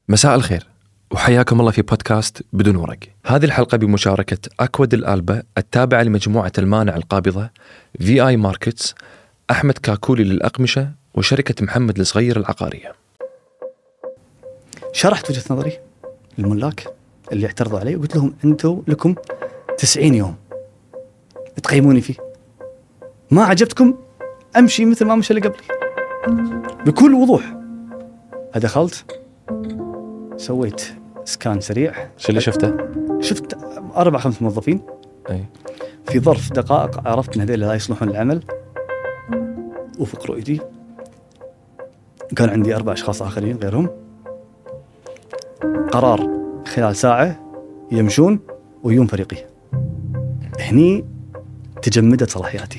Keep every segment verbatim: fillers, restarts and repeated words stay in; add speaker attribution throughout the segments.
Speaker 1: مساء الخير وحياكم الله في بودكاست بدون ورق. هذه الحلقة بمشاركة أكواد الآلبة التابعة لمجموعة المانع القابضة في آي ماركتس، أحمد كاكولي للأقمشة، وشركة محمد الصغير العقارية.
Speaker 2: شرحت وجهة نظري للملاك اللي اعترضوا علي وقلت لهم أنتوا لكم تسعين يوم تقيموني فيه، ما عجبتكم أمشي مثل ما مشي اللي قبلي بكل وضوح. فدخلت سويت سكان سريع.
Speaker 1: شو اللي شفته؟
Speaker 2: شفت أربع خمس موظفين
Speaker 1: أي.
Speaker 2: في ظرف دقائق عرفت أن هذول لا يصلحون للعمل، وفق رؤيتي كان عندي أربع أشخاص آخرين غيرهم. قرار خلال ساعة يمشون ويوم فريقي. هني تجمدت صلاحياتي.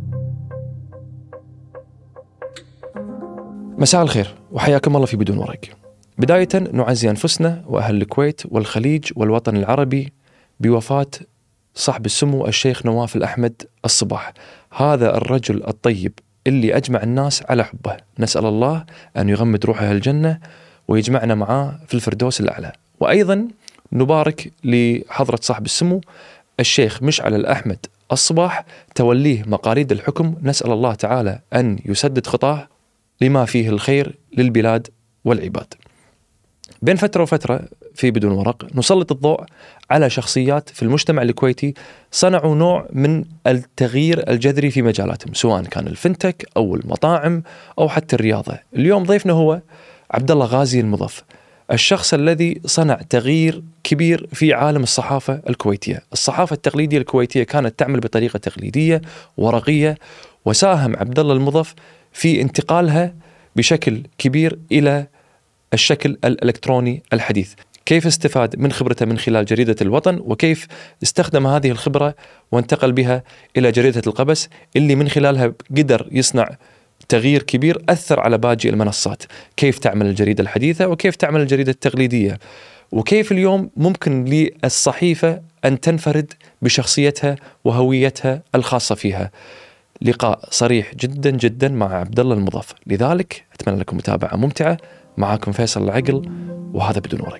Speaker 1: مساء الخير وحياكم الله في بدون ورق. بداية نعزي أنفسنا وأهل الكويت والخليج والوطن العربي بوفاة صاحب السمو الشيخ نواف الأحمد الصباح، هذا الرجل الطيب اللي أجمع الناس على حبه. نسأل الله أن يغمد روحه الجنة ويجمعنا معاه في الفردوس الأعلى. وأيضا نبارك لحضرة صاحب السمو الشيخ مشعل الأحمد الصباح توليه مقاليد الحكم. نسأل الله تعالى أن يسدد خطاه لما فيه الخير للبلاد والعباد. بين فترة وفترة في بدون ورق نسلط الضوء على شخصيات في المجتمع الكويتي صنعوا نوع من التغيير الجذري في مجالاتهم، سواء كان الفنتك أو المطاعم أو حتى الرياضة. اليوم ضيفنا هو عبد الله غازي المضف، الشخص الذي صنع تغيير كبير في عالم الصحافة الكويتية. الصحافة التقليدية الكويتية كانت تعمل بطريقة تقليدية ورقية، وساهم عبد الله المضف في انتقالها بشكل كبير إلى الشكل الإلكتروني الحديث. كيف استفاد من خبرته من خلال جريدة الوطن، وكيف استخدم هذه الخبرة وانتقل بها إلى جريدة القبس اللي من خلالها قدر يصنع تغيير كبير أثر على باقي المنصات. كيف تعمل الجريدة الحديثة وكيف تعمل الجريدة التقليدية، وكيف اليوم ممكن للصحيفة أن تنفرد بشخصيتها وهويتها الخاصة فيها. لقاء صريح جدا جدا مع عبد الله المضف، لذلك أتمنى لكم متابعة ممتعة. معاكم فيصل العقل وهذا بدون ورق.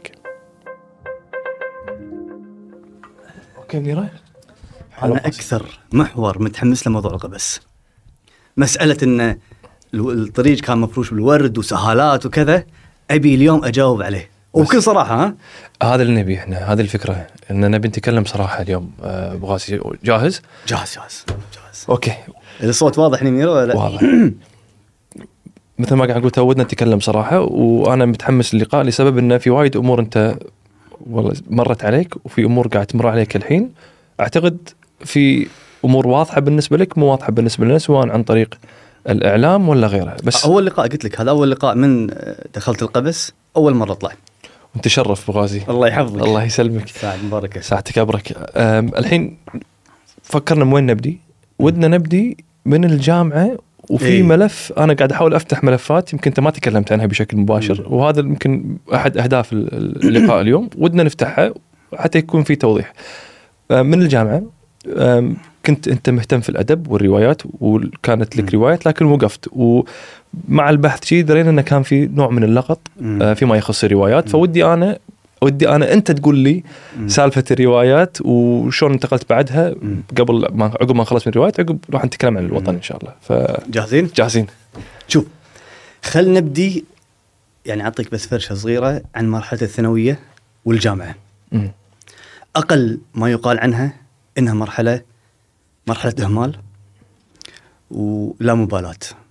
Speaker 1: اوكي ميرا،
Speaker 2: انا اكثر محور متحمس لموضوع القبس، مساله ان الطريق كان مفروش بالورد وسهالات وكذا، ابي اليوم اجاوب عليه وبكل صراحه. ها
Speaker 1: هذا اللي نبي احنا، هذه الفكره ان نبي نتكلم صراحه اليوم. ابو غازي جاهز؟
Speaker 2: جاهز جاهز جاهز.
Speaker 1: اوكي،
Speaker 2: الصوت واضح ميرا ولا؟
Speaker 1: واضح. مثل ما قاعد قلت ودنا نتكلم صراحة، وأنا متحمس للقاء لسبب أنه في وايد أمور أنت والله مرت عليك، وفي أمور قاعد تمر عليك الحين. أعتقد في أمور واضحة بالنسبة لك، مو واضحة بالنسبة لنا، سواء عن طريق الإعلام ولا غيره. بس
Speaker 2: أول لقاء قلت لك هذا أول لقاء من دخلت القبس، أول مرة أطلع.
Speaker 1: أنت شرف أبو غازي،
Speaker 2: الله يحفظك.
Speaker 1: الله يسلمك،
Speaker 2: ساعة مباركة.
Speaker 1: ساعتك أبرك. الحين فكرنا من وين نبدي. ودنا نبدي من الجامعة، وفي إيه؟ ملف أنا قاعد أحاول أفتح ملفات يمكن أنت ما تكلمت عنها بشكل مباشر، م. وهذا يمكن أحد أهداف اللقاء اليوم. ودنا نفتحها حتى يكون في توضيح. من الجامعة كنت أنت مهتم في الأدب والروايات، وكانت لك روايات لكن وقفت، ومع البحث شيء درينا أنه كان في نوع من اللغط م. فيما يخص الروايات. فودي أنا ودي أنا أنت تقول لي م. سالفة الروايات وشون انتقلت بعدها، م. قبل ما عقب ما نخلص من الروايات، عقب راح نتكلم عن الوطن إن شاء الله.
Speaker 2: جاهزين؟
Speaker 1: جاهزين.
Speaker 2: شوف، خل نبدي يعني أعطيك بس فرشة صغيرة عن مرحلة الثانوية والجامعة. م. أقل ما يقال عنها إنها مرحلة مرحلة إهمال ولا مبالاة.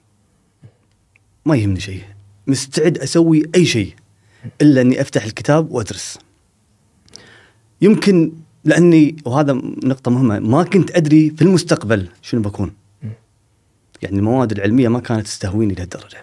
Speaker 2: ما يهمني شيء، مستعد أسوي أي شيء إلا أني أفتح الكتاب وأدرس. يمكن لأني، وهذا نقطة مهمة، ما كنت أدري في المستقبل شنو بكون. يعني المواد العلمية ما كانت تستهويني لهالدرجة.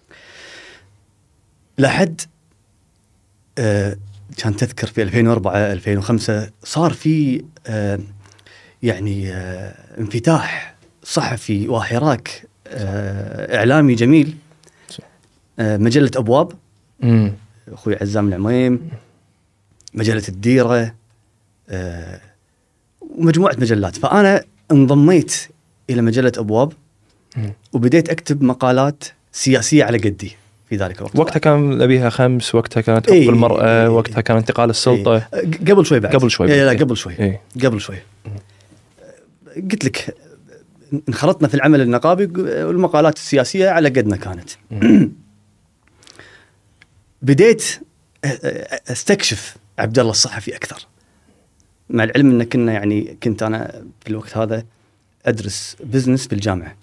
Speaker 2: لحد آه كان تذكر في ألفين وأربعة ألفين وخمسة صار في آه يعني آه انفتاح صحفي وحراك آه إعلامي جميل. آه مجلة أبواب،
Speaker 1: مم.
Speaker 2: أخوي عزام العميم، مجلة الديرة، آه ومجموعة مجلات. فأنا انضميت إلى مجلة أبواب، وبديت أكتب مقالات سياسية على قدي في ذلك الوقت.
Speaker 1: وقتها كان نبيها خمس، وقتها كانت حقوق
Speaker 2: إيه
Speaker 1: المرأة،
Speaker 2: إيه
Speaker 1: وقتها كان انتقال السلطة.
Speaker 2: إيه قبل شوي بعد
Speaker 1: قبل شوي
Speaker 2: لا,
Speaker 1: بعد.
Speaker 2: لا قبل شوي
Speaker 1: إيه.
Speaker 2: قبل شوي قلت لك انخرطنا في العمل النقابي والمقالات السياسية على قدنا كانت. بديت استكشف عبد الله الصحفي أكثر، مع العلم أن كنا يعني كنت أنا في الوقت هذا أدرس بزنس في الجامعة.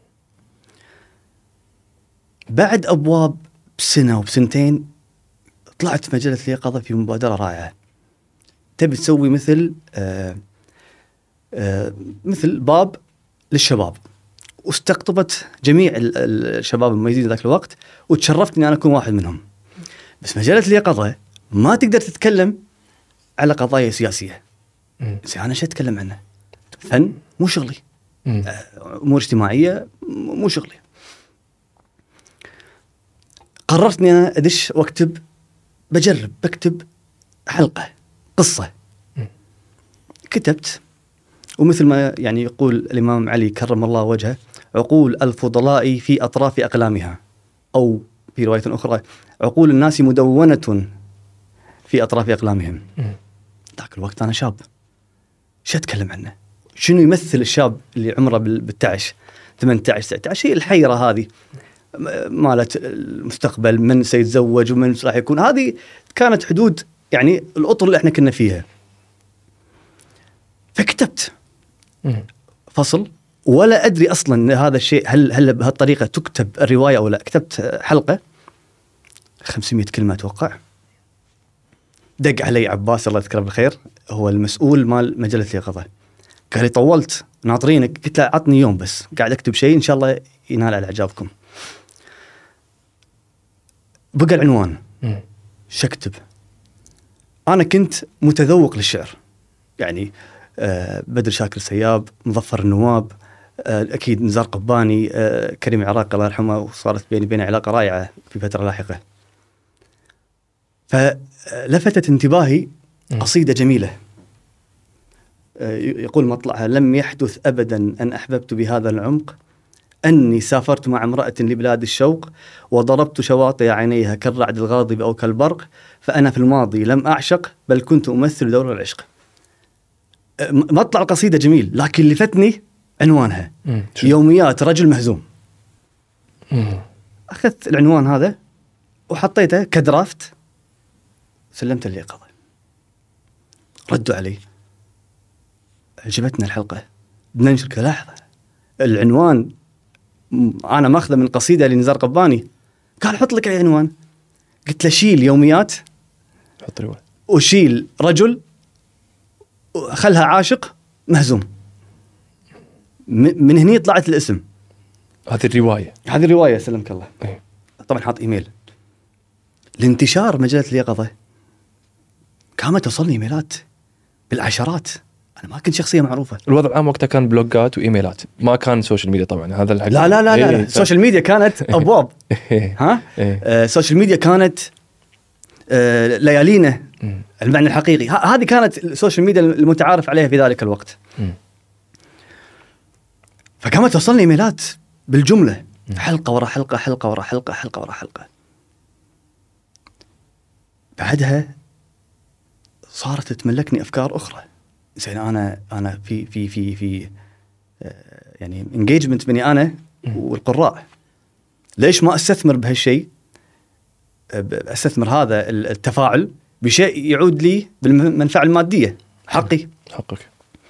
Speaker 2: بعد أبواب بسنة وبسنتين طلعت في مجلة اليقظة في مبادرة رائعة، تبي تسوي مثل آآ آآ مثل باب للشباب، واستقطبت جميع الشباب المميزين ذاك الوقت، وتشرفت اني انا اكون واحد منهم. بس مجلة اليقظة ما تقدر تتكلم على قضايا سياسية. زين انا شو اتكلم عنه؟ فن مو شغلي، امور اجتماعية مو شغلي. قررت اني انا ادش واكتب، بجرب بكتب حلقة قصة. كتبت، ومثل ما يعني يقول الإمام علي كرم الله وجهه: عقول الفضلاء في أطراف أقلامها، أو في رواية أخرى: عقول الناس مدونة في أطراف أقلامهم. ذاك الوقت أنا شاب، شو أتكلم عنه؟ شنو يمثل الشاب اللي عمره بالتعش ثمانية عشر تسعة عشر؟ هي الحيرة هذه مالت المستقبل، من سيتزوج ومن راح يكون. هذه كانت حدود يعني الأطر اللي احنا كنا فيها. فكتبت فصل ولا أدري أصلاً أن هذا الشيء هل هل بهالطريقة تكتب الرواية أو لا. كتبت حلقة خمسمائة كلمة أتوقع. دق علي عباس الله يذكره بالخير، هو المسؤول مال مجلة اليقظة، قال لي: طولت ناطرينك. قلت له: عطني يوم بس، قاعد أكتب شيء إن شاء الله ينال على إعجابكم. بقى العنوان شكتب. أنا كنت متذوق للشعر، يعني آه بدر شاكر سياب، مظفر النواب، آه أكيد نزار قباني، آه كريم عراق الله يرحمه، وصارت بيني بين علاقة رائعة في فترة لاحقة. فلفتت انتباهي قصيدة جميلة آه يقول مطلعها: لم يحدث أبدا أن أحببت بهذا العمق، أني سافرت مع امرأة لبلاد الشوق، وضربت شواطئ عينيها كالرعد الغاضب أو كالبرق، فأنا في الماضي لم أعشق بل كنت أمثل دور العشق. مطلع القصيدة جميل، لكن اللي فتني عنوانها: يوميات رجل مهزوم. مم. أخذت العنوان هذا وحطيته كدرافت، سلمت اليقظة. ردوا علي: عجبتنا الحلقة، بننشر. كذا لحظة، العنوان أنا ماخذه من قصيدة لنزار قباني. قال: حط لك أي عنوان. قلت له: شيل يوميات،
Speaker 1: حط رواية،
Speaker 2: وشيل رجل، خلها عاشق مهزوم. من هني طلعت الاسم.
Speaker 1: هذه الرواية
Speaker 2: هذه الرواية سلمك الله.
Speaker 1: أيه.
Speaker 2: طبعا حاط إيميل. لانتشار مجلة اليقظة كانت توصلني إيميلات بالعشرات. أنا ما كنت شخصية معروفة.
Speaker 1: الوضع العام وقتها كان بلوجات وإيميلات، ما كان سوشيال ميديا طبعا. هذا الحق.
Speaker 2: لا لا لا لا, لا. السوشيال ميديا كانت أبواب. ها آه السوشيال ميديا كانت آه ليالينا المعنى الحقيقي. هذه كانت السوشيال ميديا المتعارف عليها في ذلك الوقت. م. فكانت توصلني إيميلات بالجملة، م. حلقة ورا حلقة، حلقة ورا حلقة، حلقة ورا حلقة. بعدها صارت تملكني أفكار أخرى. زين أنا أنا في في في في يعني engagement بيني أنا والقراء، ليش ما أستثمر بهالشيء؟ أستثمر هذا التفاعل بشيء يعود لي بالمنفعة المادية. حقي
Speaker 1: حقك.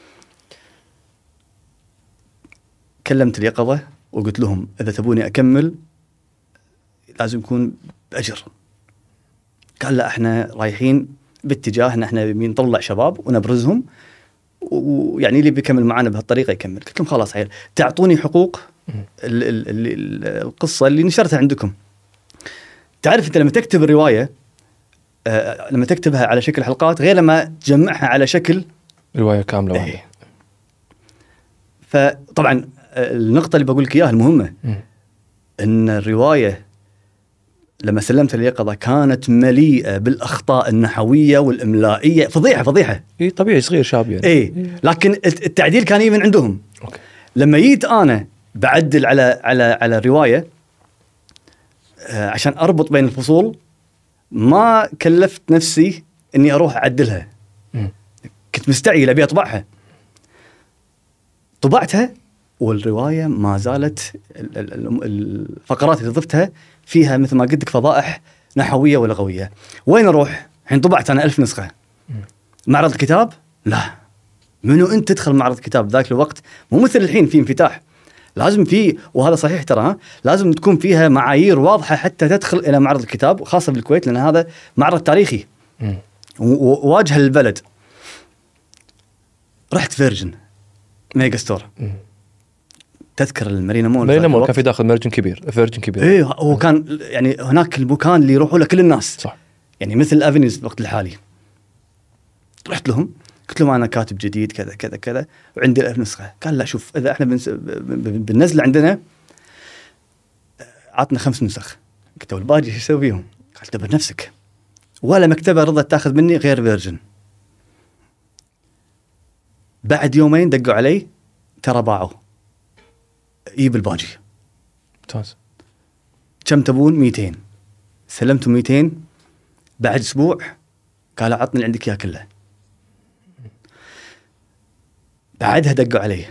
Speaker 2: كلمت اليقظة وقلت لهم: إذا تبوني أكمل لازم يكون بأجر. قال: لا، إحنا رايحين باتجاه إن إحنا بنطلع شباب ونبرزهم، ويعني اللي بيكمل معنا بهالطريقة يكمل. قلت لهم: خلاص عيل، تعطوني حقوق ال ال ال القصة اللي نشرتها عندكم. تعرف أنت لما تكتب الرواية، آه لما تكتبها على شكل حلقات غير لما تجمعها على شكل
Speaker 1: رواية كاملة واحدة.
Speaker 2: إيه. فطبعا النقطة اللي بقول لك إياها المهمة، م. إن الرواية لما سلمت اليقظة كانت مليئة بالأخطاء النحوية والإملائية، فضيحة فضيحة.
Speaker 1: إيه طبيعي، صغير شاب يعني.
Speaker 2: إيه لكن التعديل كان يجي من عندهم.
Speaker 1: أوكي.
Speaker 2: لما جيت أنا بعدل على على على الرواية، آه عشان اربط بين الفصول ما كلفت نفسي اني اروح اعدلها.
Speaker 1: م.
Speaker 2: كنت مستعجل ابي اطبعها. طبعتها والروايه ما زالت الفقرات اللي ضفتها فيها مثل ما قلت لك فضائح نحويه ولغويه. وين اروح؟ الحين طبعت انا ألف نسخه. م. معرض الكتاب؟ لا. منو انت تدخل معرض الكتاب ذاك الوقت؟ مو مثل الحين في انفتاح. لازم في، وهذا صحيح ترى، ها لازم تكون فيها معايير واضحه حتى تدخل الى معرض الكتاب، خاصه بالكويت لان هذا معرض تاريخي وواجهه للبلد. رحت فيرجن ميجا ستور. م. تذكر المارينا مول؟
Speaker 1: مارينا مول كان في داخل فيرجن كبير، فيرجن كبير.
Speaker 2: ايه هو كان يعني هناك المكان اللي يروحوا له كل الناس.
Speaker 1: صح.
Speaker 2: يعني مثل الافينيوز الوقت الحالي. رحت لهم قلت لهم انا كاتب جديد كذا كذا كذا وعندي الألف نسخه. قال لا شوف اذا احنا بنس... بالنزله عندنا عطنا خمس نسخ. قلت له الباقي ايش اسوي فيهم؟ قال دبر نفسك. ولا مكتبه رضت تاخذ مني غير فيرجن. بعد يومين دقوا علي ترى باعوا، جيب الباقي.
Speaker 1: ممتاز.
Speaker 2: كم تبون؟ مئتين. سلمتوا مئتين. بعد اسبوع قال عطني اللي عندك اياه كله. بعدها دقوا علي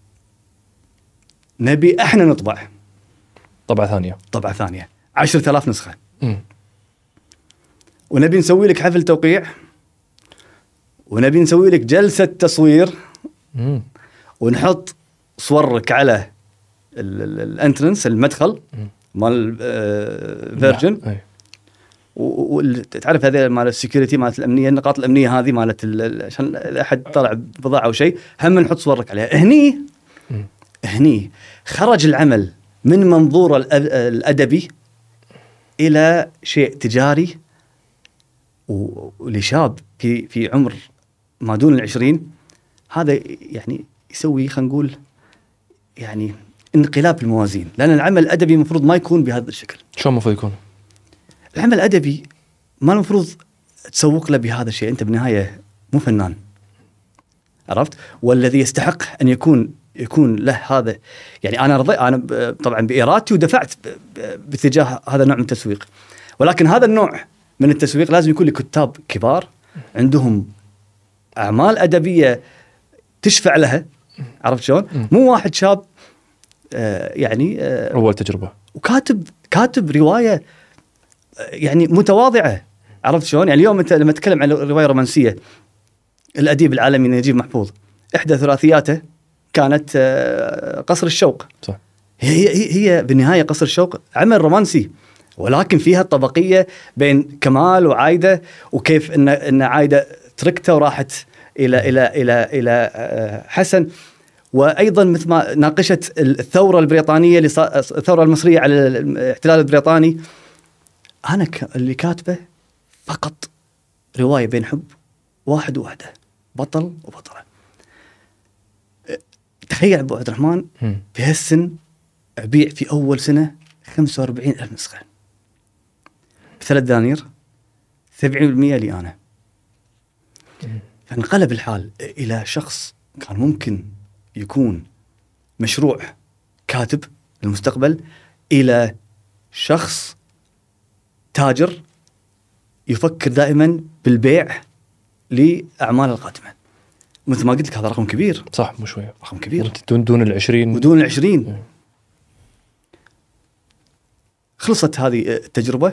Speaker 2: نبي احنا نطبع
Speaker 1: طبعة ثانية.
Speaker 2: طبعة ثانية عشرة آلاف نسخة.
Speaker 1: م.
Speaker 2: ونبي نسوي لك حفل توقيع، ونبي نسوي لك جلسة تصوير،
Speaker 1: م.
Speaker 2: ونحط صورك على الانترنس المدخل مال فيرجن. وتعرف هذا مال السكيورتي مالت الامنيه، النقاط الامنيه هذه مالت عشان احد طلع بضاعه او شيء هم نحط صورك عليها. هني م. هني خرج العمل من منظور الادبي الى شيء تجاري، ولشاب في في عمر ما دون العشرين هذا يعني يسوي خلينا نقول يعني انقلاب في الموازين. لان العمل الادبي المفروض ما يكون بهذا الشكل.
Speaker 1: شو المفروض يكون؟
Speaker 2: العمل الأدبي ما المفروض تسوق له بهذا الشيء. أنت بالنهاية مو فنان، عرفت؟ والذي يستحق أن يكون يكون له هذا. يعني أنا رضيت أنا طبعا بإرادتي ودفعت باتجاه هذا النوع من التسويق، ولكن هذا النوع من التسويق لازم يكون لكتاب كبار عندهم أعمال أدبية تشفع لها، عرفت شلون؟ مو واحد شاب آه يعني آه
Speaker 1: أول تجربة
Speaker 2: وكاتب كاتب رواية يعني متواضعة، عرفت شلون؟ يعني اليوم أنت لما تتكلم عن رواية رومانسية، الأديب العالمي نجيب محفوظ إحدى ثلاثياته كانت قصر الشوق.
Speaker 1: صح.
Speaker 2: هي هي هي بالنهاية قصر الشوق عمل رومانسي، ولكن فيها الطبقية بين كمال وعايدة، وكيف إن إن عايدة تركته وراحت إلى إلى إلى إلى حسن. وأيضا مثل ما ناقشت الثورة البريطانية الثورة المصرية على الاحتلال البريطاني. أنا اللي كاتبه فقط رواية بين حب واحد وواحدة، بطل وبطلة. تخيل أبو عبد الرحمن في هالسن أبيع في أول سنة خمسة وأربعين ألف نسخة بثلاث دنانير، سبعين بالمئة لي أنا. فانقلب الحال إلى شخص كان ممكن يكون مشروع كاتب للمستقبل إلى شخص تاجر يفكر دائما بالبيع لأعمال القادمة. مثل ما قلت لك هذا رقم كبير.
Speaker 1: صح، مو شوية
Speaker 2: رقم كبير.
Speaker 1: دون دون العشرين
Speaker 2: ودون العشرين. خلصت هذه التجربة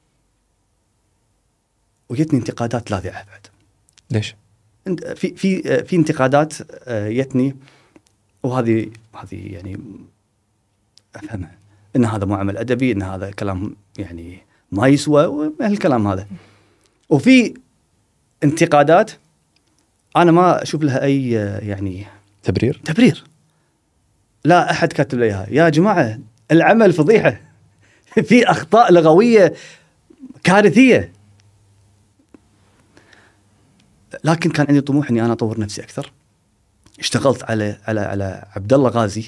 Speaker 2: وجتني انتقادات لاذعة بعد.
Speaker 1: ليش؟
Speaker 2: في في في انتقادات جتني، وهذه هذه يعني أفهمها إن هذا مو عمل أدبي، إن هذا كلام يعني ما يسوى وهالكلام هذا. وفي انتقادات أنا ما أشوف لها أي يعني
Speaker 1: تبرير
Speaker 2: تبرير لا أحد كاتب لي إياها. يا جماعة العمل فضيحة، في أخطاء لغوية كارثية. لكن كان عندي طموح إني أنا أطور نفسي أكثر. اشتغلت على على على عبد الله غازي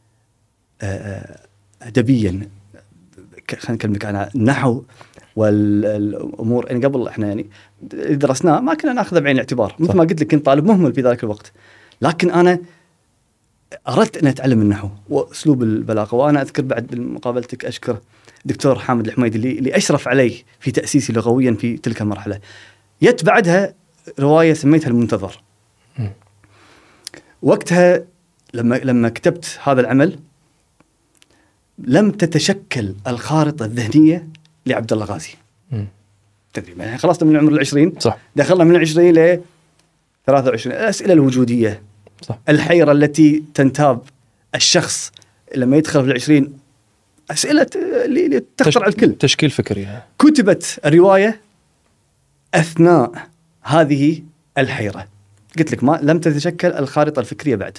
Speaker 2: أدبيا، خلينا نكلمك عن النحو والأمور. يعني قبل إحنا يعني درسناه ما كنا نأخذه بعين الاعتبار، مثل ما قلت لك كنت طالب مهمل في ذلك الوقت. لكن أنا أردت أن أتعلم النحو وأسلوب البلاغة. وأنا أذكر بعد بمقابلتك أشكر دكتور حامد الحميدي اللي, اللي أشرف علي في تأسيسي لغويا في تلك المرحلة. يت بعدها رواية سميتها المنتظر.
Speaker 1: م.
Speaker 2: وقتها لما لما كتبت هذا العمل لم تتشكل الخارطة الذهنية لعبد الله غازي.
Speaker 1: م.
Speaker 2: تقريبا يعني خلصنا من عمر العشرين،
Speaker 1: صح.
Speaker 2: دخلنا من العشرين ل ثلاثة وعشرين. الأسئلة الوجودية،
Speaker 1: صح.
Speaker 2: الحيرة التي تنتاب الشخص لما يدخل في العشرين، أسئلة اللي تخطر على الكل.
Speaker 1: تشكيل فكري.
Speaker 2: كتبت الرواية أثناء هذه الحيرة. قلت لك ما لم تتشكل الخارطة الفكرية بعد،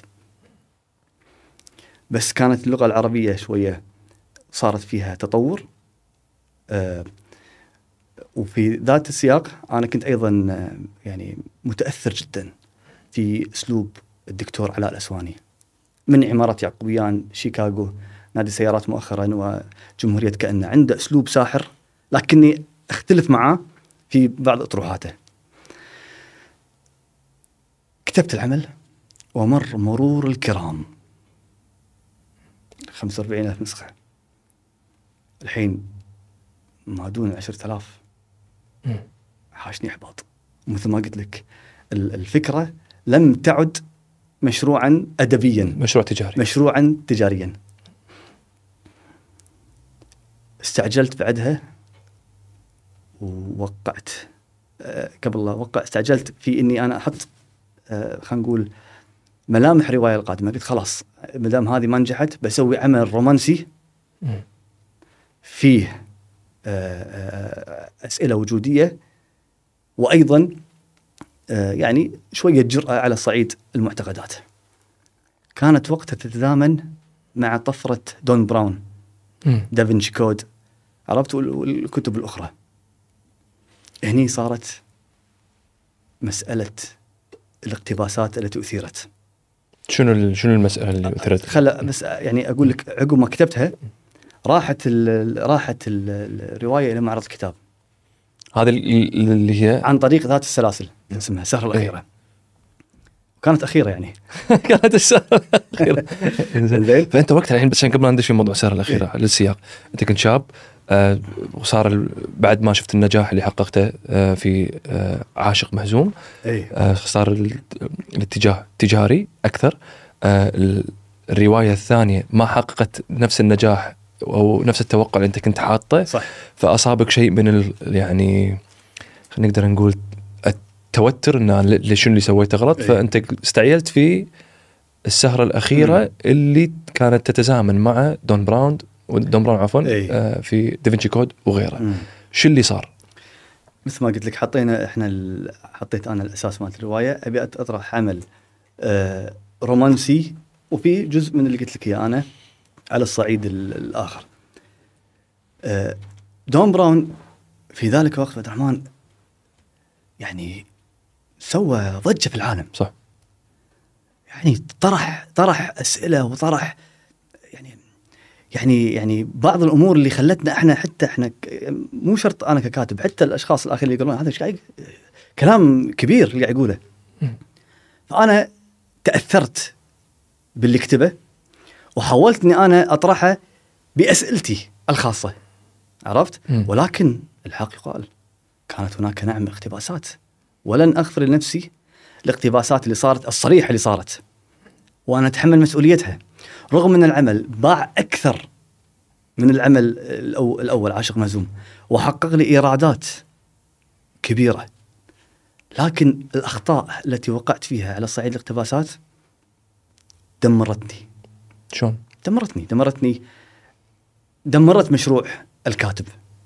Speaker 2: بس كانت اللغة العربية شوية صارت فيها تطور. آه وفي ذات السياق أنا كنت أيضا آه يعني متأثر جدا في أسلوب الدكتور علاء الأسواني من عمارة يعقوبيان، شيكاغو، نادي السيارات مؤخرا، وجمهورية كأنه. عنده أسلوب ساحر لكني أختلف معه في بعض أطروحاته. كتبت العمل ومر مرور الكرام، خمسة وأربعين ألف نسخة، الحين ما دون عشرة آلاف. حاشني إحباط. مثل ما قلت لك الفكرة لم تعد مشروعا أدبيا،
Speaker 1: مشروع تجاري،
Speaker 2: مشروعا تجاريا. استعجلت بعدها ووقعت أه قبل لا أوقع استعجلت في إني أنا أحط أه خلينا نقول ملامح رواية القادمة. قلت خلاص مدام هذه ما نجحت بسوي عمل رومانسي فيه أه أسئلة وجودية، وأيضا أه يعني شوية جرأة على صعيد المعتقدات. كانت وقتها تتزامن مع طفرة دون براون، دافنشي كود، عرفت، والكتب الأخرى. هني صارت مسألة الاقتباسات التي أثيرت.
Speaker 1: شنو شنو المسألة اللي أثيرت؟
Speaker 2: خلا بس يعني أقول لك عقب ما كتبتها راحت ال راحت ال الرواية إلى معرض الكتاب.
Speaker 1: هذا اللي هي
Speaker 2: عن طريق ذات السلاسل اسمها السهرة الأخيرة. كانت أخيرة يعني
Speaker 1: كانت السهرة الأخيرة. زين. فأنت وقتها الحين بس عشان قبل ما ندش في موضوع السهرة الأخيرة إيه؟ للسياق، أنت كنت شاب آه وصار بعد ما شفت النجاح اللي حققته آه في آه عاشق مهزوم
Speaker 2: إيه؟
Speaker 1: آه صار الاتجاه تجاري أكثر. آه الرواية الثانية ما حققت نفس النجاح أو نفس التوقع اللي أنت كنت حاطه.
Speaker 2: صح.
Speaker 1: فأصابك شيء من ال يعني خلينا نقدر نقول التوتر إن ليش اللي سويته غلط.
Speaker 2: إيه؟
Speaker 1: فأنت استعجلت في السهرة الأخيرة م. اللي كانت تتزامن مع دون براون ودون براون عفوا
Speaker 2: إيه؟
Speaker 1: آه في دافنشي كود وغيره.
Speaker 2: م.
Speaker 1: شو اللي صار؟
Speaker 2: مثل ما قلت لك حطينا إحنا حطيت أنا الأساس مالت الرواية. أبي أطرح عمل آه رومانسي، وفي جزء من اللي قلت لك إياه أنا على الصعيد الآخر. آه دون براون في ذلك الوقت عبد الرحمن يعني سوى ضجة في العالم.
Speaker 1: صح.
Speaker 2: يعني طرح طرح أسئلة وطرح يعني يعني يعني بعض الأمور اللي خلتنا إحنا حتى إحنا مو شرط أنا ككاتب، حتى الأشخاص الآخرين اللي يقولون هذا إيش قاعد كلام كبير اللي قاعد يقوله. فأنا تأثرت باللي كتبه وحاولت إني أنا أطرحه بأسئلتي الخاصة، عرفت.
Speaker 1: م.
Speaker 2: ولكن الحق يقال كانت هناك نعم اقتباسات، ولن أغفر لنفسي الاقتباسات اللي صارت الصريحة اللي صارت، وأنا أتحمل مسؤوليتها. رغم أن العمل باع أكثر من العمل الأول عاشق مهزوم وحقق لي إيرادات كبيرة، لكن الأخطاء التي وقعت فيها على صعيد الاقتباسات دمرتني.
Speaker 1: شلون؟
Speaker 2: دمرتني دمرتني دمرت مشروع الكاتب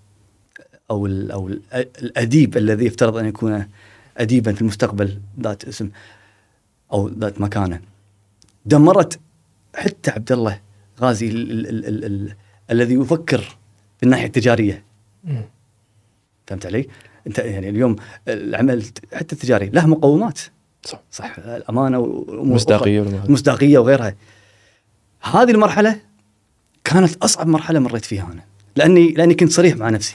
Speaker 2: أو ال أو ال الأديب الذي يفترض أن يكون أديبا في المستقبل ذات اسم أو ذات مكانة. دمرت حتى عبد الله غازي ال ال ال ال ال الذي يفكر في الناحية التجارية.
Speaker 1: م.
Speaker 2: فهمت علي؟ أنت يعني اليوم العمل حتى التجاري له مقومات.
Speaker 1: صح.
Speaker 2: صح. الأمانة
Speaker 1: والمصداقية
Speaker 2: والمصداقية وغيرها. هذه المرحلة كانت أصعب مرحلة مريت فيها أنا، لأني لأني كنت صريح مع نفسي،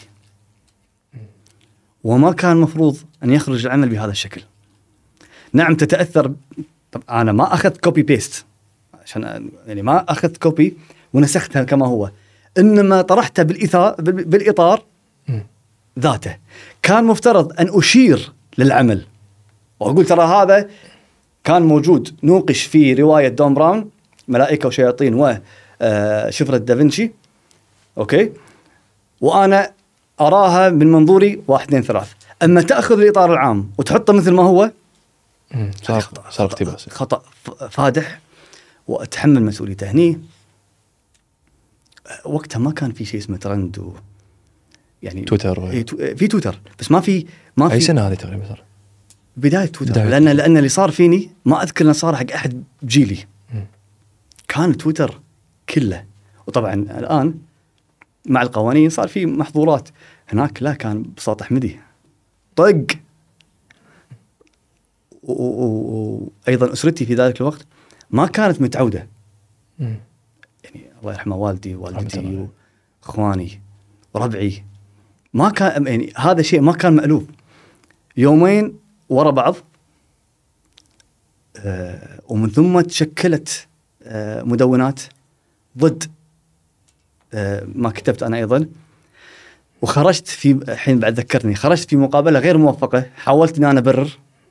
Speaker 2: وما كان مفروض أن يخرج العمل بهذا الشكل. نعم تتأثر. طب أنا ما أخذت كوبي بيست، عشان يعني ما أخذت كوبي ونسختها كما هو. إنما طرحته بالإثار بالإطار ذاته. كان مفترض أن أشير للعمل وأقول ترى هذا كان موجود، نوقش في رواية دون براون ملائكة وشياطين وشفرة دافنشي، أوكي، وأنا أراها من منظوري واحد اثنين ثلاث. أما تأخذ الإطار العام وتحطه مثل ما هو،
Speaker 1: صار صار اقتباس،
Speaker 2: خطأ فادح وأتحمل مسؤوليته. هني وقتها ما كان في شيء اسمه ترند و يعني
Speaker 1: تويتر،
Speaker 2: في تويتر بس ما في ما في.
Speaker 1: أي سنة هذه تقريبا صار؟
Speaker 2: بداية تويتر، لأن لأن اللي صار فيني ما أذكر أنه صار حق أحد بجيلي. كان تويتر كله. وطبعا الآن مع القوانين صار في محظورات، هناك لا، كان بساط أحمدي طق. وأيضا أسرتي في ذلك الوقت ما كانت متعودة، يعني الله يرحمه والدي والدتي وإخواني وربعي، ما كان يعني هذا شيء ما كان مألوف. يومين ورا بعض آه ومن ثم تشكلت آه مدونات ضد آه ما كتبت أنا أيضا. وخرجت في حين بعد ذكرني خرجت في مقابلة غير موفقة، حاولت أن أنا أبرر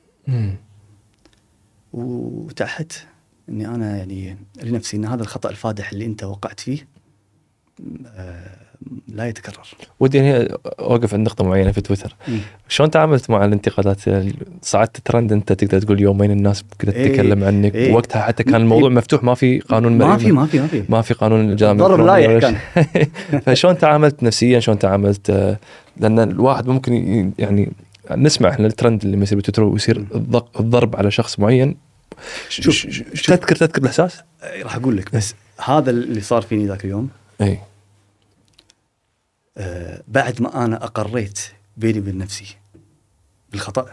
Speaker 2: وتعهدت أني أنا يعني لنفسي أن هذا الخطأ الفادح اللي أنت وقعت فيه آه لا يتكرر.
Speaker 1: ودي يعني أوقف عند نقطة معينة في تويتر. م. شلون تعاملت مع الانتقادات؟ صعدت ترند أنت تقدر تقول يومين الناس كده تتكلم
Speaker 2: إيه
Speaker 1: عنك.
Speaker 2: إيه
Speaker 1: وقتها حتى كان الموضوع إيه مفتوح، ما في قانون
Speaker 2: ما في ما في ما في
Speaker 1: ما في قانون الجرائم
Speaker 2: ضرب لايح كان.
Speaker 1: فشلون تعاملت نفسيا؟ شلون تعاملت؟ لأن الواحد ممكن يعني نسمع إحنا الترند اللي يصير بتويتر ويصير الضرب على شخص معين. شوف, شوف تذكر تذكر الإحساس؟
Speaker 2: راح أقول لك بس هذا اللي صار فيني ذاك اليوم.
Speaker 1: أي
Speaker 2: آه بعد ما أنا أقريت بيني وبين نفسي بالخطأ،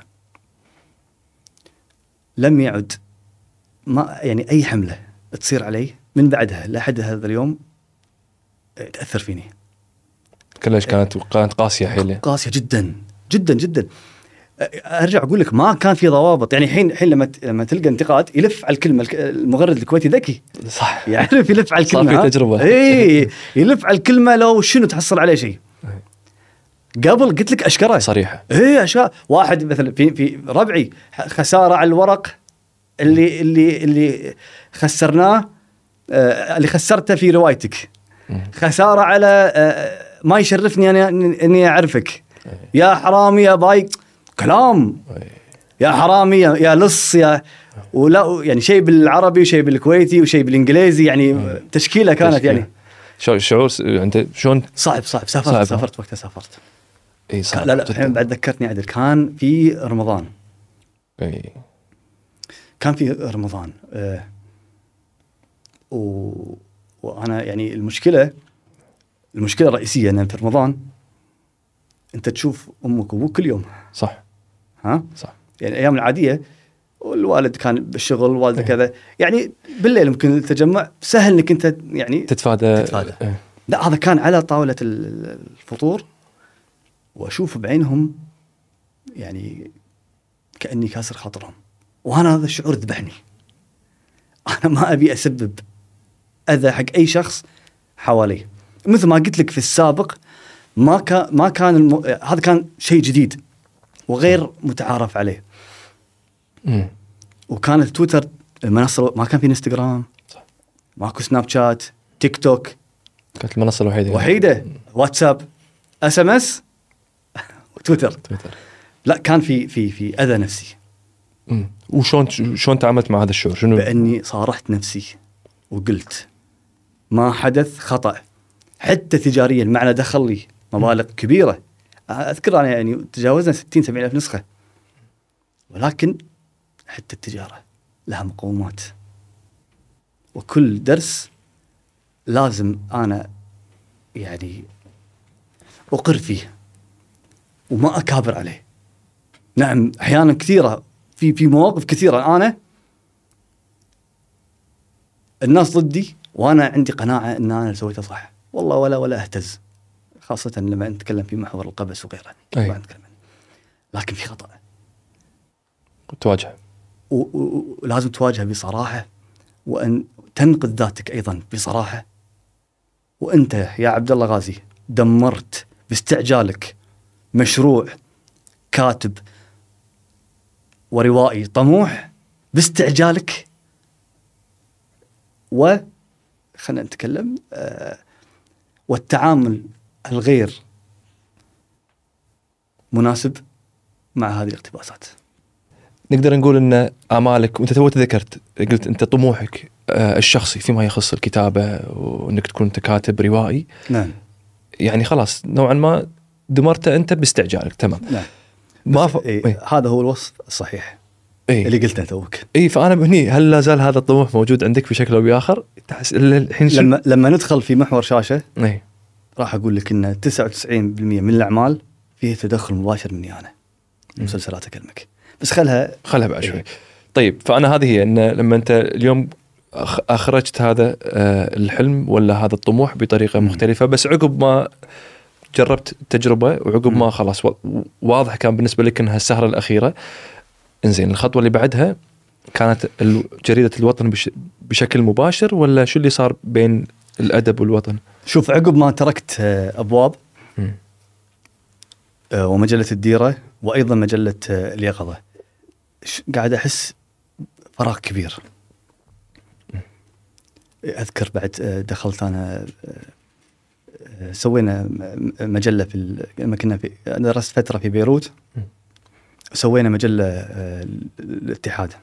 Speaker 2: لم يعد ما يعني أي حملة تصير علي من بعدها لحد هذا اليوم تأثر فيني.
Speaker 1: كلش كانت كانت قاسية حيلة،
Speaker 2: قاسية جدا جدا جدا. أرجع أقول لك ما كان في ضوابط. يعني حين حين لما لما تلقى انتقاد يلف على الكلمة. المغرد الكويتي ذكي،
Speaker 1: صح،
Speaker 2: يعرف يلف على الكلمة.
Speaker 1: صار في تجربة.
Speaker 2: إيه يلف على الكلمة لو شنو تحصل عليه شيء. قبل قلت لك أشكره
Speaker 1: صريحة.
Speaker 2: إيه أشكره. واحد مثلا في في ربعي خسارة على الورق اللي اللي اللي خسرناه، آه اللي خسرته في روايتك. خسارة على آه ما يشرفني أنا إني أعرفك. يا حرامي يا باي كلام، يا حرامي يا, يا لص يا ولا يعني شيء بالعربي وشيء بالكويتي وشيء بالإنجليزي. يعني تشكيلة كانت تشكيلة. يعني
Speaker 1: شو شعور أنت شلون؟
Speaker 2: صعب صعب. سافرت صعب. سافرت وقتها سافرت.
Speaker 1: إيه صعب.
Speaker 2: لا لا الحين بعد ذكرتني عدل. كان في رمضان.
Speaker 1: إيه
Speaker 2: كان في رمضان آه و... وأنا يعني المشكلة المشكلة الرئيسية أن في رمضان أنت تشوف أمك وأبوك كل يوم.
Speaker 1: صح.
Speaker 2: ها
Speaker 1: صح.
Speaker 2: يعني الأيام العادية والوالد كان بالشغل والده إيه. كذا يعني بالليل ممكن التجمع سهل إنك أنت يعني
Speaker 1: تتفادى,
Speaker 2: تتفادى.
Speaker 1: إيه.
Speaker 2: لا هذا كان على طاولة الفطور وأشوف بعينهم يعني كأني كاسر خاطرهم. وأنا هذا الشعور ذبحني. أنا ما أبي أسبب أذى حق أي شخص حوالي. مثل ما قلت لك في السابق ما كان ما كان الم... هذا كان شيء جديد وغير متعارف عليه.
Speaker 1: مم.
Speaker 2: وكان التويتر المنصة، ما كان في انستغرام، صح. ماكو سناب شات، تيك توك،
Speaker 1: كانت المنصة الوحيدة
Speaker 2: وحيدة. واتساب، اس ام اس، وتويتر.
Speaker 1: تويتر.
Speaker 2: لا كان في في في اذى نفسي.
Speaker 1: امم وشون شلون تعاملت مع هذا الشعور؟ شنو؟
Speaker 2: باني صارحت نفسي وقلت ما حدث خطأ حتى تجاريا، معنى دخل لي مبالغ كبيرة. أذكر أنا يعني تجاوزنا ستين سبعين ألف نسخة، ولكن حتى التجارة لها مقومات، وكل درس لازم أنا يعني أقر فيه وما أكابر عليه. نعم أحيانا كثيرة في في مواقف كثيرة أنا الناس ضدي وأنا عندي قناعة أن أنا سويته صح، والله ولا ولا أهتز، خاصة لما نتكلم في محور القبس وغيره. لكن في خطأ
Speaker 1: تواجه،
Speaker 2: ولازم تواجهه بصراحة، وأن تنقذ ذاتك أيضا بصراحة، وانت يا عبد الله غازي دمرت باستعجالك مشروع كاتب وروائي طموح باستعجالك، و خلينا نتكلم آه والتعامل الغير مناسب مع هذه الاقتباسات.
Speaker 1: نقدر نقول ان امالك، وانت تو ذكرت قلت انت طموحك آه الشخصي فيما يخص الكتابه وانك تكون انت كاتب روائي،
Speaker 2: نعم،
Speaker 1: يعني خلاص نوعا ما دمرته انت باستعجالك. تمام.
Speaker 2: نعم.
Speaker 1: ما ف...
Speaker 2: إيه
Speaker 1: إيه؟
Speaker 2: هذا هو الوصف الصحيح
Speaker 1: إيه؟
Speaker 2: اللي قلته توك.
Speaker 1: اي فانا هني هل لا زال هذا الطموح موجود عندك بشكل او باخر؟ تحس الحين شو...
Speaker 2: لما لما ندخل في محور شاشه
Speaker 1: إيه؟
Speaker 2: راح اقول لك ان تسعة وتسعين بالمئة من الاعمال فيها تدخل مباشر مني انا، مسلسلات اكلمك، بس خلها
Speaker 1: خلها بعد
Speaker 2: إيه.
Speaker 1: شوي. طيب فانا هذه هي ان لما انت اليوم أخ... اخرجت هذا آه الحلم ولا هذا الطموح بطريقه
Speaker 2: مم.
Speaker 1: مختلفه، بس عقب ما جربت التجربه وعقب ما خلاص و... واضح كان بالنسبه لك انها السهره الاخيره، انزين الخطوه اللي بعدها كانت جريده الوطن بش... بشكل مباشر، ولا شو اللي صار بين الادب والوطن؟
Speaker 2: شوف، عقب ما تركت آه، ابواب
Speaker 1: م.
Speaker 2: آه، ومجله الديره وايضا مجله آه، اليقظه، ش- قاعد احس فراغ كبير. اذكر بعد آه، دخلت انا آه، آه، سوينا م- مجله في ال- لما كنا في أنا درست فتره في بيروت، سوينا مجله آه، الاتحاد،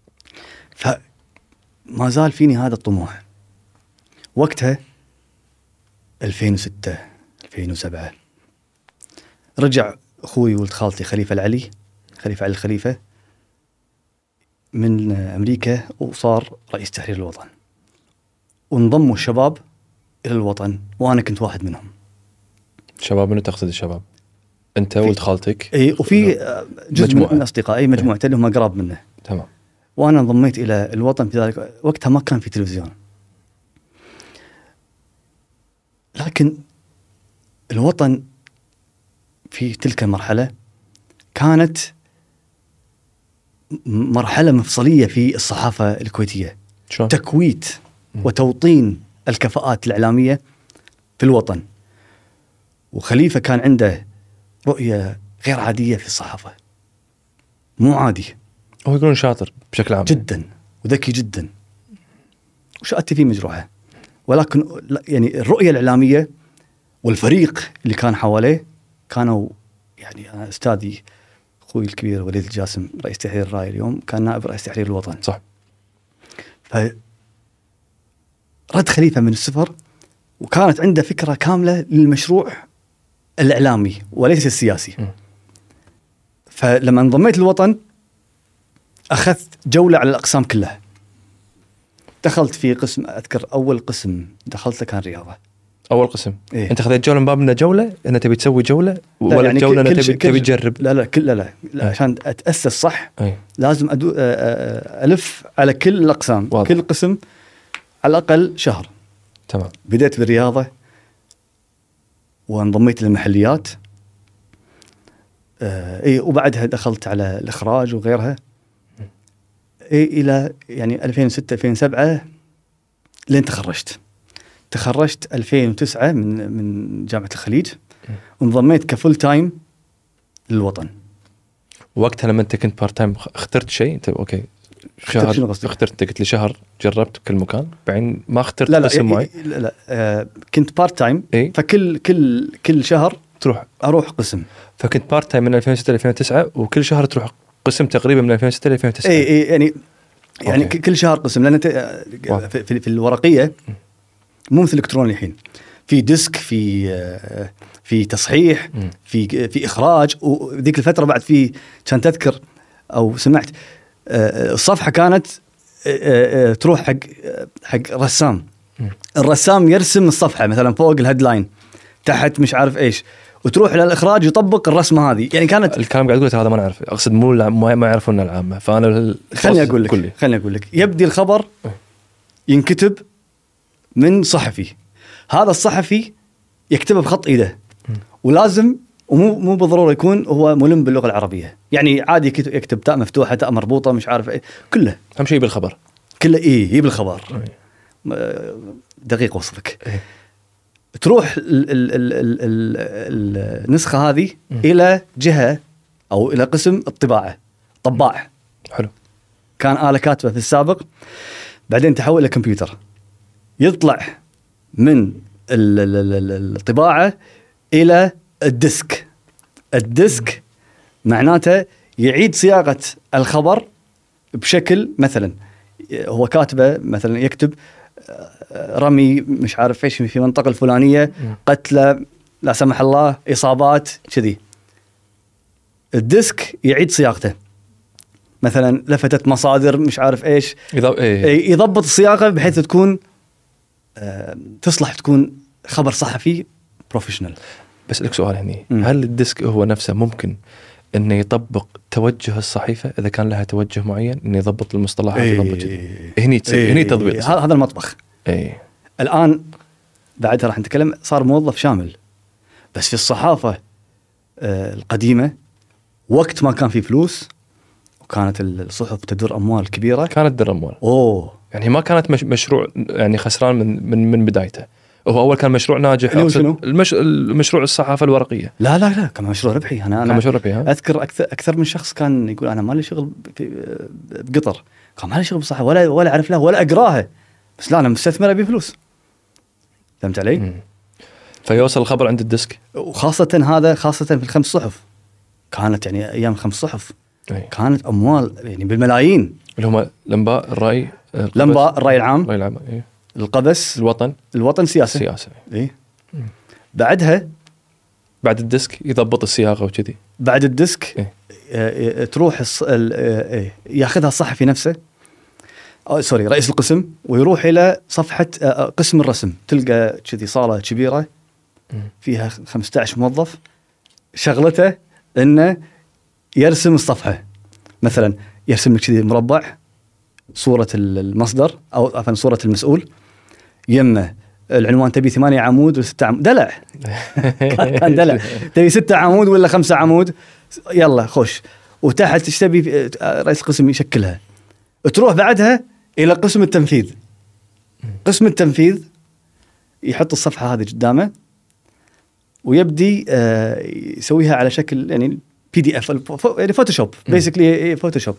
Speaker 2: فما زال فيني هذا الطموح. وقتها ألفين وستة ألفين وسبعة رجع اخوي ولد خالتي خليفه العلي خليفه علي الخليفه من امريكا، وصار رئيس تحرير الوطن، وانضموا الشباب الى الوطن، وانا كنت واحد منهم.
Speaker 1: شباب من تقصد الشباب؟ انت ولد خالتك؟
Speaker 2: اي، وفي آه، جزء
Speaker 1: مجموعة.
Speaker 2: من اصدقائي مجموعه اللي هم اقرب منه.
Speaker 1: تمام.
Speaker 2: وانا انضميت الى الوطن في ذلك وقتها، ما كان في تلفزيون، لكن الوطن في تلك المرحله كانت م- مرحله مفصليه في الصحافه الكويتيه،
Speaker 1: شلون؟
Speaker 2: تكويت وتوطين الكفاءات الاعلاميه في الوطن. وخليفه كان عنده رؤيه غير عاديه في الصحافه، مو عادي
Speaker 1: هو يقولون شاطر بشكل عام
Speaker 2: جدا وذكي جدا، وشأتي فيه مجروحه، ولكن لا- يعني الرؤيه الاعلاميه والفريق اللي كان حواليه كانوا، يعني أنا استاذي اخوي الكبير وليد الجاسم رئيس تحرير الراي اليوم كان نائب رئيس تحرير الوطن.
Speaker 1: صح.
Speaker 2: ف رد خليفه من السفر، وكانت عنده فكره كامله للمشروع الاعلامي وليس السياسي.
Speaker 1: م.
Speaker 2: فلما انضميت للوطن اخذت جوله على الاقسام كلها. دخلت في قسم، اذكر اول قسم دخلته كان رياضه.
Speaker 1: اول قسم
Speaker 2: إيه؟
Speaker 1: انت خذيت جوله من باب انه جوله انه تبي تسوي جوله، ولا
Speaker 2: يعني
Speaker 1: جوله انه
Speaker 2: كل
Speaker 1: تبي
Speaker 2: شيء-
Speaker 1: تبي
Speaker 2: كل-
Speaker 1: تجرب؟
Speaker 2: لا لا كل لا لا, لا
Speaker 1: إيه.
Speaker 2: عشان اتاسس صح
Speaker 1: اي
Speaker 2: لازم أدو... أ- أ- الف على كل الاقسام.
Speaker 1: واضح.
Speaker 2: كل قسم على الاقل شهر.
Speaker 1: تمام.
Speaker 2: بديت بالرياضه وانضميت للمحليات، آه اي، وبعدها دخلت على الاخراج وغيرها، اي، الى يعني ألفين وستة ألفين وسبعة لين تخرجت. تخرجت ألفين وتسعة من من جامعه الخليج، وانضميت كفول تايم للوطن.
Speaker 1: وقتها لما انت كنت بارت تايم اخترت شيء انت؟ اوكي
Speaker 2: اخترت شنو
Speaker 1: شهر
Speaker 2: قصدك؟
Speaker 1: اخترت، انت قلت لي شهر جربت بكل مكان، بعدين ما اخترت
Speaker 2: لا لا
Speaker 1: قسم معين؟
Speaker 2: لا, لا آه كنت بارت تايم،
Speaker 1: اي
Speaker 2: فكل كل كل شهر
Speaker 1: تروح.
Speaker 2: اروح قسم.
Speaker 1: فكنت بارت تايم من ألفين وستة ل ألفين وتسعة، وكل شهر تروح قسم تقريبا من ألفين وستة ل ألفين وتسعة.
Speaker 2: اي اي يعني يعني
Speaker 1: أوكي.
Speaker 2: ك- كل شهر قسم، لان انت
Speaker 1: واضح.
Speaker 2: في, في, في الورقيه مو مثل الالكتروني الحين، في ديسك، في آه، في تصحيح،
Speaker 1: مم.
Speaker 2: في في اخراج. وذيك الفتره بعد في كان تذكر او سمعت آه، الصفحه كانت آه، آه، تروح حق حق رسام.
Speaker 1: مم.
Speaker 2: الرسام يرسم الصفحه مثلا فوق الهيدلاين، تحت مش عارف ايش، وتروح للاخراج يطبق الرسمه هذه. يعني كانت،
Speaker 1: الكلام قاعد اقول هذا ما نعرف، اقصد مو الع- ما ما يعرفون العامه، فانا ال-
Speaker 2: خلني اقول
Speaker 1: قل لي.
Speaker 2: لك خلني اقول لك يبدي الخبر ينكتب من صحفي، هذا الصحفي يكتبه بخط ايده، ولازم ومو مو بالضروره يكون هو ملم باللغه العربيه، يعني عادي يكتب, يكتب تاء مفتوحه تاء مربوطه مش عارف ايه، كله
Speaker 1: اهم شيء بالخبر.
Speaker 2: كله ايه يجيب الخبر.
Speaker 1: إيه.
Speaker 2: م- دقيق وصفك.
Speaker 1: إيه.
Speaker 2: تروح ال ال ال ال ال النسخه هذه م. الى جهه او الى قسم الطباعه، طباع.
Speaker 1: حلو.
Speaker 2: كان آلة كاتبه في السابق، بعدين تحول الى كمبيوتر، يطلع من الطباعه الى الديسك. الديسك معناته يعيد صياغه الخبر بشكل، مثلا هو كاتبه مثلا يكتب رمي مش عارف ايش في منطقه الفلانيه، قتلى لا سمح الله، اصابات كذي. الديسك يعيد صياغته، مثلا لفتت مصادر مش عارف ايش، يضبط الصياغه بحيث تكون تصلح تكون خبر صحفي بروفيشنال.
Speaker 1: بس لك سؤال هني، هل الديسك هو نفسه ممكن انه يطبق توجه الصحيفه اذا كان لها توجه معين، انه يضبط المصطلحات،
Speaker 2: ايه
Speaker 1: يضبط ايه هني ايه هني تضبيط.
Speaker 2: ايه هذا المطبخ.
Speaker 1: ايه
Speaker 2: الان بعدها راح نتكلم، صار موظف شامل. بس في الصحافه آه القديمه، وقت ما كان في فلوس وكانت الصحف تدر اموال كبيره،
Speaker 1: كانت تدر اموال
Speaker 2: اوه
Speaker 1: يعني ما كانت مش مشروع يعني خسران من من من بدايته. هو اول كان مشروع ناجح. المش... المشروع الصحافه الورقيه.
Speaker 2: لا لا لا كان مشروع ربحي. انا
Speaker 1: كان مشروع ربحي. ها؟
Speaker 2: اذكر اكثر اكثر من شخص كان يقول انا ما لي شغل بقطر، كان ما لي شغل بالصحافه ولا ولا اعرف لها ولا اقراها، بس لا انا مستثمر ابي فلوس. فهمت علي؟
Speaker 1: مم. فيوصل الخبر عند الديسك،
Speaker 2: وخاصه هذا خاصه في الخمس صحف، كانت يعني ايام خمس صحف أي. كانت اموال يعني بالملايين،
Speaker 1: اللي هم الانباء، الراي،
Speaker 2: الانباء، الراي العام،
Speaker 1: الراي العام أي.
Speaker 2: القبس،
Speaker 1: الوطن،
Speaker 2: الوطن سياسه
Speaker 1: سياسه
Speaker 2: اي. بعدها
Speaker 1: بعد الديسك يضبط الصياغه وكذي.
Speaker 2: بعد الديسك
Speaker 1: إيه؟
Speaker 2: تروح الص... ال... ياخذها الصحفي نفسه، أو سوري رئيس القسم، ويروح الى صفحه قسم الرسم، تلقى كذي صاله كبيره فيها خمسة عشر موظف، شغلته انه يرسم الصفحه، مثلا يرسم لك كذي مربع، صوره المصدر او عفوا صوره المسؤول، يمه العنوان تبي ثمانية عمود ولا ستة عمود، دلع كان دلع، تبي ستة عمود ولا خمسة عمود، يلا خش. وتحت ايش تبي رئيس القسم يشكلها. تروح بعدها الى قسم التنفيذ، قسم التنفيذ يحط الصفحه هذه قدامه ويبدي يسويها على شكل يعني بي دي اف، يعني فوتوشوب، بيسكلي فوتوشوب.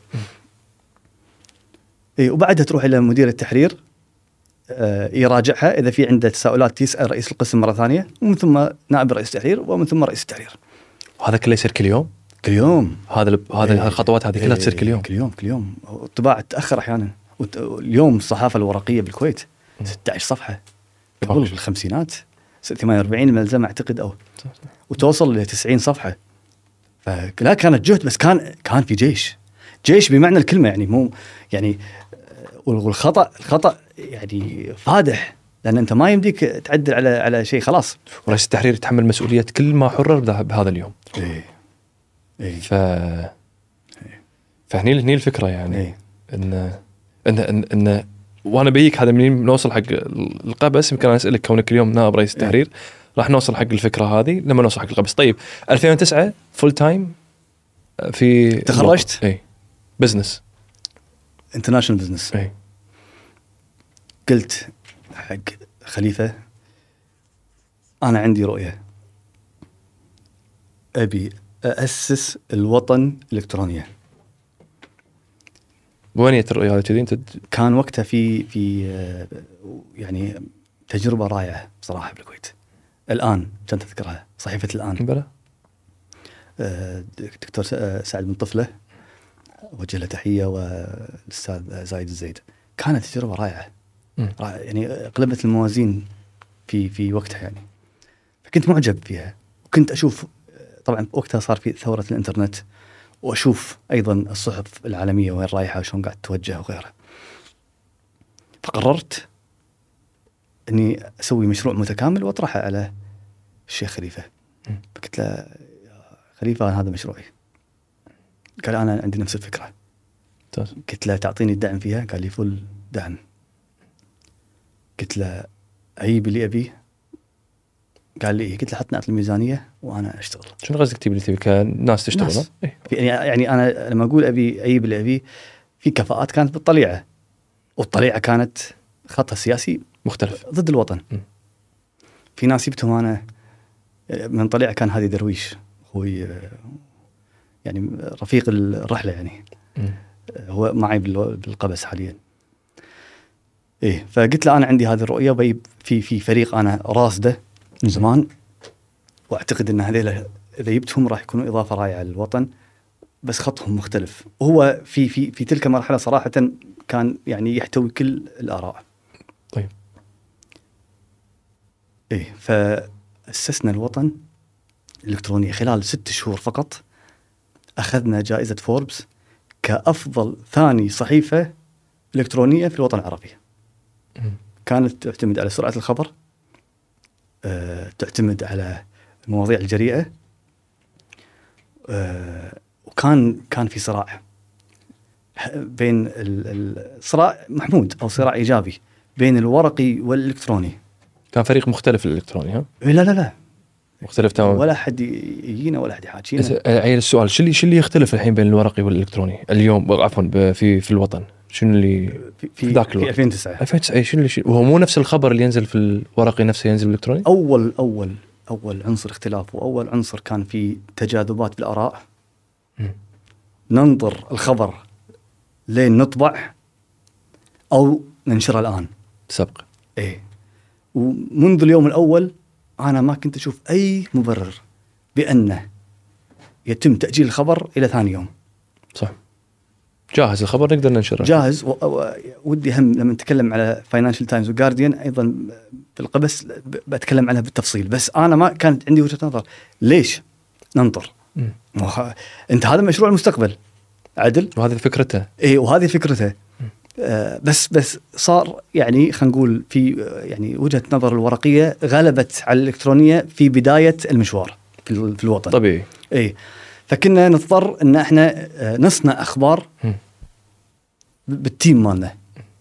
Speaker 2: وبعدها تروح الى مدير التحرير يراجعها، إذا في عنده تساؤلات يسأل رئيس القسم مرة ثانية، ومن ثم نائب رئيس التحرير، ومن ثم رئيس التحرير.
Speaker 1: وهذا كله يصير كل يوم؟
Speaker 2: كل يوم.
Speaker 1: هذا هذا
Speaker 2: ايه
Speaker 1: الخطوات هذه كلها تصير كل يوم؟
Speaker 2: كل يوم كل يوم. الطباعة تأخر أحيانا. اليوم الصحافة الورقية بالكويت ستة عشر صفحة، قبل بالخمسينات ثمانية وأربعين ملزمة أعتقد، أو وتوصل ل تسعين صفحة. فلا كانت جهد، بس كان كان في جيش، جيش بمعنى الكلمة، يعني مو يعني. والخطأ الخطأ يعني فادح، لأن أنت ما يمديك تعدل على على شيء خلاص.
Speaker 1: ورئيس التحرير يتحمل مسؤولية كل ما حرر بهذا اليوم.
Speaker 2: إيه إيه.
Speaker 1: ف فهني هني الفكرة يعني
Speaker 2: إيه.
Speaker 1: إن إن إن, إن وأنا بيك هذا منين نوصل حق القبس. يمكن أنا أسألك كونك اليوم نائب رئيس التحرير، إيه. راح نوصل حق الفكرة هذه لما نوصل حق القبس. طيب ألفين وتسعة فول تايم في
Speaker 2: تخرجت.
Speaker 1: إيه بزنس،
Speaker 2: انترناشونال بزنس.
Speaker 1: إيه.
Speaker 2: قلت حق خليفة أنا عندي رؤية، أبي أأسس الوطن الإلكترونية.
Speaker 1: وين الرؤية هذه كذي؟ أنت
Speaker 2: كان وقتها في في يعني تجربة رائعة بصراحة بالكويت. الآن كنت أذكرها، صحيفة الآن
Speaker 1: بلى
Speaker 2: دكتور سعد بن طفلة وجه له تحية، والأستاذ زايد الزيد. كانت تجربة رائعة، يعني قلبت الموازين في في وقتها يعني. فكنت معجب فيها، وكنت أشوف طبعا وقتها صار في ثورة الإنترنت، وأشوف أيضا الصحف العالمية وين رايحة وشون قاعد تتوجه وغيرها. فقررت أني أسوي مشروع متكامل وأطرحه على الشيخ خليفة. فقلت له خليفة هذا مشروعي. قال أنا عندي نفس الفكرة. قلت له تعطيني الدعم فيها؟ قال لي فل دعم. قلت له أجيب اللي أبيه؟ قال لي إيه. قلت له حط نعطي الميزانية وأنا أشتغل.
Speaker 1: شنو قصدك تجيب اللي تبي؟ كناس تشتغل؟
Speaker 2: ناس. إيه. يعني أنا لما أقول أبي أجيب اللي أبيه، في كفاءات كانت بالطليعة، والطليعة كانت خطها السياسي
Speaker 1: مختلف
Speaker 2: ضد الوطن.
Speaker 1: م.
Speaker 2: في ناس جبتهم انا من طليعه، كان هادي درويش اخوي يعني رفيق الرحله يعني م. هو معي بالقبس حاليا. ايه فقلت له انا عندي هذه الرؤيه، وبي في في فريق انا راصده من زمان، واعتقد ان هذول اذا جبتهم راح يكونوا اضافه رائعه للوطن، بس خطهم مختلف. وهو في في في تلك المرحله صراحه كان يعني يحتوي كل الاراء.
Speaker 1: طيب
Speaker 2: ايه فاسسنا الوطن الالكترونيه خلال ست شهور فقط. اخذنا جائزه فوربس كافضل ثاني صحيفه الكترونيه في الوطن العربي. م. كانت تعتمد على سرعه الخبر، أه، تعتمد على المواضيع الجريئه، أه، وكان كان في صراع بين الصراع محمود او صراع ايجابي بين الورقي والالكتروني.
Speaker 1: كان فريق مختلف الالكتروني ها؟
Speaker 2: لا لا لا
Speaker 1: مختلف تماما،
Speaker 2: ولا حد يجينا ولا حد يحاكينا.
Speaker 1: عيل السؤال شو اللي شو اللي يختلف الحين بين الورقي والالكتروني اليوم عفوا في في الوطن؟ شنو اللي
Speaker 2: في في, ذاك الوقت في ألفين وتسعة
Speaker 1: ألفين وتسعة شنو اللي وهو مو نفس الخبر اللي ينزل في الورقي نفسه ينزل بالالكتروني؟
Speaker 2: اول اول اول عنصر اختلاف، واول عنصر كان في تجاذبات بالاراء. م. ننظر الخبر لين نطبع او ننشره الان
Speaker 1: سبق.
Speaker 2: ايه ومنذ اليوم الاول انا ما كنت اشوف اي مبرر بانه يتم تاجيل الخبر الى ثاني يوم.
Speaker 1: صح، جاهز الخبر نقدر ننشره
Speaker 2: جاهز. و... و... ودي هم لما نتكلم على فاينانشال تايمز وجارديان ايضا بالقبس بتكلم عنها بالتفصيل، بس انا ما كانت عندي وجهه نظر ليش ننطر. وخ... انت هذا مشروع المستقبل عدل،
Speaker 1: وهذه فكرته.
Speaker 2: اي وهذه فكرته. آه بس بس صار يعني خلينا نقول في يعني وجهه نظر الورقيه غلبت على الالكترونيه في بدايه المشوار في, في الوطن.
Speaker 1: طبيعي.
Speaker 2: اي فكنا نضطر ان احنا نصنع اخبار بالتيم مالنا.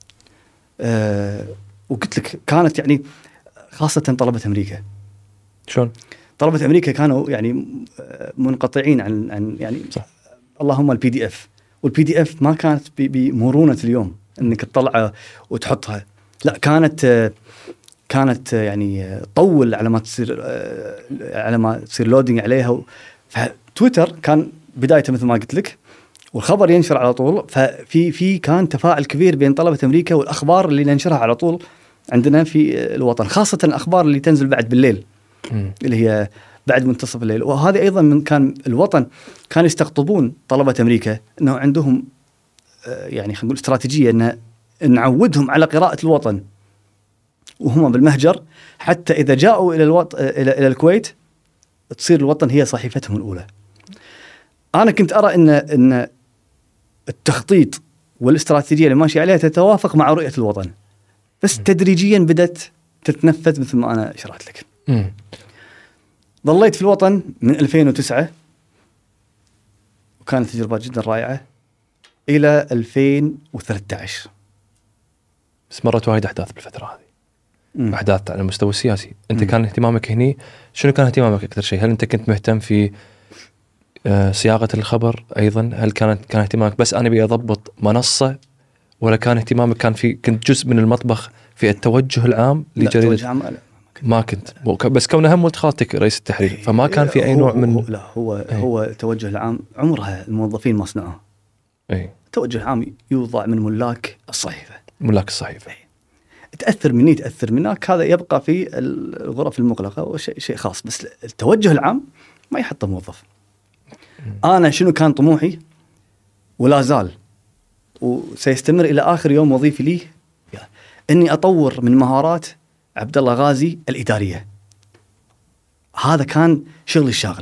Speaker 2: أه وقلت لك كانت يعني خاصه طلبه امريكا.
Speaker 1: شلون؟
Speaker 2: طلبه امريكا كانوا يعني منقطعين عن عن يعني صح. اللهم البي دي اف، والبي دي اف ما كانت بمرونه اليوم انك تطلعها وتحطها، لا كانت كانت يعني طول على ما تصير على ما تصير لودينج عليها. فتويتر كان بدايته مثل ما قلت لك، والخبر ينشر على طول. ففي في كان تفاعل كبير بين طلبة أمريكا والأخبار اللي ننشرها على طول عندنا في الوطن، خاصة الأخبار اللي تنزل بعد بالليل م. اللي هي بعد منتصف الليل. وهذه أيضا من كان الوطن كان يستقطبون طلبة أمريكا أنه عندهم يعني خلينا نقول استراتيجية أن نعودهم على قراءة الوطن وهم بالمهجر، حتى إذا جاءوا إلى الوط... إلى إلى الكويت تصير الوطن هي صحيفتهم الأولى. أنا كنت أرى أن أن التخطيط والاستراتيجية اللي ماشي عليها تتوافق مع رؤية الوطن، بس م. تدريجيا بدأت تتنفذ مثل ما أنا شرحت لك. م. ظليت في الوطن من ألفين وتسعة وكانت تجربة جدا رائعة إلى ألفين وثلاثة عشر.
Speaker 1: بس مرت وايد أحداث بالفترة هذه. م. أحداث على المستوى السياسي. أنت م. كان اهتمامك هني شنو كان اهتمامك أكثر شيء؟ هل أنت كنت مهتم في صياغة الخبر أيضا؟ هل كانت كان اهتمامك بس أنا أبي أضبط منصة، ولا كان اهتمامك كان في كنت جزء من المطبخ في التوجه العام لجريدة؟ ما كنت، بس كونه هم ولد خالتك رئيس التحرير فما كان في أي نوع من
Speaker 2: لا هو أي. هو التوجه العام عمرها الموظفين ما صنعوه.
Speaker 1: أي
Speaker 2: التوجه العام يوضع من ملاك الصحيفة.
Speaker 1: ملاك الصحيفة.
Speaker 2: أي. تأثر مني تأثر منك، هذا يبقى في الغرف المغلقة وشيء شيء خاص، بس التوجه العام ما يحطه موظف. أنا شنو كان طموحي ولا زال وسيستمر إلى آخر يوم وظيفي لي، إني أطور من مهارات عبد الله غازي الإدارية. هذا كان شغلي الشاغل.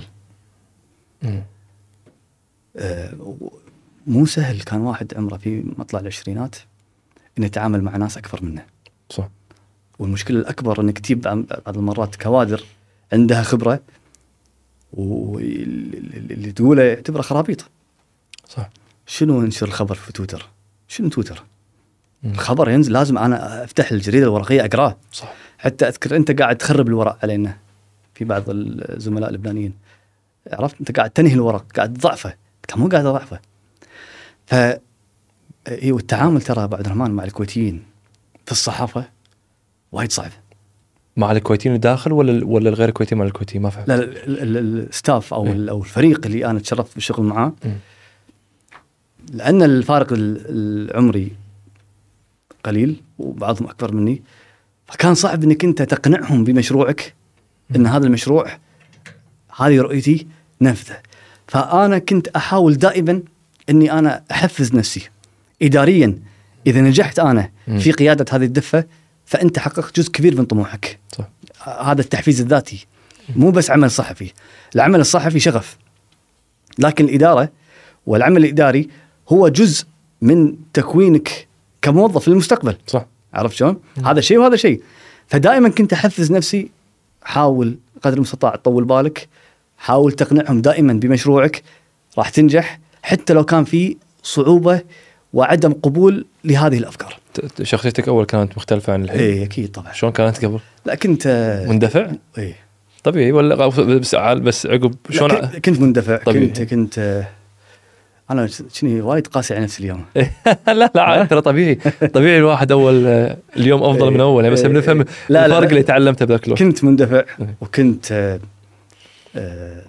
Speaker 2: آه مو سهل، كان واحد عمره في مطلع العشرينات إنه يتعامل مع ناس أكبر منه.
Speaker 1: صح.
Speaker 2: والمشكلة الأكبر إنك تجيب بعض المرات كوادر عندها خبرة واللي تقوله يعتبره خرابيط.
Speaker 1: صح.
Speaker 2: شنو انشر الخبر في تويتر؟ شنو تويتر؟ مم. الخبر ينزل لازم انا افتح الجريده الورقيه اقراه.
Speaker 1: صح.
Speaker 2: حتى اذكر انت قاعد تخرب الورق علينا في بعض الزملاء اللبنانيين، عرفت انت قاعد تنهي الورق، قاعد تضعفه، انت مو قاعد تضعفه. ف ايوه التعامل ترى بعد الرحمن مع الكويتيين في الصحافه وايد صعب.
Speaker 1: مع الكويتيين داخل ولا ولا الغير الكويتيين مع الكويتيين؟ ما فهمت.
Speaker 2: لا الستاف او ال او الفريق اللي انا تشرفت بالشغل معاه، لان الفارق العمري قليل وبعضهم اكبر مني، فكان صعب انك انت تقنعهم بمشروعك ان هذا المشروع هذه رؤيتي نفذه. فانا كنت احاول دائما اني انا احفز نفسي اداريا. اذا نجحت انا في قياده هذه الدفه فانت حققت جزء كبير من طموحك.
Speaker 1: صح.
Speaker 2: هذا التحفيز الذاتي مو بس عمل صحفي، العمل الصحفي شغف، لكن الاداره والعمل الاداري هو جزء من تكوينك كموظف للمستقبل.
Speaker 1: صح.
Speaker 2: عرفت شلون؟ هذا شيء وهذا شيء. فدائما كنت احفز نفسي، حاول قدر المستطاع تطول بالك، حاول تقنعهم دائما بمشروعك راح تنجح، حتى لو كان في صعوبه وعدم قبول لهذه الافكار.
Speaker 1: شخصيتك اول كانت مختلفه عن الحين؟
Speaker 2: اي اكيد طبعا.
Speaker 1: شلون كانت قبل؟
Speaker 2: لا كنت
Speaker 1: مندفع؟
Speaker 2: اي
Speaker 1: طبيعي ولا بس بس عقب شلون؟
Speaker 2: كنت مندفع.
Speaker 1: طبيعي.
Speaker 2: كنت كنت انا شني وايد قاسي على نفسي اليوم.
Speaker 1: لا لا ترى طبيعي طبيعي الواحد اول اليوم افضل من اول، بس بنفهم الفرق اللي تعلمته بذاك الوقت.
Speaker 2: كنت مندفع وكنت آه آه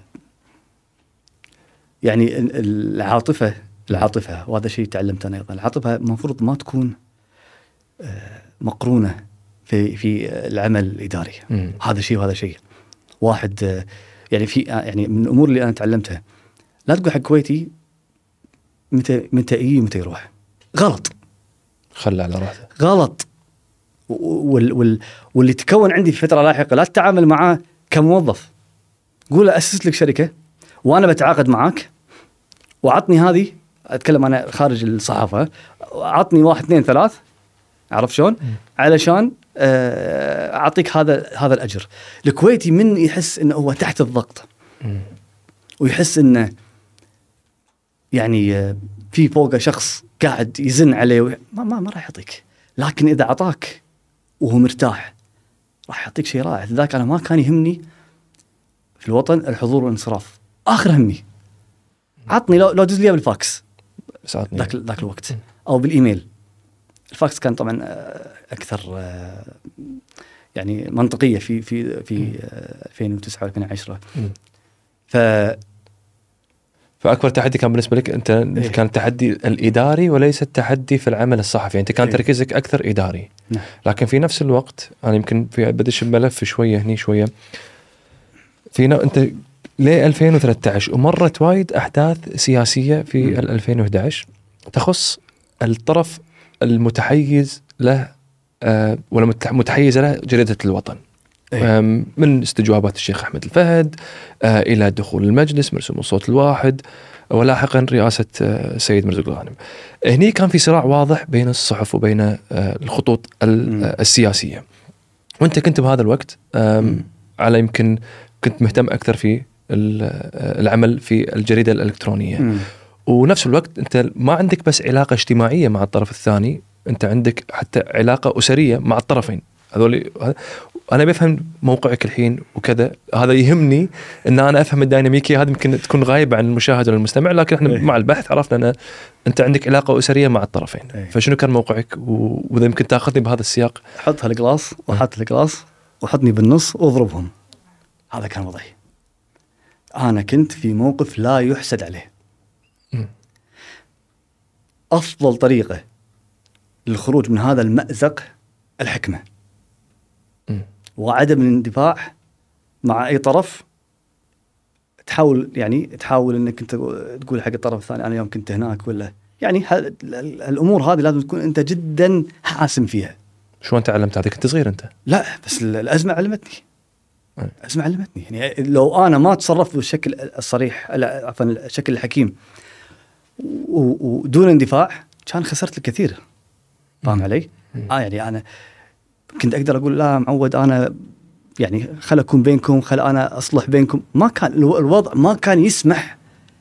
Speaker 2: يعني العاطفه العاطفه وهذا شيء تعلمته انا ايضا. العاطفه المفروض ما تكون آه مقرونه في في العمل الاداري. م. هذا شيء وهذا شيء. واحد آه يعني في يعني من الامور اللي انا تعلمتها، لا تقول حق كويتي متى متى يجي متى يروح. غلط.
Speaker 1: خلى على راسه.
Speaker 2: غلط. وال وال واللي تكون عندي في فتره لاحقه لا تتعامل معاه كموظف. قول اسس لك شركه وانا بتعاقد معاك وعطني هذه، اتكلم انا خارج الصحافه، عطني واحد اثنين ثلاث، عرف شلون؟ علشان اعطيك هذا هذا الاجر. الكويتي من يحس انه هو تحت الضغط ويحس انه يعني في فوقه شخص قاعد يزن عليه ما ما, ما راح يعطيك. لكن اذا اعطاك وهو مرتاح راح يعطيك شيء رائع. لذلك انا ما كان يهمني في الوطن الحضور والانصراف، اخر همي عطني لو لو دز لي بالفاكس ذاك ذاك الوقت او بالايميل. الفاكس كان طبعا اكثر يعني منطقيه في في في ألفين وتسعة ألفين وعشرة. ف
Speaker 1: فأكبر تحدي كان بالنسبة لك أنت إيه؟ كان التحدي الإداري وليس التحدي في العمل الصحفي. يعني أنت كان إيه؟ تركيزك أكثر إداري.
Speaker 2: نعم.
Speaker 1: لكن في نفس الوقت أنا يمكن في بدش الملف شوية هني شوية فينا. أنت ليه ألفين وثلاثة عشر ومرت وايد أحداث سياسية في م. ألفين وإحدى عشر تخص الطرف المتحيز له آه ولا متحيز له جريدة الوطن. إيه؟ من استجوابات الشيخ أحمد الفهد آه إلى دخول المجلس مرسوم الصوت الواحد ولاحقا رئاسة آه السيد مرزوق الغانم. هني كان في صراع واضح بين الصحف وبين آه الخطوط السياسية، وانت كنت بهذا الوقت على يمكن كنت مهتم أكثر في العمل في الجريدة الإلكترونية. م. ونفس الوقت انت ما عندك بس علاقة اجتماعية مع الطرف الثاني، انت عندك حتى علاقة أسرية مع الطرفين هذول. أنا بفهم موقعك الحين وكذا، هذا يهمني أن أنا أفهم الديناميكية هذه يمكن تكون غايبة عن المشاهد والمستمع، لكن إحنا
Speaker 2: إيه.
Speaker 1: مع البحث عرفنا أن أنت عندك علاقة أسرية مع الطرفين. إيه. فشنو كان موقعك و... وإذا يمكن تأخذني بهذا السياق؟
Speaker 2: حط هالقلاص وحط القلاص وحطني بالنص واضربهم. هذا كان وضعي. أنا كنت في موقف لا يحسد عليه. م. أفضل طريقة للخروج من هذا المأزق الحكمة م. وعدم الاندفاع مع أي طرف. تحاول يعني تحاول إنك أنت تقول حق الطرف الثاني أنا يوم كنت هناك ولا يعني الأمور هذه لازم تكون أنت جدا حاسم فيها.
Speaker 1: شو أنت تعلمت هذه؟ كنت صغير أنت؟
Speaker 2: لا بس الأزمة علمتني. الأزمة علمتني يعني لو أنا ما تصرفت بالشكل الصريح عفوا الشكل الحكيم ودون اندفاع كان خسرت الكثير. فاهم علي؟ آه يعني أنا كنت أقدر أقول لا معود أنا يعني خل أكون بينكم، خل أنا أصلح بينكم. ما كان الوضع ما كان يسمح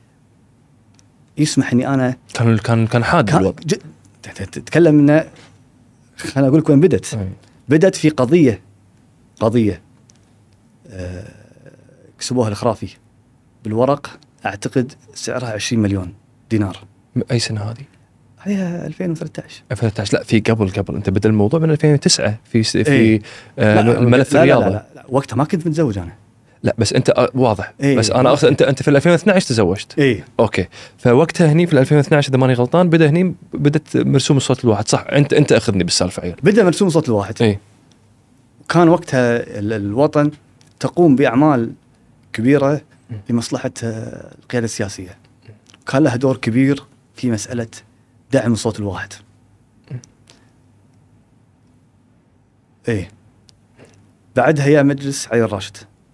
Speaker 2: يسمح إني أنا
Speaker 1: كان كان كان حاد الوضع.
Speaker 2: تتكلم إنه خلنا أقول لك وين بدت. أي. بدت في قضية قضية أه كسبوها الخرافي بالورق، أعتقد سعرها عشرين مليون دينار.
Speaker 1: أي سنة هذه؟
Speaker 2: هي ألفين وثلاثة عشر
Speaker 1: ألفين وثلاثة عشر لا في قبل قبل أنت بدأ الموضوع من ألفين وتسعة في س- في
Speaker 2: إيه.
Speaker 1: آه
Speaker 2: لا،
Speaker 1: ملف
Speaker 2: لا
Speaker 1: الرياضة.
Speaker 2: لا, لا, لا وقتها ما كنت متزوج انا.
Speaker 1: لا بس انت آه، واضح.
Speaker 2: إيه،
Speaker 1: بس انا
Speaker 2: ما
Speaker 1: اقصد انت انت في ألفين واثني عشر تزوجت.
Speaker 2: اي
Speaker 1: اوكي فوقتها هني في ألفين واثني عشر اذا ماني غلطان بدا هني بدت مرسوم الصوت الواحد صح. انت انت اخذني بالسالفه عيل.
Speaker 2: بدا مرسوم صوت الواحد.
Speaker 1: اي
Speaker 2: وكان وقتها ال- الوطن تقوم باعمال كبيره لمصلحه آه، القياده السياسيه. كان لها دور كبير في مساله دعم الصوت الواحد. ايه بعدها يا مجلس علي الراشد.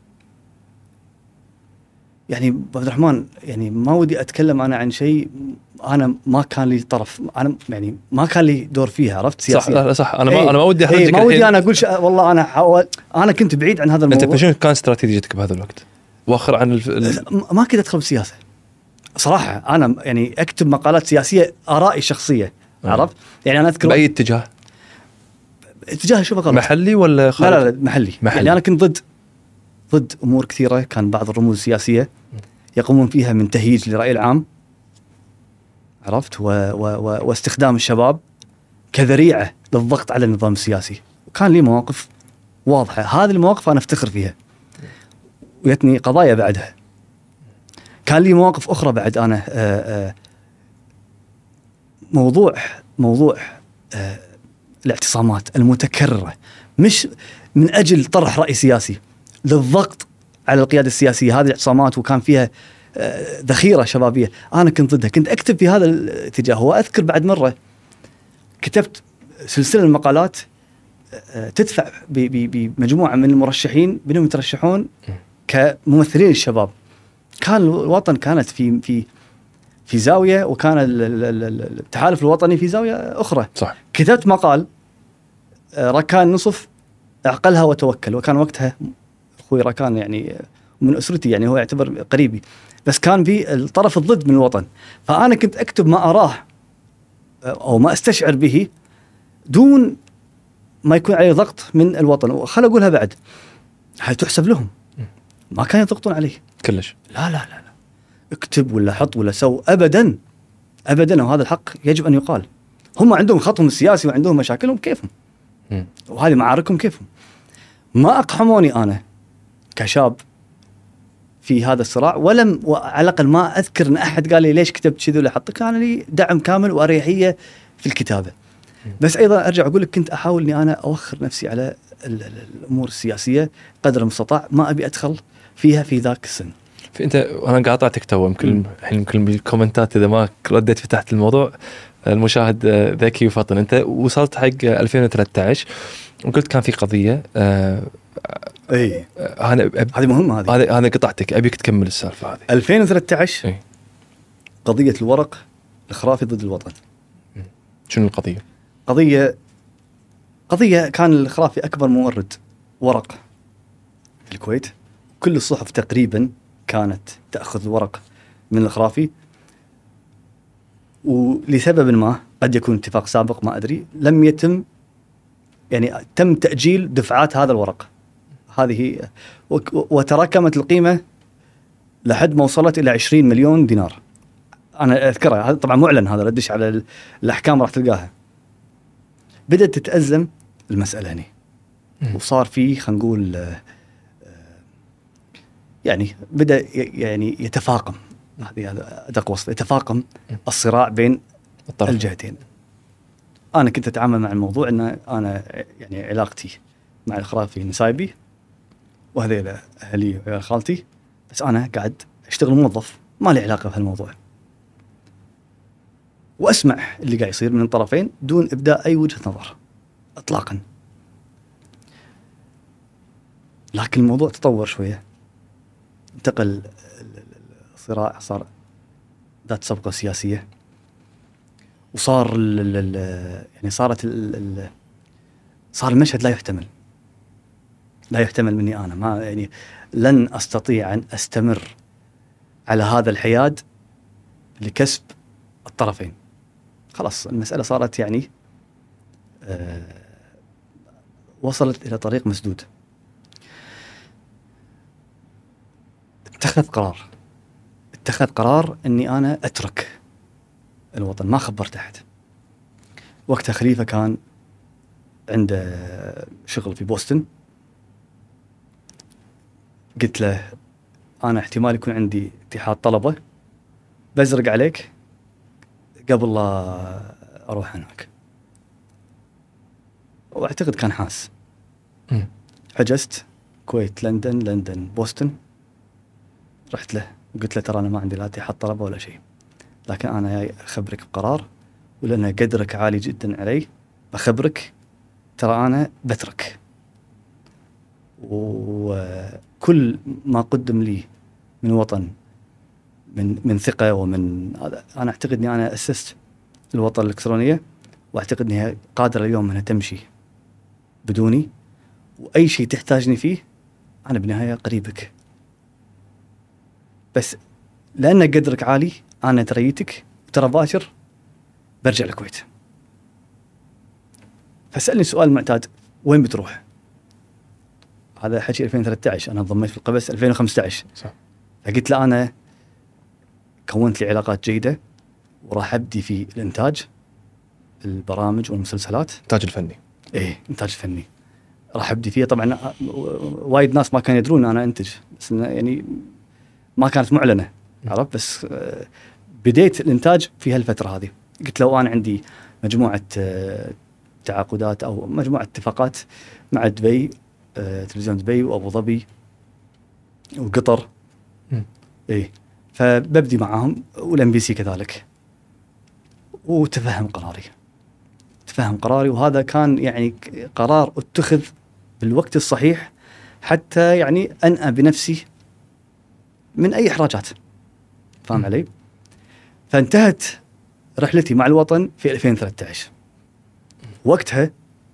Speaker 2: يعني عبد الرحمن يعني ما ودي اتكلم انا عن شيء انا ما كان لي طرف، انا يعني ما كان لي دور فيها، عرفت
Speaker 1: صح.
Speaker 2: سياسيا.
Speaker 1: لا لا صح انا ما
Speaker 2: إيه.
Speaker 1: انا ما ودي
Speaker 2: إيه
Speaker 1: احرجك
Speaker 2: ما ودي
Speaker 1: الحين.
Speaker 2: انا اقول ش... والله انا حاول انا كنت بعيد عن هذا الموضوع.
Speaker 1: انت شنو كان استراتيجيتك بهذا الوقت؟ واخر عن الف... ال...
Speaker 2: م- ما كنت ادخل بالسياسه صراحه. انا يعني اكتب مقالات سياسيه ارائي الشخصيه،
Speaker 1: آه.
Speaker 2: عرفت يعني انا اذكر
Speaker 1: باي اتجاه؟
Speaker 2: اتجاه شوف غلط.
Speaker 1: محلي ولا
Speaker 2: لا
Speaker 1: خارج؟
Speaker 2: لا لا محلي.
Speaker 1: محلي.
Speaker 2: يعني انا كنت ضد ضد امور كثيره. كان بعض الرموز السياسيه يقومون فيها من تهييج للراي العام، عرفت، و و و واستخدام الشباب كذريعه للضغط على النظام السياسي. وكان لي مواقف واضحه، هذه المواقف انا افتخر فيها ويتني قضايا بعدها. كان لي مواقف اخرى بعد انا آآ آآ موضوع موضوع الاعتصامات المتكرره، مش من اجل طرح راي سياسي، للضغط على القياده السياسيه. هذه الاعتصامات وكان فيها آه، ذخيره شبابيه، انا كنت ضدها، كنت اكتب في هذا الاتجاه. واذكر بعد مره كتبت سلسله من المقالات آه، تدفع ب- ب- بمجموعه من المرشحين بانهم يترشحون كممثلين الشباب. كان الوطن كانت في في في زاويه، وكان ال- ال- ال- التحالف الوطني في زاويه اخرى.
Speaker 1: صح.
Speaker 2: كتبت مقال آه، ركان نصف اعقلها وتوكل. وكان وقتها اخوي ركان يعني من اسرتي، يعني هو يعتبر قريبي، بس كان في الطرف الضد من الوطن. فانا كنت اكتب ما اراه او ما استشعر به دون ما يكون عليه ضغط من الوطن. وخل اقولها بعد، هل تحسب لهم؟ ما كانوا يضغطون عليه
Speaker 1: كلش.
Speaker 2: لا لا لا لا اكتب ولا حط ولا سو ابدا ابدا. وهذا الحق يجب ان يقال. هم عندهم خطهم السياسي وعندهم مشاكلهم كيفهم،
Speaker 1: مم.
Speaker 2: وهذه معاركهم كيفهم. ما اقحموني انا كشاب في هذا الصراع، ولم على الاقل ما اذكر ان احد قال لي ليش كتبت كذا ولا حطك. كان لي دعم كامل واريحيه في الكتابه. بس ايضا ارجع اقول لك كنت احاول اني انا اوخر نفسي على ال- ال- الامور السياسيه قدر المستطاع، ما ابي ادخل فيها في ذاك السن.
Speaker 1: فانت انا قاطعتك تو يمكن الحين يمكن بالكومنتات اذا ما رديت فتحت الموضوع. المشاهد آه، ذكي وفطن. انت وصلت حق ألفين وثلاثة عشر وقلت كان في قضيه آه
Speaker 2: اي
Speaker 1: آه، انا أب-
Speaker 2: هذه مهمه. هذه
Speaker 1: هذا انا قطعتك ابيك تكمل السالفه هذه.
Speaker 2: ألفين وثلاثة عشر
Speaker 1: إيه.
Speaker 2: قضيه الورق الخرافي ضد الوطن.
Speaker 1: شنو القضيه؟
Speaker 2: قضيه قضيه كان الخرافي اكبر مورد ورق في الكويت. كل الصحف تقريبا كانت تاخذ الورق من الخرافي، ولسبب ما قد يكون اتفاق سابق ما ادري لم يتم، يعني تم تاجيل دفعات هذا الورق. هذه وك- وتراكمت القيمه لحد ما وصلت الى عشرين مليون دينار. انا اذكرها، هذا طبعا معلن، هذا ردش على ال- الاحكام راح تلقاها. بدات تتازم المساله هنا، وصار في خلينا نقول آه، آه، يعني بدا ي- يعني يتفاقم، هذه هذا ادق وصف، يتفاقم الصراع بين
Speaker 1: الطرف.
Speaker 2: الجهتين. انا كنت اتعامل مع الموضوع ان انا يعني علاقتي مع الخرافي نسايبي، وهذيلا اهلي وعيال خالتي، بس انا قاعد اشتغل موظف ما لي علاقه بهالموضوع، واسمع اللي قاعد يصير من الطرفين دون ابداء اي وجهه نظر اطلاقا. لكن الموضوع تطور شويه، انتقل الصراع، صار ذات سبقه سياسيه، وصار ال ال يعني صارت ال ال صار المشهد لا يحتمل، لا يحتمل مني انا. ما يعني لن استطيع ان استمر على هذا الحياد لكسب الطرفين. خلاص المساله صارت يعني آه وصلت الى طريق مسدود. اتخذ قرار اتخذ قرار اني انا اترك الوطن، ما خبرت احد. وقتها خليفة كان عنده شغل في بوسطن. قلت له أنا احتمال يكون عندي اتحاد طلبة، بزرق عليك قبل لا أروح هناك. وأعتقد كان حاس.
Speaker 1: م.
Speaker 2: حجزت كويت لندن لندن بوسطن. رحت له وقلت له ترى أنا ما عندي لا اتحاد طلبة ولا شيء، لكن أنا جاي أخبرك بقرار، ولأن قدرك عالي جدا علي بخبرك ترى أنا بترك، وكل ما قدم لي من وطن من من ثقة ومن أنا أعتقد أني أنا أسست الوطن الإلكترونية، وأعتقد أنها قادرة اليوم أنها تمشي بدوني، وأي شيء تحتاجني فيه أنا بالنهاية قريبك، بس لأن قدرك عالي أنا تريتك ترى باكر برجع الكويت. فسألني سؤال معتاد، وين بتروح؟ هذا حكي ألفين وثلاثة عشر، أنا انضميت في القبس ألفين وخمسة عشر.
Speaker 1: صح.
Speaker 2: فقلت له أنا كونت لي علاقات جيدة وراح أبدي في الإنتاج، البرامج والمسلسلات.
Speaker 1: إنتاج الفني.
Speaker 2: إيه إنتاج فني راح أبدي فيه. طبعا وايد ناس ما كانوا يدرون أنا أنتج، بس يعني ما كانت معلنة، عرفت؟ بس بديت الإنتاج في هالفترة هذه. قلت له أنا عندي مجموعة تعاقدات أو مجموعة اتفاقات مع دبي، تلفزيون دبي وأبو ظبي وقطر.
Speaker 1: م.
Speaker 2: إيه فببدي معهم، والام بي سي كذلك. وتفهم قراري تفهم قراري وهذا كان يعني قرار اتخذ بالوقت الصحيح، حتى يعني أنأى بنفسي من أي إحراجات. فاهم م. علي؟ فانتهت رحلتي مع الوطن في ألفين وثلاثة عشر. وقتها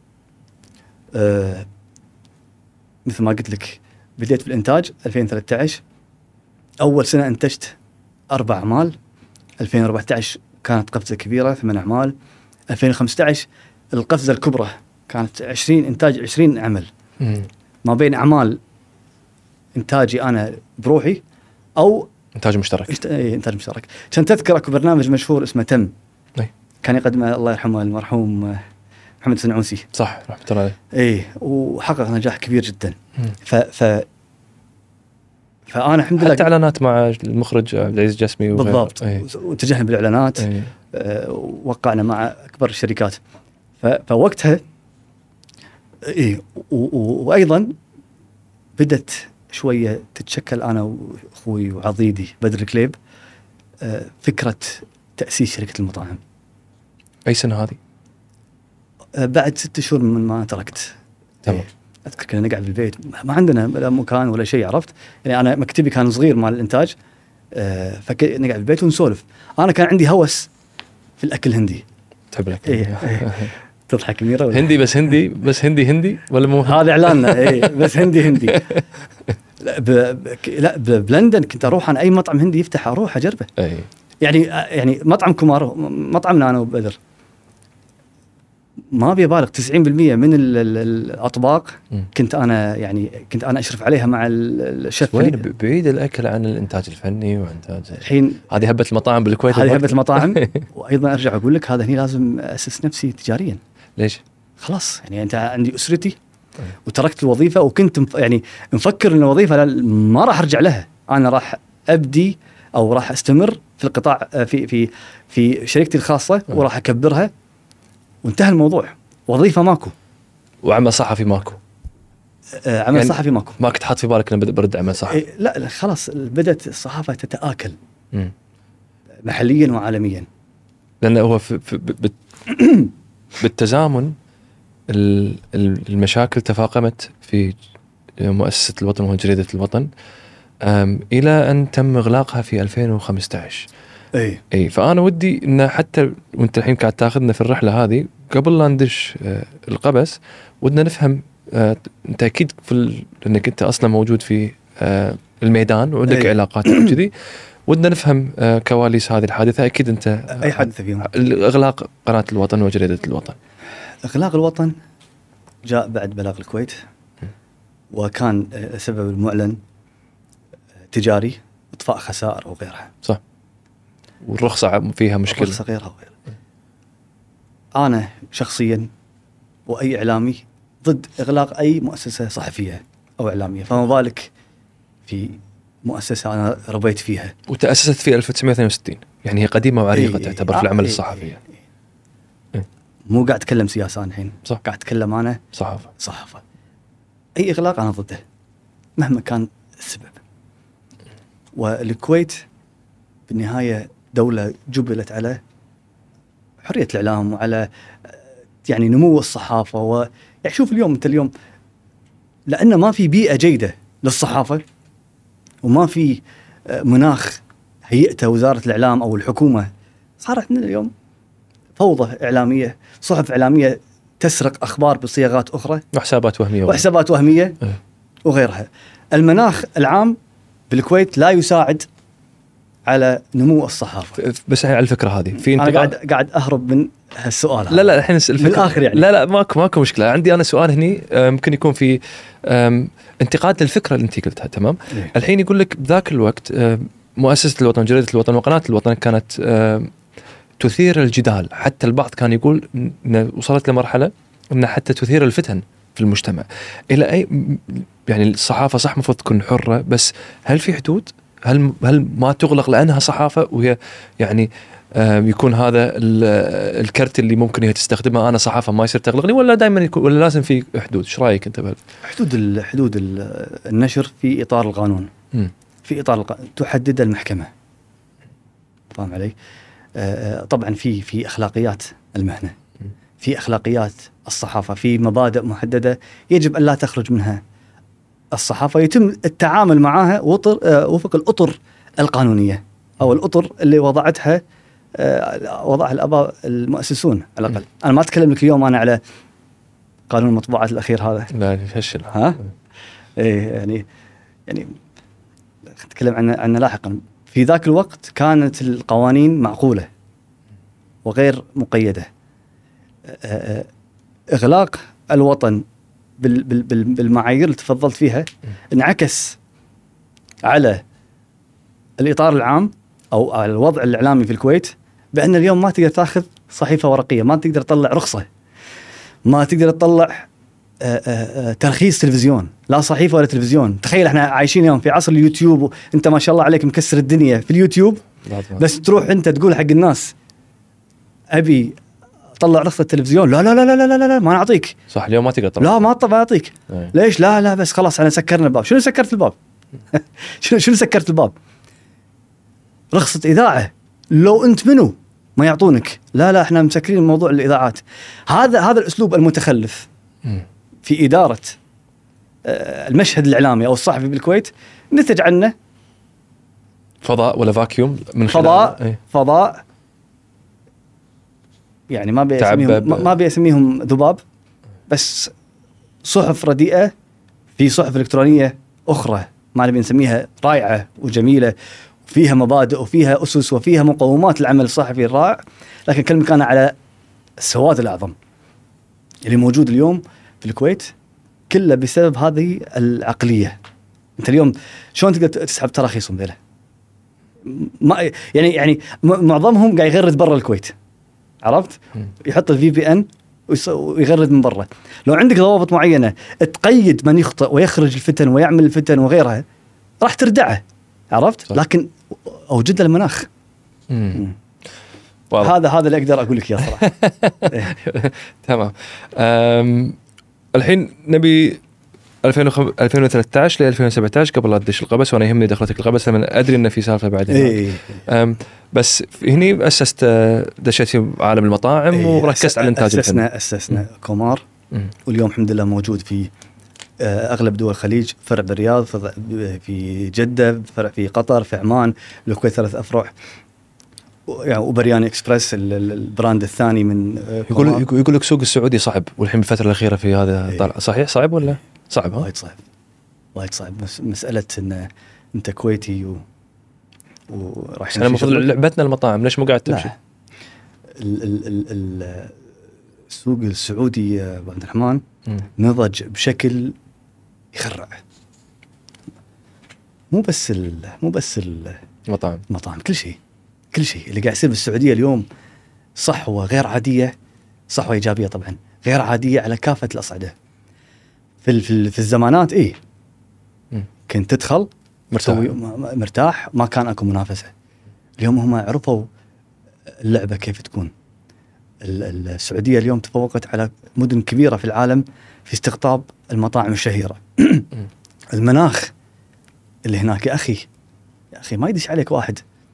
Speaker 2: آه مثل ما قلت لك بديت بالإنتاج ألفين وثلاثة عشر. أول سنة أنتجت أربع أعمال. ألفين وأربعة عشر كانت قفزة كبيرة، ثمان أعمال. ألفين وخمسة عشر القفزة الكبرى كانت عشرين إنتاج عشرين عمل.
Speaker 1: م.
Speaker 2: ما بين أعمال إنتاجي أنا بروحي أو
Speaker 1: إنتاج مشترك.
Speaker 2: إشت... إيه إنتاج مشترك. كان تذكر أكو برنامج مشهور اسمه تم.
Speaker 1: أي.
Speaker 2: كان يقدمه الله يرحمه المرحوم محمد السنعوسي.
Speaker 1: صح رحمة الله عليه.
Speaker 2: إيه وحقق نجاح كبير جدا.
Speaker 1: م.
Speaker 2: ف ف فأنا الحمد لله
Speaker 1: حتى إعلانات مع المخرج عبد العزيز الجسمي.
Speaker 2: بالضبط.
Speaker 1: أيه.
Speaker 2: وتجهنا بالإعلانات.
Speaker 1: أيه.
Speaker 2: أه وقعنا مع أكبر الشركات. ف فوقتها إيه وأيضا بدت شوية تتشكل أنا وأخوي وعضيدي بدر كليب أه فكرة تأسيس شركة المطاعم.
Speaker 1: أي سنة هذه؟
Speaker 2: أه بعد ست شهور من ما تركت.
Speaker 1: تمام.
Speaker 2: إيه. أذكر كنا نقعد بالبيت ما عندنا لا مكان ولا شيء، عرفت يعني أنا مكتبي كان صغير مال الإنتاج. أه فنقعد بالبيت ونسولف. أنا كان عندي هوس في الأكل الهندي.
Speaker 1: تحب لك
Speaker 2: إيه. إيه. تضحك ميرا ولا؟
Speaker 1: هندي بس هندي بس هندي هندي ولا مو
Speaker 2: هذا إعلاننا. إيه بس هندي هندي. لا ب... لا بلندن كنت أروح أنا أي مطعم هندي يفتح أروح أجربه.
Speaker 1: أي.
Speaker 2: يعني يعني مطعم كومارو مطعمنا أنا وبدر ما بيبالغ تسعين بالمئة من ال ال الأطباق
Speaker 1: م.
Speaker 2: كنت أنا يعني كنت أنا أشرف عليها مع الشيف.
Speaker 1: وين بعيد الأكل عن الإنتاج الفني وإنتاج
Speaker 2: الحين
Speaker 1: هذه هبة المطاعم بالكويت.
Speaker 2: هذه هبة المطاعم. وأيضا أرجع أقول لك هذا هني لازم أسس نفسي تجاريا.
Speaker 1: ليش؟
Speaker 2: خلاص يعني أنت عندي أسرتي وتركت الوظيفة، وكنت مف يعني مفكر إن الوظيفة ما راح أرجع لها، أنا راح أبدي أو راح أستمر في القطاع في في في شركتي الخاصة وراح أكبرها وانتهى الموضوع. وظيفة ماكو
Speaker 1: وعمل صحفي ماكو.
Speaker 2: آه عمل يعني صحفي ماكو.
Speaker 1: ما كنت حاط في بالك إنه برد عمل صحفي؟
Speaker 2: إيه لا, لا خلاص بدأت الصحافة تتآكل
Speaker 1: م.
Speaker 2: محليا وعالميا،
Speaker 1: لأنه هو في في بت بالتزامن المشاكل تفاقمت في مؤسسة الوطن وجريدة الوطن إلى أن تم إغلاقها في ألفين وخمسة عشر.
Speaker 2: أي.
Speaker 1: أي فأنا ودي إن حتى وأنت الحين قاعد تأخذنا في الرحلة هذه قبل لا ندش القبس ودنا نفهم أنت أكيد في لأنك أنت أصلا موجود في الميدان وعندك
Speaker 2: أي.
Speaker 1: علاقات كذي، ودنا نفهم كواليس هذه الحادثة. أكيد أنت
Speaker 2: أي حادثة فيهم.
Speaker 1: إغلاق قناة الوطن وجريدة الوطن.
Speaker 2: إغلاق الوطن جاء بعد بلاغ الكويت، وكان سبب المعلن تجاري، إطفاء خسائر أو غيرها.
Speaker 1: صح. والرخصة فيها مشكلة.
Speaker 2: الرخصة غيرها وغيرها. انا شخصيا واي اعلامي ضد اغلاق اي مؤسسه صحفيه او اعلاميه، فما بالك في مؤسسه انا ربيت فيها
Speaker 1: وتاسست في ألف وتسعمائة واثنين وستين، يعني هي قديمه وعريقه
Speaker 2: إيه
Speaker 1: تعتبر
Speaker 2: إيه
Speaker 1: في العمل
Speaker 2: إيه
Speaker 1: الصحفي.
Speaker 2: إيه إيه. مو قاعد اتكلم سياسه أنا الحين،
Speaker 1: صح.
Speaker 2: قاعد اتكلم انا
Speaker 1: صحافه.
Speaker 2: صحافه. اي اغلاق انا ضده مهما كان السبب. والكويت بالنهايه دوله جبلت على حريه الاعلام وعلى يعني نمو الصحافه. و يعني شوف اليوم انت اليوم لانه ما في بيئه جيده للصحافه وما في مناخ هيئته وزاره الاعلام او الحكومه، صار عندنا اليوم فوضى اعلاميه، صحف اعلاميه تسرق اخبار بصياغات اخرى
Speaker 1: وحسابات وهميه
Speaker 2: وحسابات وهميه
Speaker 1: أه.
Speaker 2: وغيرها. المناخ العام بالكويت لا يساعد على نمو الصحافه.
Speaker 1: بس على الفكره هذه في
Speaker 2: انا
Speaker 1: انتقاد.
Speaker 2: قاعد قاعد اهرب من هالسؤال.
Speaker 1: لا لا الحين الفكره
Speaker 2: بالاخر يعني
Speaker 1: لا لا ماكو ماكو مشكله. عندي انا سؤال هني ممكن يكون في انتقاد للفكره اللي انت قلتها. تمام.
Speaker 2: إيه؟
Speaker 1: الحين يقول لك بذاك الوقت مؤسسه الوطن، جريده الوطن وقناه الوطن كانت تثير الجدال، حتى البعض كان يقول إن وصلت لمرحله ان حتى تثير الفتن في المجتمع. الى اي يعني الصحافه صح مفروض تكون حره، بس هل في حدود؟ هل هل ما تغلق لانها صحافه وهي يعني يكون هذا الكرت اللي ممكن هي تستخدمها، انا صحافه ما يصير تغلقني، ولا دائما يكون ولا لازم في حدود؟ ايش رايك انت بهذا؟
Speaker 2: حدود حدود النشر في اطار القانون. م. في اطار القانون تحدد المحكمه. فاهم علي؟ آه طبعا في في اخلاقيات المهنه، في اخلاقيات الصحافه، في مبادئ محدده يجب ان لا تخرج منها الصحافه، يتم التعامل معها وطر آه وفق الاطر القانونيه او الاطر اللي وضعتها آه وضعها الاباء المؤسسون على الاقل. انا ما اتكلم لك اليوم انا على قانون المطبوعات الاخير هذا،
Speaker 1: لا هشل
Speaker 2: ها ايه يعني يعني نتكلم عنه عنه لاحقا. في ذاك الوقت كانت القوانين معقوله وغير مقيده. اغلاق الوطن بالمعايير اللي تفضلت فيها انعكس على الاطار العام او على الوضع الاعلامي في الكويت، بان اليوم ما تقدر تاخذ صحيفه ورقيه، ما تقدر تطلع رخصه، ما تقدر تطلع ترخيص تلفزيون، لا صحيفه ولا تلفزيون. تخيل احنا عايشين اليوم في عصر اليوتيوب، وانت ما شاء الله عليك مكسر الدنيا في اليوتيوب، بس تروح انت تقول حق الناس ابي طلع رخصة التلفزيون، لا لا لا لا لا لا, لا ما نعطيك.
Speaker 1: صح اليوم ما تقدر تطلع.
Speaker 2: لا ما طبعا اعطيك. ليش؟ لا لا بس خلاص انا سكرنا الباب. شنو سكرت الباب؟ شنو شنو سكرت الباب؟ رخصة اذاعة لو انت منو ما يعطونك. لا لا احنا مسكرين موضوع الاذاعات. هذا هذا الاسلوب المتخلف في ادارة المشهد الاعلامي او الصحفي بالكويت نتج عنه
Speaker 1: فضاء ولا فاكيوم من
Speaker 2: فضاء ايه؟ فضاء يعني ما بيسميهم ما بيسميهم ذباب، بس صحف رديئة في صحف إلكترونية أخرى ما نبي نسميها رائعة وجميلة وفيها مبادئ وفيها أسس وفيها مقومات العمل الصحفي الرائع، لكن كلمة أنا على السواد الأعظم اللي موجود اليوم في الكويت كله بسبب هذه العقلية. أنت اليوم شلون تقدر تسحب تراخيصهم ذيلا؟ ما يعني يعني معظمهم قاعد يغرد برا الكويت، عرفت؟ يحط الفي بي ان ويغرد من برا. لو عندك ضوابط معينه تقيد من يخطئ ويخرج الفتن ويعمل الفتن وغيرها راح تردعه، عرفت؟ صح. لكن اوجد له المناخ. هذا هذا اللي اقدر اقول لك يا صراحه.
Speaker 1: تمام. الحين نبي ألفين وثلاثة عشر ل ألفين وسبعة عشر قبل لا تدش القبس، وانا يهمني دخلتك القبس لما ادري ان في سالفه بعدين.
Speaker 2: إيه.
Speaker 1: بس هني اسست دشيت في عالم المطاعم إيه. وركزت على الانتاج
Speaker 2: الفني. اسسنا اسسنا كومار، واليوم الحمد لله موجود في اغلب دول الخليج، فرع بالرياض، في جده، فرع في قطر، في عمان، الكويت ثلاث افرع، يعني وبرياني اكسبرس البراند الثاني من
Speaker 1: يقول يقول لك سوق السعودي صعب، والحين الفتره الاخيره في هذا طالع. صحيح صعب ولا صعب؟
Speaker 2: وايد صعب وايد صعب. مساله ان انت كويتي و
Speaker 1: وراح انا المفروض لعبتنا المطاعم، ليش مو قاعد تمشي؟
Speaker 2: ال ال ال السوق السعودي يا ابو عبد الرحمن نضج بشكل يخرع. مو بس ال مو بس
Speaker 1: المطاعم
Speaker 2: المطاعم كل شيء كل شيء اللي قاعد يصير بالسعوديه اليوم صحوه غير عاديه صحوه ايجابيه طبعا غير عاديه على كافه الاصعده. في ال- في, ال- في الزمانات ايه
Speaker 1: مم.
Speaker 2: كنت تدخل
Speaker 1: مرتاح.
Speaker 2: تسوي م- مرتاح، ما كان اكو منافسه. اليوم هم عرفوا اللعبه كيف تكون. ال- ال- السعوديه اليوم تفوقت على مدن كبيره في العالم في استقطاب المطاعم الشهيره. المناخ اللي هناك يا اخي، يا اخي ما يدش عليك واحد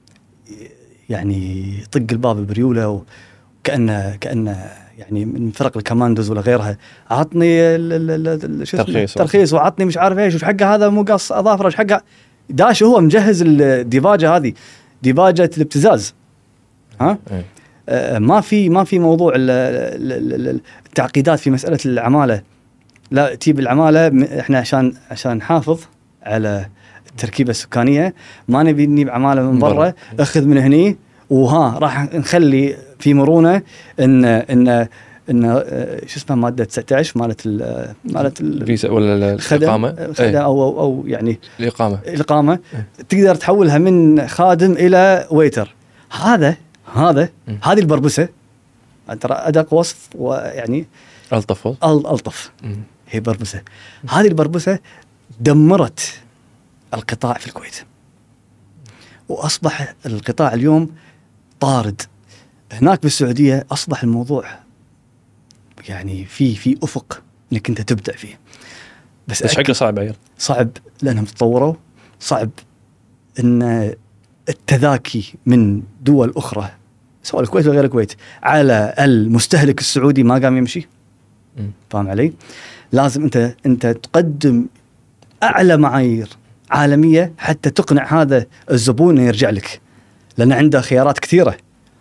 Speaker 2: يعني يطق الباب بريوله وكانه كانه يعني من فرق الكماندوز ولا غيرها، عطني ال- ال- ال- شو اسمه؟
Speaker 1: ترخيص.
Speaker 2: ترخيص، وعطني مش عارف ايش، وش حقه هذا مو قص اظافره، وش حقه داش هو مجهز الديباجه هذه، ديباجه الابتزاز. ها
Speaker 1: إيه.
Speaker 2: آه، ما في ما في موضوع ال- ال- ال- التعقيدات في مساله العماله. لا تجيب العماله م- احنا عشان عشان نحافظ على التركيبه السكانيه، ما نبي نجيب عماله من برا،
Speaker 1: برا.
Speaker 2: اخذ من هني وها راح نخلي في مرونه ان ان ان آه، شو اسمها ماده تسعة عشر مالت ال- مالت ال-
Speaker 1: الفيزا ولا
Speaker 2: الخدم
Speaker 1: الإقامة.
Speaker 2: الخدم
Speaker 1: إيه.
Speaker 2: او او أو يعني
Speaker 1: الإقامة.
Speaker 2: الإقامة تقدر تحولها من خادم إلى ويتر. هذا هذا
Speaker 1: م.
Speaker 2: هذه البربسة ترى أدق وصف ويعني
Speaker 1: ألطف.
Speaker 2: أل- ألطف.
Speaker 1: مم.
Speaker 2: هي بربسة. هذه البربسة دمرت القطاع في الكويت، وأصبح القطاع اليوم طارد. هناك بالسعودية أصبح الموضوع يعني في في أفق إنك أنت تبدع فيه، بس
Speaker 1: بس
Speaker 2: أكد-
Speaker 1: حقه صعب عيال.
Speaker 2: صعب لأنهم تطوروا. صعب أن التذاكي من دول أخرى سواء الكويت وغير الكويت على المستهلك السعودي ما قام يمشي.
Speaker 1: مم.
Speaker 2: فاهم علي؟ لازم أنت أنت تقدم أعلى معايير عالمية حتى تقنع هذا الزبون إنه يرجع لك، لأن عنده خيارات كثيرة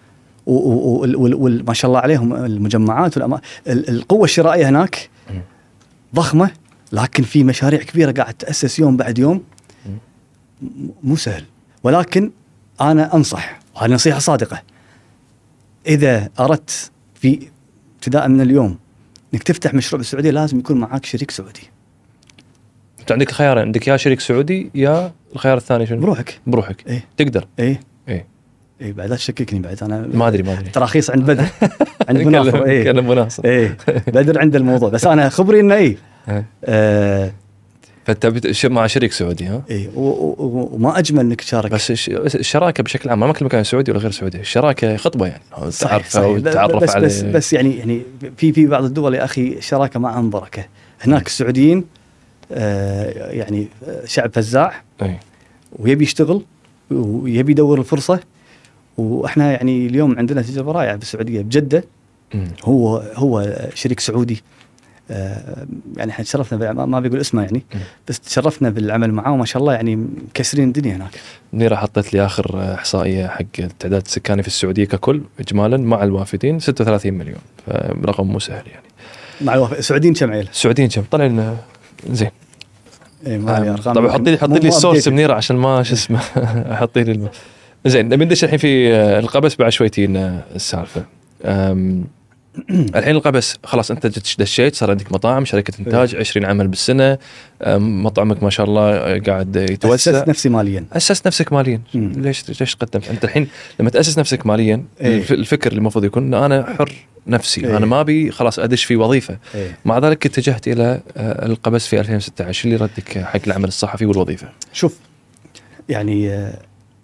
Speaker 2: وما شاء الله عليهم المجمعات والأما... ال- القوة الشرائية هناك
Speaker 1: مم.
Speaker 2: ضخمة، لكن في مشاريع كبيرة قاعد تأسس يوم بعد يوم.
Speaker 1: مم.
Speaker 2: م- مو سهل، ولكن أنا أنصح، وهذه نصيحة صادقة، إذا أردت في ابتداء من اليوم إنك تفتح مشروع بالسعودية لازم يكون معاك شريك سعودي.
Speaker 1: أنت عندك خيارين، عندك يا شريك سعودي يا الخيار الثاني شنو؟
Speaker 2: بروحك.
Speaker 1: بروحك.
Speaker 2: إيه
Speaker 1: تقدر.
Speaker 2: إيه
Speaker 1: إيه.
Speaker 2: إيه بعد لا تشككني بعد أنا
Speaker 1: ما أدري ما أدري.
Speaker 2: تراخيص عند بدر عند مناصر. إيه
Speaker 1: كلام مناصر.
Speaker 2: إيه بدر عند الموضوع، بس أنا خبري إنه إيه
Speaker 1: إيه.
Speaker 2: آه
Speaker 1: فأنت بت- مع شريك سعودي ها؟
Speaker 2: إيه و- و- وما أجمل إنك تشارك.
Speaker 1: بس الش- الشراكة بشكل عام ما كل مكان سعودي ولا غير سعودي، الشراكة خطبة يعني
Speaker 2: صحيح
Speaker 1: تعرف
Speaker 2: صحيح.
Speaker 1: وتتعرف
Speaker 2: بس
Speaker 1: عليه.
Speaker 2: بس بس يعني يعني في في بعض الدول يا اخي الشراكه معهم بركه. هناك السعوديين آه يعني شعب فزاع
Speaker 1: إيه.
Speaker 2: ويبي يشتغل ويبي يدور الفرصه. واحنا يعني اليوم عندنا تجربه رائعه بالسعوديه بجده.
Speaker 1: مم.
Speaker 2: هو هو شريك سعودي آه يعني احنا تشرفنا ما ما بيقول اسمه يعني،
Speaker 1: مم.
Speaker 2: بس تشرفنا بالعمل معاه وما شاء الله يعني مكسرين الدنيا هناك.
Speaker 1: منيرة حطت لي آخر إحصائية حق التعداد السكاني في السعودية ككل إجمالا مع الوافدين ستة وثلاثين مليون، فرقم مو سهل يعني.
Speaker 2: مع الوف... السعوديين كم عيل؟
Speaker 1: السعوديين كم؟ طلع لنا زين.
Speaker 2: إيه ما لي أرقام.
Speaker 1: طبعا حطي لي حطي
Speaker 2: مو-
Speaker 1: لي
Speaker 2: مو
Speaker 1: السورس
Speaker 2: updated.
Speaker 1: منيرة عشان ما شو اسمه حطي لي الم... زين نبي ندش الحين في آه، القبس بعد شويتين آه، السالفة. أم... الحين القبس خلاص انت دشيت صار عندك مطاعم شركة انتاج عشرين عمل بالسنة، أم، مطعمك ما شاء الله قاعد يتوسع.
Speaker 2: أسست نفسي ماليا.
Speaker 1: أسست نفسك ماليا.
Speaker 2: مم.
Speaker 1: ليش ليش قدمت انت الحين لما تأسس نفسك ماليا؟
Speaker 2: إيه.
Speaker 1: الف- الفكر اللي المفروض يكون إن انا حر نفسي.
Speaker 2: إيه.
Speaker 1: انا ما ابي خلاص ادش في وظيفة.
Speaker 2: إيه.
Speaker 1: مع ذلك اتجهت الى آه، القبس في ألفين وستة عشر اللي ردك حق العمل الصحفي والوظيفة.
Speaker 2: شوف يعني آه،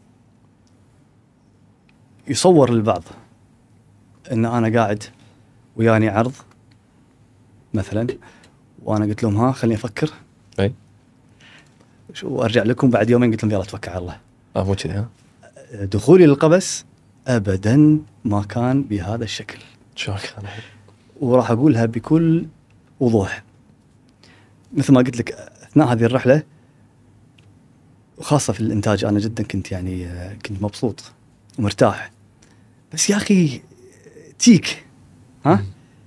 Speaker 2: يصور البعض ان انا قاعد وياني عرض مثلا وانا قلت لهم ها خليني افكر
Speaker 1: اي
Speaker 2: شو وارجع لكم بعد يومين، قلت لهم يلا توكل على الله.
Speaker 1: اه مو كذي ها؟
Speaker 2: دخولي للقبس ابدا ما كان بهذا الشكل،
Speaker 1: شلون كان؟
Speaker 2: وراح اقولها بكل وضوح. مثل ما قلت لك اثناء هذه الرحله وخاصه في الانتاج انا جدا كنت يعني آه، كنت مبسوط ومرتاح، بس يا اخي تيك ها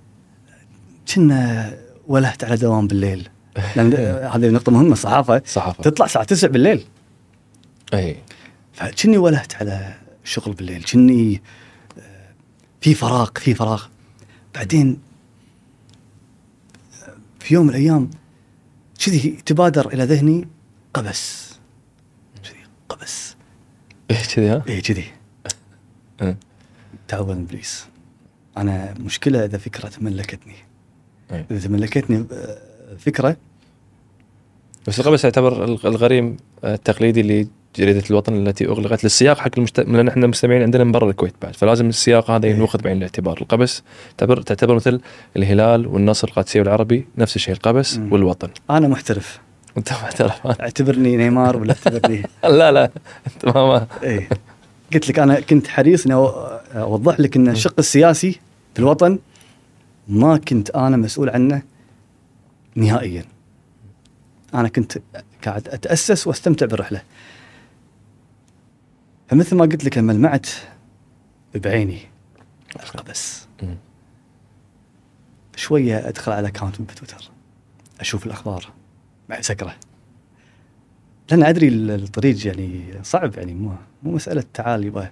Speaker 2: كنا ولهت على دوام بالليل، لان هذه نقطه مهمه. الصحافه
Speaker 1: صحافة.
Speaker 2: تطلع الساعه تسعة بالليل،
Speaker 1: اي
Speaker 2: فكني ولهت على الشغل بالليل، كني آه، في فراغ في فراغ. بعدين آه، في يوم من الايام كذي تبادر الى ذهني قبس، كذي قبس
Speaker 1: ايه كذي ها؟
Speaker 2: ايه كذي
Speaker 1: أه.
Speaker 2: تعوذ من ابليس. أنا مشكلة إذا فكرة تملكتني،
Speaker 1: أي.
Speaker 2: إذا تملكتني فكرة.
Speaker 1: بس القبس يعتبر الغريم التقليدي لجريدة الوطن التي أغلقت للسياق حق المجت... لأن احنا مستمعين عندنا من برا الكويت بعد، فلازم السياق هذا ينوخذ بعين الاعتبار. القبس تعتبر تعتبر مثل الهلال والنصر القادسية والعربي، نفس الشيء القبس
Speaker 2: م.
Speaker 1: والوطن.
Speaker 2: أنا محترف.
Speaker 1: أنت محترف.
Speaker 2: اعتبرني نيمار ولا اعتبرني
Speaker 1: لا لا أنت ما ما
Speaker 2: إيه. قلت لك أنا كنت حريص إني أوضح لك إن الشق السياسي في الوطن ما كنت أنا مسؤول عنه نهائيا. أنا كنت قاعد أتأسس واستمتع بالرحلة. فمثل ما قلت لك لما لمعت بعيني القبس شوية أدخل على أكاونت بتويتر أشوف الأخبار مع سكرة، لأن أدري الطريق يعني صعب، يعني مو مو مسألة تعال يبغى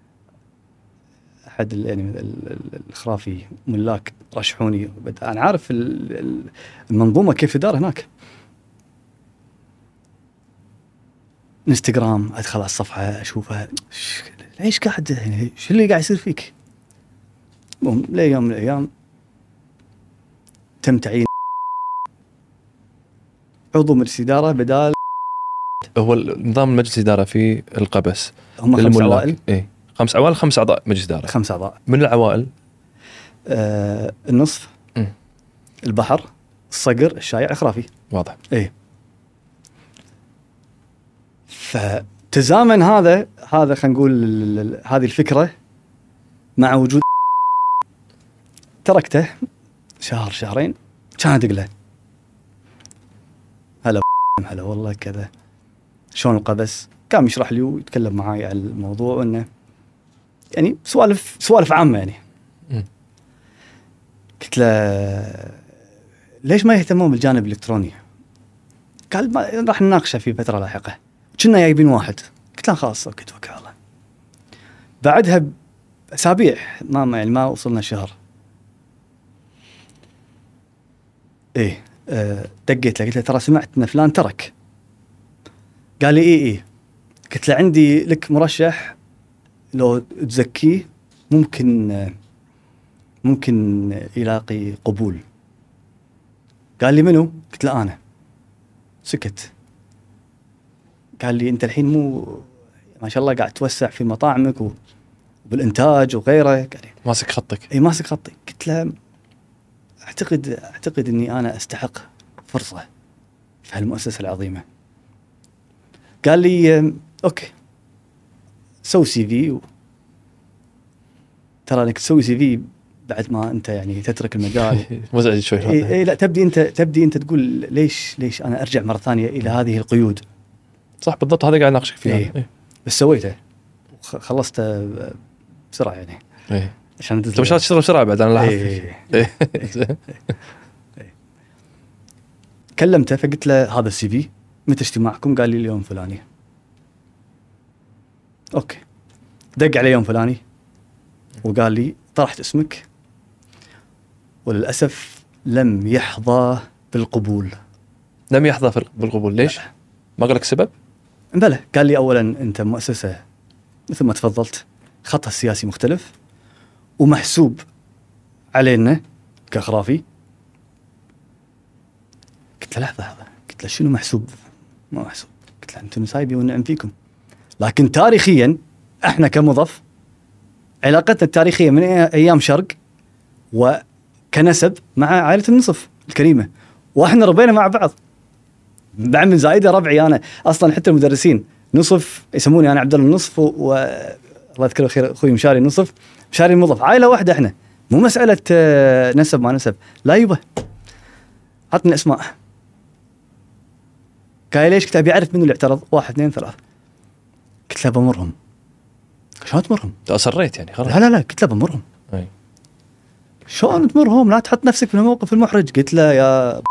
Speaker 2: أحد يعني الخرافي ملاك رشحوني. أنا عارف المنظومة كيف تدار هناك. انستغرام أدخل على الصفحة أشوفها، ليش قاعد يعني شو اللي قاعد يصير فيك؟ المهم ليوم من الأيام تم تعيين عضو مجلس إدارة بدال.
Speaker 1: هو نظام مجلس إدارة في القبس
Speaker 2: هم خمس عوائل.
Speaker 1: إيه خمس عوائل، خمس أعضاء مجلس إدارة.
Speaker 2: خمس أعضاء.
Speaker 1: من العوائل
Speaker 2: آه النصف م. البحر، الصقر، الشايع، الخرافي.
Speaker 1: واضح.
Speaker 2: إيه. فتزامن هذا هذا خلينا نقول هذه الفكرة مع وجود تركته شهر شهرين كان أدق له هلا هلا والله كذا شلون القبس، قام يشرح لي ويتكلم معاي على الموضوع وإنه يعني سوالف سوالف عامة يعني.
Speaker 1: م.
Speaker 2: قلت له ليش ما يهتمون بالجانب الإلكتروني؟ قال ما راح نناقشه في فترة لاحقة، كنا جايبين واحد. قلت له خلاص اوكي توكل على الله. بعدها بأسابيع ما يعني ما وصلنا شهر ايه أه دقيت له قلت له ترى سمعت ان فلان ترك. قال لي ايه ايه. قلت له عندي لك مرشح لو تزكيه ممكن ممكن يلاقي قبول. قال لي منو؟ قلت له انا. سكت. قال لي انت الحين مو ما شاء الله قاعد توسع في مطاعمك وبالانتاج وغيره، قال لي
Speaker 1: ماسك خطك.
Speaker 2: اي ماسك خطي. قلت له اعتقد اعتقد اني انا استحق فرصه في هالمؤسسه العظيمه. قال لي اوكي سوي سي في و... ترى انك تسوي سي في بعد ما انت يعني تترك المجال
Speaker 1: مزعج شوي.
Speaker 2: اي اي لا تبدي انت تبدي انت تقول ليش ليش انا ارجع مره ثانيه الى هذه القيود.
Speaker 1: صح بالضبط، هذا قاعد ناقشك فيه.
Speaker 2: إيه. إيه. بس سويته خلصته بسرعه يعني.
Speaker 1: ايه
Speaker 2: عشان
Speaker 1: انت مش تشتغل بسرعه بعد انا لاحظت.
Speaker 2: إيه. إيه. إيه. إيه. كلمته فقلت له هذا السي في متى اجتماعكم؟ قال لي اليوم فلاني. اوكي دق علي يوم فلاني وقال لي طرحت اسمك وللاسف لم يحظى بالقبول.
Speaker 1: لم يحظى بالقبول ليش؟ لا. ما قال لك سبب؟
Speaker 2: بلى قال لي اولا انت مؤسسه مثل ما تفضلت خطها السياسي مختلف ومحسوب علينا كخرافي. قلت له لحظه هذا، قلت له شنو محسوب؟ ما محسوب. قلت له انتم سايبي والنعم فيكم، لكن تاريخيا احنا كمضف علاقتنا التاريخيه من ايام شرق وكنسب مع عائله النصف الكريمه، واحنا ربينا مع بعض. بعد من زايده ربعي انا اصلا، حتى المدرسين نصف يسموني انا عبد الله النصف و... و... الله يذكره خير اخوي مشاري النصف، مشاري المضف، عائله واحده احنا، مو مساله نسب ما نسب. لا يبا عطني اسماء. قال ليش؟ قلت ابي اعرف منو اللي اعترض. واحد اثنين ثلاث. قلت له بمرهم. شلون تمرهم؟
Speaker 1: اصريت يعني خلاص.
Speaker 2: لا لا لا قلت له بمرهم.
Speaker 1: اي
Speaker 2: شلون تمرهم؟ لا تحط نفسك في الموقف المحرج. قلت له يا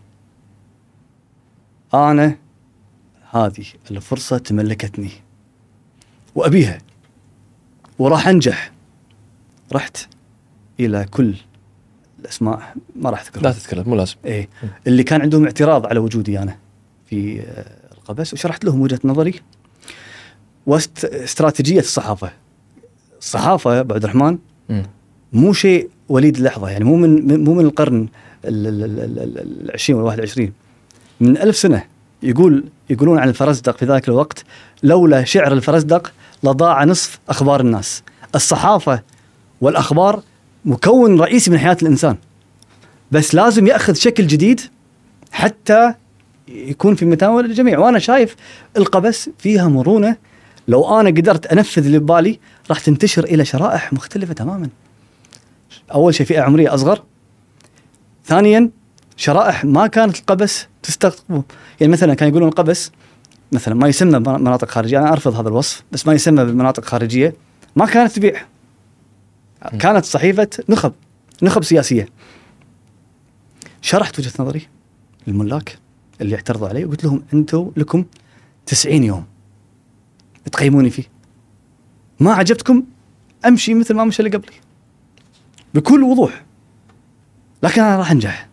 Speaker 2: انا هذه الفرصه تملكتني وابيها وراح انجح. رحت الى كل الاسماء ما راح اذكرها.
Speaker 1: لا تتكلم مو لازم.
Speaker 2: ايه اللي كان عندهم اعتراض على وجودي انا في القبس، وشرحت لهم وجهه نظري واستراتيجيه الصحافه. الصحافه ابو عبد الرحمن
Speaker 1: م.
Speaker 2: مو شيء وليد اللحظة، يعني مو من مو من القرن العشرين والواحد والعشرين، من ألف سنة. يقول يقولون عن الفرزدق في ذاك الوقت: لولا شعر الفرزدق لضاع نصف أخبار الناس. الصحافة والأخبار مكون رئيسي من حياة الإنسان، بس لازم يأخذ شكل جديد حتى يكون في متناول الجميع. وأنا شايف القبس فيها مرونة، لو أنا قدرت أنفذ اللي ببالي راح تنتشر إلى شرائح مختلفة تماما. أول شيء فئة عمرية أصغر، ثانيا شرائح ما كانت القبس تستقطبه. يعني مثلا كان يقولون القبس مثلا ما يسمى بمناطق خارجية، أنا أرفض هذا الوصف، بس ما يسمى بالمناطق خارجية، ما كانت تبيع، كانت صحيفة نخب نخب سياسية. شرحت وجهة نظري للملاك اللي اعترضوا علي وقلت لهم: أنتوا لكم تسعين يوم تقيموني فيه، ما عجبتكم أمشي مثل ما مشى اللي قبلي بكل وضوح، لكن أنا راح أنجح.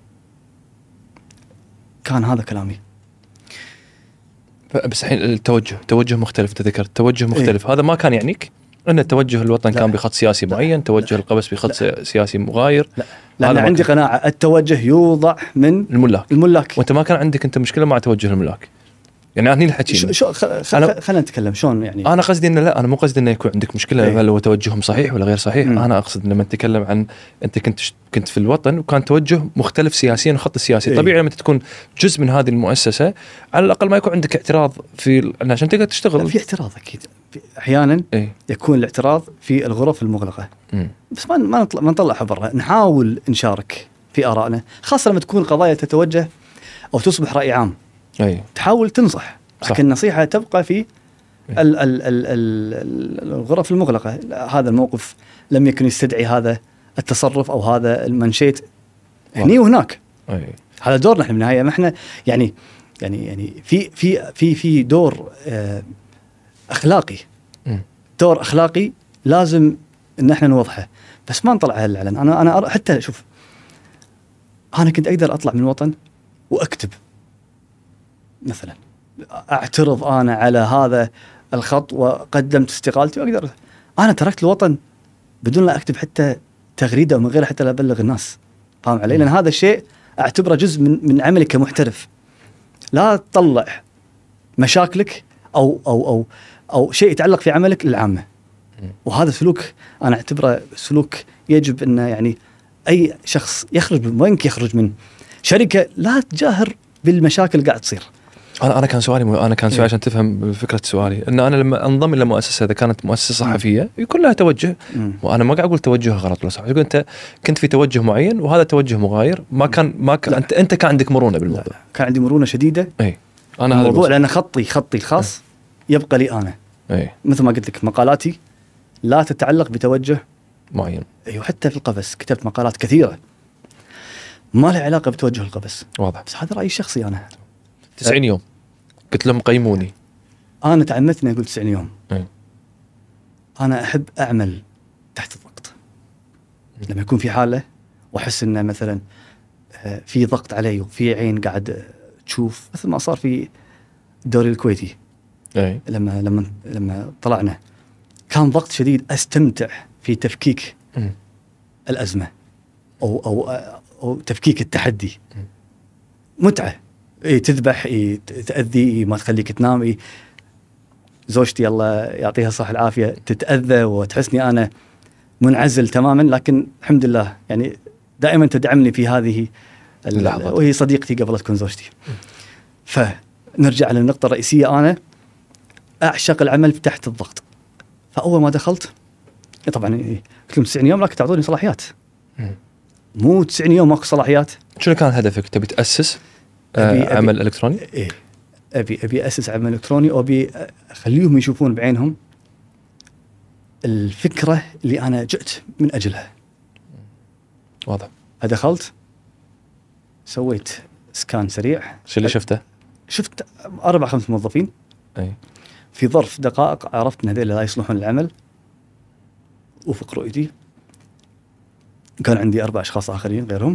Speaker 2: كان هذا كلامي.
Speaker 1: بس الحين التوجه توجه مختلف، تذكرت توجه مختلف. إيه؟ هذا ما كان يعنيك أن التوجه الوطن لا. كان بخط سياسي لا. معين، توجه لا. القبس بخط لا. سياسي مغاير.
Speaker 2: لا، لأن عندي قناعة التوجه يوضع من
Speaker 1: الملاك.
Speaker 2: الملاك
Speaker 1: وأنت ما كان عندك أنت مشكلة مع توجه الملاك. يعني أنا الحكي
Speaker 2: شو شو خلينا خل نتكلم شلون يعني.
Speaker 1: أنا قصدي إنه لا، أنا مو قصدي إنه يكون عندك مشكلة هل هو توجههم صحيح ولا غير صحيح. م. أنا أقصد لما نتكلم عن أنت كنت كنت في الوطن وكان توجه مختلف سياسيا وخط السياسي. طبيعي لما تكون جزء من هذه المؤسسة على الأقل ما يكون عندك اعتراض في عشان تقدر تشتغل.
Speaker 2: في اعتراض أكيد أحيانا. إيه؟ يكون الاعتراض في الغرف المغلقة. م. بس ما ما نطلع ما نطلعها برا، نحاول نشارك في آرائنا، خاصة لما تكون قضايا تتوجه أو تصبح رأي عام. أي. تحاول تنصح، لكن النصيحة تبقى في ال ال ال ال الغرف المغلقة. هذا الموقف لم يكن يستدعي هذا التصرف أو هذا المنشيت هني وهناك. أي. هذا دورنا احنا بالنهاية. ما احنا يعني يعني يعني في في في في دور آه أخلاقي، م. دور أخلاقي لازم إن احنا نوضحه، بس ما نطلع على الإعلان. أنا أنا حتى شوف، أنا كنت أقدر أطلع من الوطن وأكتب مثلا أعترض أنا على هذا الخط وقدمت استقالتي، وأقدر أنا تركت الوطن بدون لا أكتب حتى تغريدة ومن غير حتى لا أبلغ الناس. فاهم علي؟ لأن هذا الشيء أعتبره جزء من من عملي كمحترف. لا تطلع مشاكلك أو أو أو أو شيء يتعلق في عملك للعامة. وهذا سلوك أنا أعتبره سلوك يجب أن يعني أي شخص يخرج من وينك يخرج من شركة لا تجاهر بالمشاكل اللي قاعد تصير.
Speaker 1: أنا أنا كان سؤالي أنا كان سؤالي عشان تفهم فكرة سؤالي، إن أنا لما أنضم إلى مؤسسة إذا كانت مؤسسة صحفية يكون لها توجه، وأنا ما قاعد أقول توجه غلط ولا صح، أقول أنت كنت في توجه معين وهذا توجه مغاير، ما كان ما كان أنت أنت كان عندك مرونة بالموضوع.
Speaker 2: لا. كان عندي مرونة شديدة.
Speaker 1: أي. أنا هذا
Speaker 2: الموضوع لأن خطي خطي الخاص أي. يبقى لي أنا. أي. مثل ما قلت لك مقالاتي لا تتعلق بتوجه
Speaker 1: معين.
Speaker 2: أيوة، حتى في القبس كتبت مقالات كثيرة ما لها علاقة بتوجه القبس.
Speaker 1: واضح.
Speaker 2: بس هذا رأيي الشخصي أنا.
Speaker 1: تسعين يوم قلت لهم قيموني.
Speaker 2: أنا تعمدت إني أقول تسعين يوم.
Speaker 1: أي.
Speaker 2: أنا أحب أعمل تحت الضغط. لما يكون في حالة وأحس إنه مثلا في ضغط علي وفي عين قاعد تشوف، مثل ما صار في الدوري الكويتي.
Speaker 1: أي.
Speaker 2: لما لما لما طلعنا كان ضغط شديد، أستمتع في تفكيك م. الأزمة أو أو أو تفكيك التحدي. م. متعة. إيه تذبح، إيه تأذي، إيه ما تخليك تنام، إيه زوجتي الله يعطيها الصحة العافية تتأذى وتحسني أنا منعزل تماما، لكن الحمد لله يعني دائما تدعمني في هذه اللحظة، وهي صديقتي قبل تكون زوجتي. م. فنرجع للنقطة الرئيسية، أنا أعشق العمل تحت الضغط. فأول ما دخلت طبعا قلت لهم تسعين يوم لكن تعطوني صلاحيات. م. مو تسعين يوم ماكو صلاحيات.
Speaker 1: شنو كان هدفك؟ تبي تأسس أبي أبي عمل إلكتروني؟
Speaker 2: إيه أبي أبي أسس عمل إلكتروني، وأبي أخليهم يشوفون بعينهم الفكرة اللي أنا جئت من أجلها.
Speaker 1: واضح.
Speaker 2: فدخلت سويت سكان سريع.
Speaker 1: شو اللي شفته؟
Speaker 2: شفت أربع خمس موظفين.
Speaker 1: أي.
Speaker 2: في ظرف دقائق عرفت أن هذول لا يصلحون للعمل وفق رؤيتي. كان عندي أربع أشخاص آخرين غيرهم.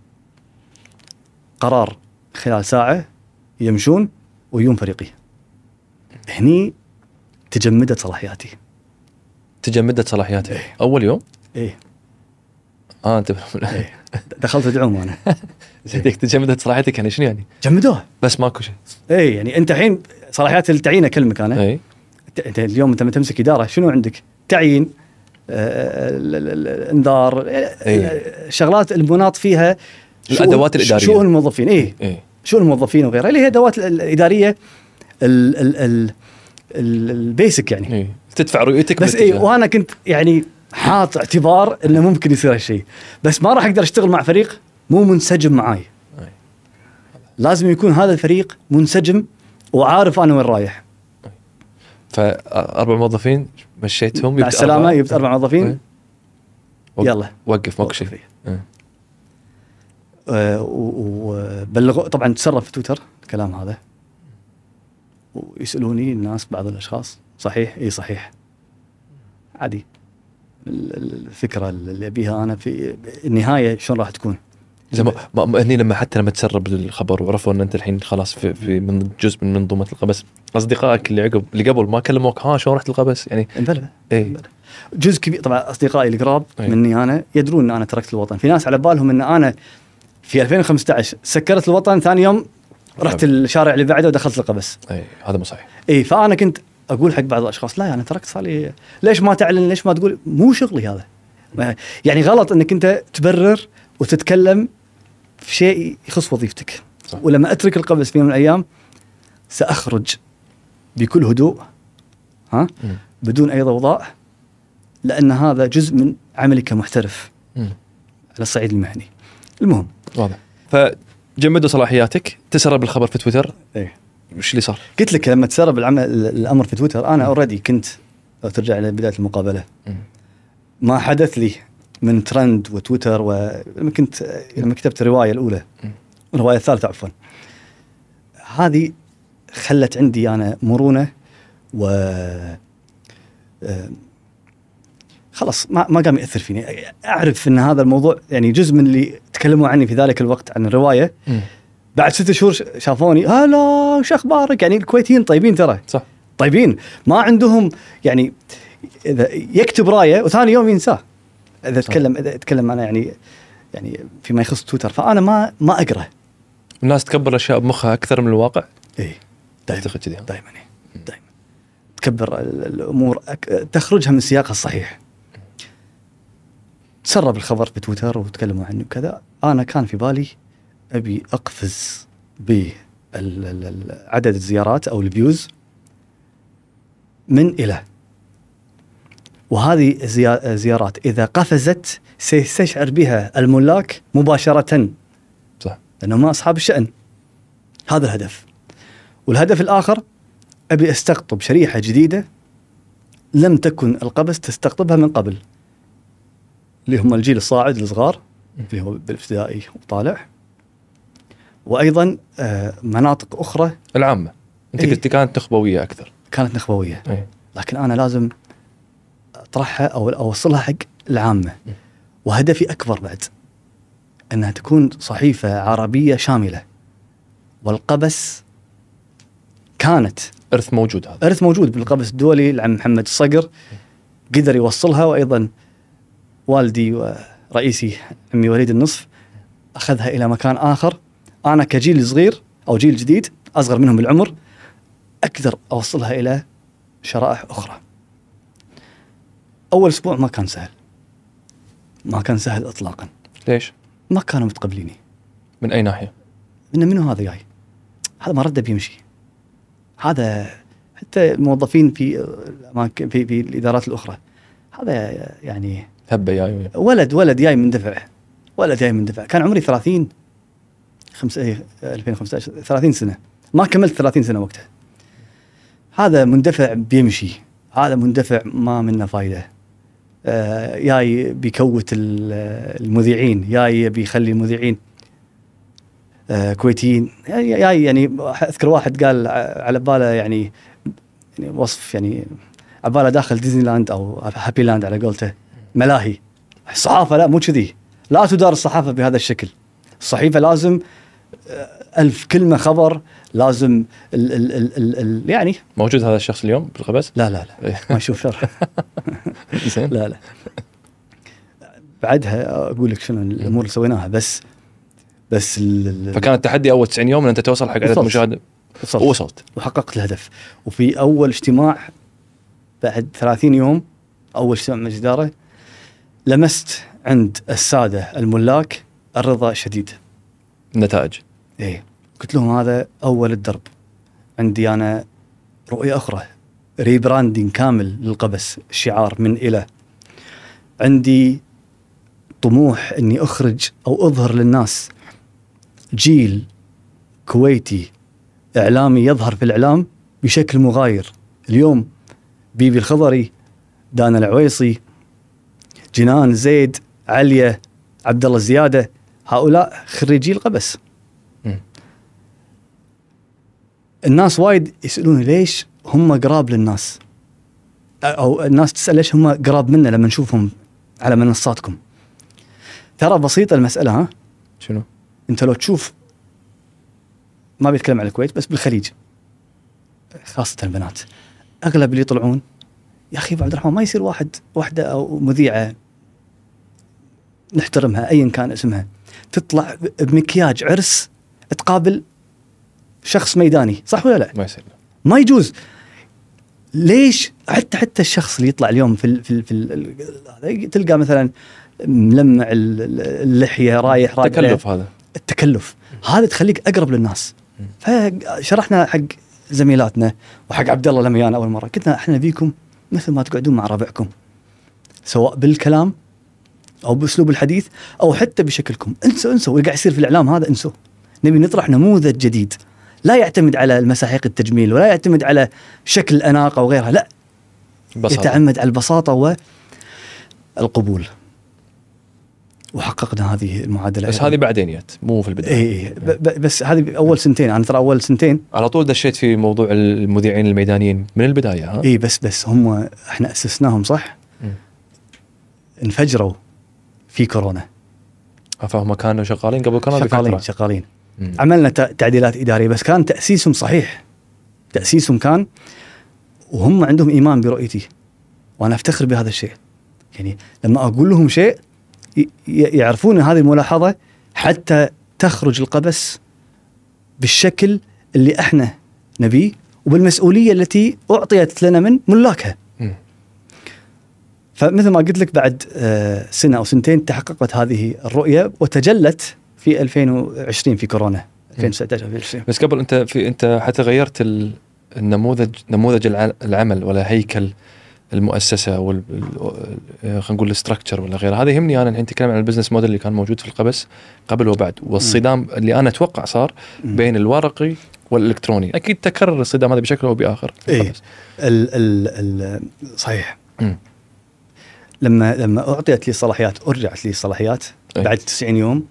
Speaker 2: قرار خلال ساعة يمشون ويوم فريقي. هني تجمدت صلاحياتي.
Speaker 1: تجمدت صلاحياتي.
Speaker 2: إيه.
Speaker 1: أول يوم؟
Speaker 2: إيه.
Speaker 1: اه انت
Speaker 2: إيه. دخلت دعوم انا.
Speaker 1: زيدك تجمدت صلاحيتك يعني شنو يعني؟
Speaker 2: جمدوها
Speaker 1: بس ماكو شيء.
Speaker 2: اي يعني انت الحين صلاحيات التعيين كل مكان.
Speaker 1: اي
Speaker 2: انت اليوم انت لما تمسك اداره شنو عندك؟ تعيين، آه الانذار،
Speaker 1: إيه.
Speaker 2: شغلات المناط فيها
Speaker 1: الادوات الاداريه،
Speaker 2: شؤون الموظفين. اي
Speaker 1: إيه.
Speaker 2: شؤون الموظفين وغيرها اللي هي ادوات الاداريه ال ال ال البيسك يعني.
Speaker 1: إيه. تدفع رؤيتك
Speaker 2: بس اي وانا كنت يعني حاط اعتبار انه ممكن يصير هالشيء، بس ما راح اقدر اشتغل مع فريق مو منسجم معاي.
Speaker 1: أي.
Speaker 2: لازم يكون هذا الفريق منسجم وعارف انا وين رايح.
Speaker 1: فاربع موظفين مشيتهم
Speaker 2: مع السلامه، جبت اربع موظفين.
Speaker 1: أي.
Speaker 2: يلا
Speaker 1: وقف ماكو شيء.
Speaker 2: أه وبلغوا طبعا، تسرب في تويتر الكلام هذا، ويسالوني الناس بعض الاشخاص صحيح؟ اي صحيح. عادي. الفكره اللي ابيها انا في النهايه شلون راح تكون
Speaker 1: زي ما هني لما حتى لما تسرب الخبر وعرفوا ان انت الحين خلاص في, في من جزء من منظومه القبس، اصدقائك اللي عقب اللي قبل ما كلموك ها شلون رحت القبس يعني؟
Speaker 2: انبلى.
Speaker 1: اي
Speaker 2: جزء كبير طبعا اصدقائي القراب مني انا يدرون ان انا تركت الوطن. في ناس على بالهم ان انا في ألفين وخمسة عشر سكرت الوطن، ثاني يوم رحت الشارع اللي بعده ودخلت القبس.
Speaker 1: اي هذا مو صحيح.
Speaker 2: اي فانا كنت اقول حق بعض الاشخاص لا انا تركت صار لي، ليش ما تعلن؟ ليش ما تقول؟ مو شغلي هذا. يعني غلط انك انت تبرر وتتكلم في شيء يخص وظيفتك.
Speaker 1: صح.
Speaker 2: ولما اترك القبس في يوم من الايام ساخرج بكل هدوء، ها م. بدون اي ضوضاء، لان هذا جزء من عملي كمحترف م. على الصعيد المهني. المهم
Speaker 1: واضح. فجمدوا صلاحياتك، تسرب الخبر في تويتر.
Speaker 2: ايه
Speaker 1: وش اللي صار؟
Speaker 2: قلت لك لما تسرب العمل الامر في تويتر انا اوريدي كنت، لو ترجع لبدايه المقابله م. ما حدث لي من ترند وتويتر، ولما كنت لما كتبت الروايه الاولى الروايه الثالثه عفوا، هذه خلت عندي انا مرونه و خلاص ما ما قام ياثر فيني. اعرف ان هذا الموضوع يعني جزء من اللي تكلموا عني في ذلك الوقت عن الروايه. م. بعد ستة شهور شافوني هلا شو اخبارك؟ يعني الكويتيين طيبين ترى.
Speaker 1: صح.
Speaker 2: طيبين ما عندهم يعني اذا يكتب رايه وثاني يوم ينساه. اذا اتكلم اذا اتكلم انا يعني يعني فيما يخص تويتر، فانا ما ما اقرا.
Speaker 1: الناس تكبر الاشياء بمخها اكثر من الواقع.
Speaker 2: اي
Speaker 1: تعتقد كذي؟
Speaker 2: دائما دائما تكبر الامور، تخرجها من سياقها الصحيح. تسرب الخبر في تويتر وتكلموا عنه وكذا، انا كان في بالي ابي اقفز بعدد الزيارات او الفيوز من الى، وهذه الزيارات إذا قفزت سيستشعر بها الملاك مباشرة.
Speaker 1: صح.
Speaker 2: لأنهم أصحاب الشأن. هذا الهدف. والهدف الآخر أبي أستقطب شريحة جديدة لم تكن القبس تستقطبها من قبل، اللي هم الجيل الصاعد الصغار اللي هو بالابتدائي وطالع، وأيضا مناطق أخرى
Speaker 1: العامة. أنت قلت كانت نخبوية أكثر.
Speaker 2: كانت نخبوية.
Speaker 1: أي.
Speaker 2: لكن أنا لازم أطرحها أو أوصلها حق العامة. وهدفي أكبر بعد، أنها تكون صحيفة عربية شاملة. والقبس كانت
Speaker 1: إرث موجود، هذا
Speaker 2: إرث موجود بالقبس الدولي. العم محمد الصقر قدر يوصلها، وأيضا والدي ورئيسي عمي وليد النصف أخذها إلى مكان آخر. أنا كجيل صغير أو جيل جديد أصغر منهم بالعمر أقدر أوصلها إلى شرائح أخرى. أول أسبوع ما كان سهل، ما كان سهل إطلاقا.
Speaker 1: ليش؟
Speaker 2: ما كانوا متقبليني.
Speaker 1: من أي ناحية؟
Speaker 2: إنه منو هذا جاي؟ هذا ما رده بيمشي. هذا حتى الموظفين في في في الإدارات الأخرى، هذا يعني
Speaker 1: هبة جاي،
Speaker 2: ولد ولد جاي من دفع، ولد جاي من دفع. كان عمري ثلاثين خمسة إيه ألفين وخمسة عشر ثلاثين سنة، ما كملت ثلاثين سنة وقتها. هذا مندفع بيمشي، هذا مندفع ما منه فايدة. آه ياي بيكوت المذيعين، ياي بيخلي المذيعين آه كويتيين. ياي يعني أذكر واحد قال على باله يعني, يعني وصف يعني على باله داخل ديزني لاند أو هابي لاند على قولته، ملاهي. الصحافة لا، مو كذي، لا تدار الصحافة بهذا الشكل. الصحيفة لازم ألف كلمة خبر، لازم ال ال ال ال ال يعني.
Speaker 1: موجود هذا الشخص اليوم بالقبس؟
Speaker 2: لا لا لا ما يشوف شر. لا لا بعدها اقول لك شنو الامور اللي سويناها. بس بس
Speaker 1: فكان التحدي اول تسعين يوم ان انت توصل حق عدد مشاهده
Speaker 2: وصلت.
Speaker 1: وصلت
Speaker 2: وحققت الهدف. وفي اول اجتماع بعد ثلاثين يوم، اول اجتماع مجلس اداره، لمست عند الساده الملاك الرضا الشديد.
Speaker 1: النتائج
Speaker 2: ايه، قلت لهم هذا اول الدرب. عندي انا رؤيه اخرى، ريبراندينج كامل للقبس، الشعار من الى. عندي طموح اني اخرج او اظهر للناس جيل كويتي اعلامي يظهر في الاعلام بشكل مغاير. اليوم بيبي الخضري، دانا العويصي، جنان زيد، عليا، عبد الله زياده، هؤلاء خريجي القبس.
Speaker 1: م.
Speaker 2: الناس وايد يسالوني ليش هم قراب للناس، او الناس تسال ليش هم قراب منا لما نشوفهم على منصاتكم. ترى بسيطه المساله. ها
Speaker 1: شنو؟
Speaker 2: انت لو تشوف، ما بيتكلم عن الكويت بس، بالخليج خاصه البنات، اغلب اللي يطلعون يا اخي ابو عبد الرحمن ما يصير واحد واحده او مذيعه نحترمها ايا كان اسمها تطلع بمكياج عرس تقابل شخص ميداني، صح ولا لا؟
Speaker 1: ما يصير،
Speaker 2: ما يجوز. ليش؟ حتى حتى الشخص اللي يطلع اليوم في ال في ال في ال تلقى مثلا ملمع اللحيه، رايح رايح
Speaker 1: التكلف. هذا
Speaker 2: التكلف هذا تخليك اقرب للناس. فشرحنا حق زميلاتنا وحق عبد الله لما جانا اول مره، قلنا احنا بيكم مثل ما تقعدون مع ربعكم، سواء بالكلام او باسلوب الحديث او حتى بشكلكم. انسوا انسوا اللي قاعد يصير في الاعلام هذا، انسوا. نبي نطرح نموذج جديد لا يعتمد على المساحيق التجميل ولا يعتمد على شكل الاناقه وغيرها، لا، بساطة. يتعمد على البساطه والقبول. وحققنا هذه المعادله.
Speaker 1: بس هذه بعدين يات، مو في البدايه.
Speaker 2: اي بس هذه اول سنتين. انا ترى اول سنتين
Speaker 1: على طول دشيت في موضوع المذيعين الميدانيين من البدايه. ها
Speaker 2: اي بس بس هم احنا اسسناهم صح. م. انفجروا في كورونا.
Speaker 1: فهم كانوا شغالين قبل كورونا.
Speaker 2: شغالين شغالين م. عملنا تعديلات اداريه، بس كان تاسيسهم صحيح. تاسيسهم كان وهم عندهم ايمان برؤيتي، وانا افتخر بهذا الشيء. يعني لما اقول لهم شيء يعرفون هذه الملاحظة حتى تخرج القبس بالشكل اللي احنا نبيه وبالمسؤولية التي أعطيت لنا من ملاكها. م. فمثل ما قلت لك بعد سنة أو سنتين تحققت هذه الرؤية وتجلت في ألفين وعشرين في كورونا ألفين وتسعة عشر ألفين وعشرين.
Speaker 1: بس قبل أنت في أنت حتى غيرت النموذج نموذج العمل ولا هيكل المؤسسه وال خلينا نقول الاستراكشر ولا غيره. هذا يهمني انا الحين نتكلم عن البزنس موديل اللي كان موجود في القبس قبل وبعد، والصدام م. اللي انا اتوقع صار م. بين الورقي والالكتروني. اكيد تكرر الصدام هذا بشكل او باخر.
Speaker 2: ايه ال ال ال صحيح. م. لما لما اعطيت لي صلاحيات، ارجعت لي صلاحيات ايه؟ بعد تسعين يوم.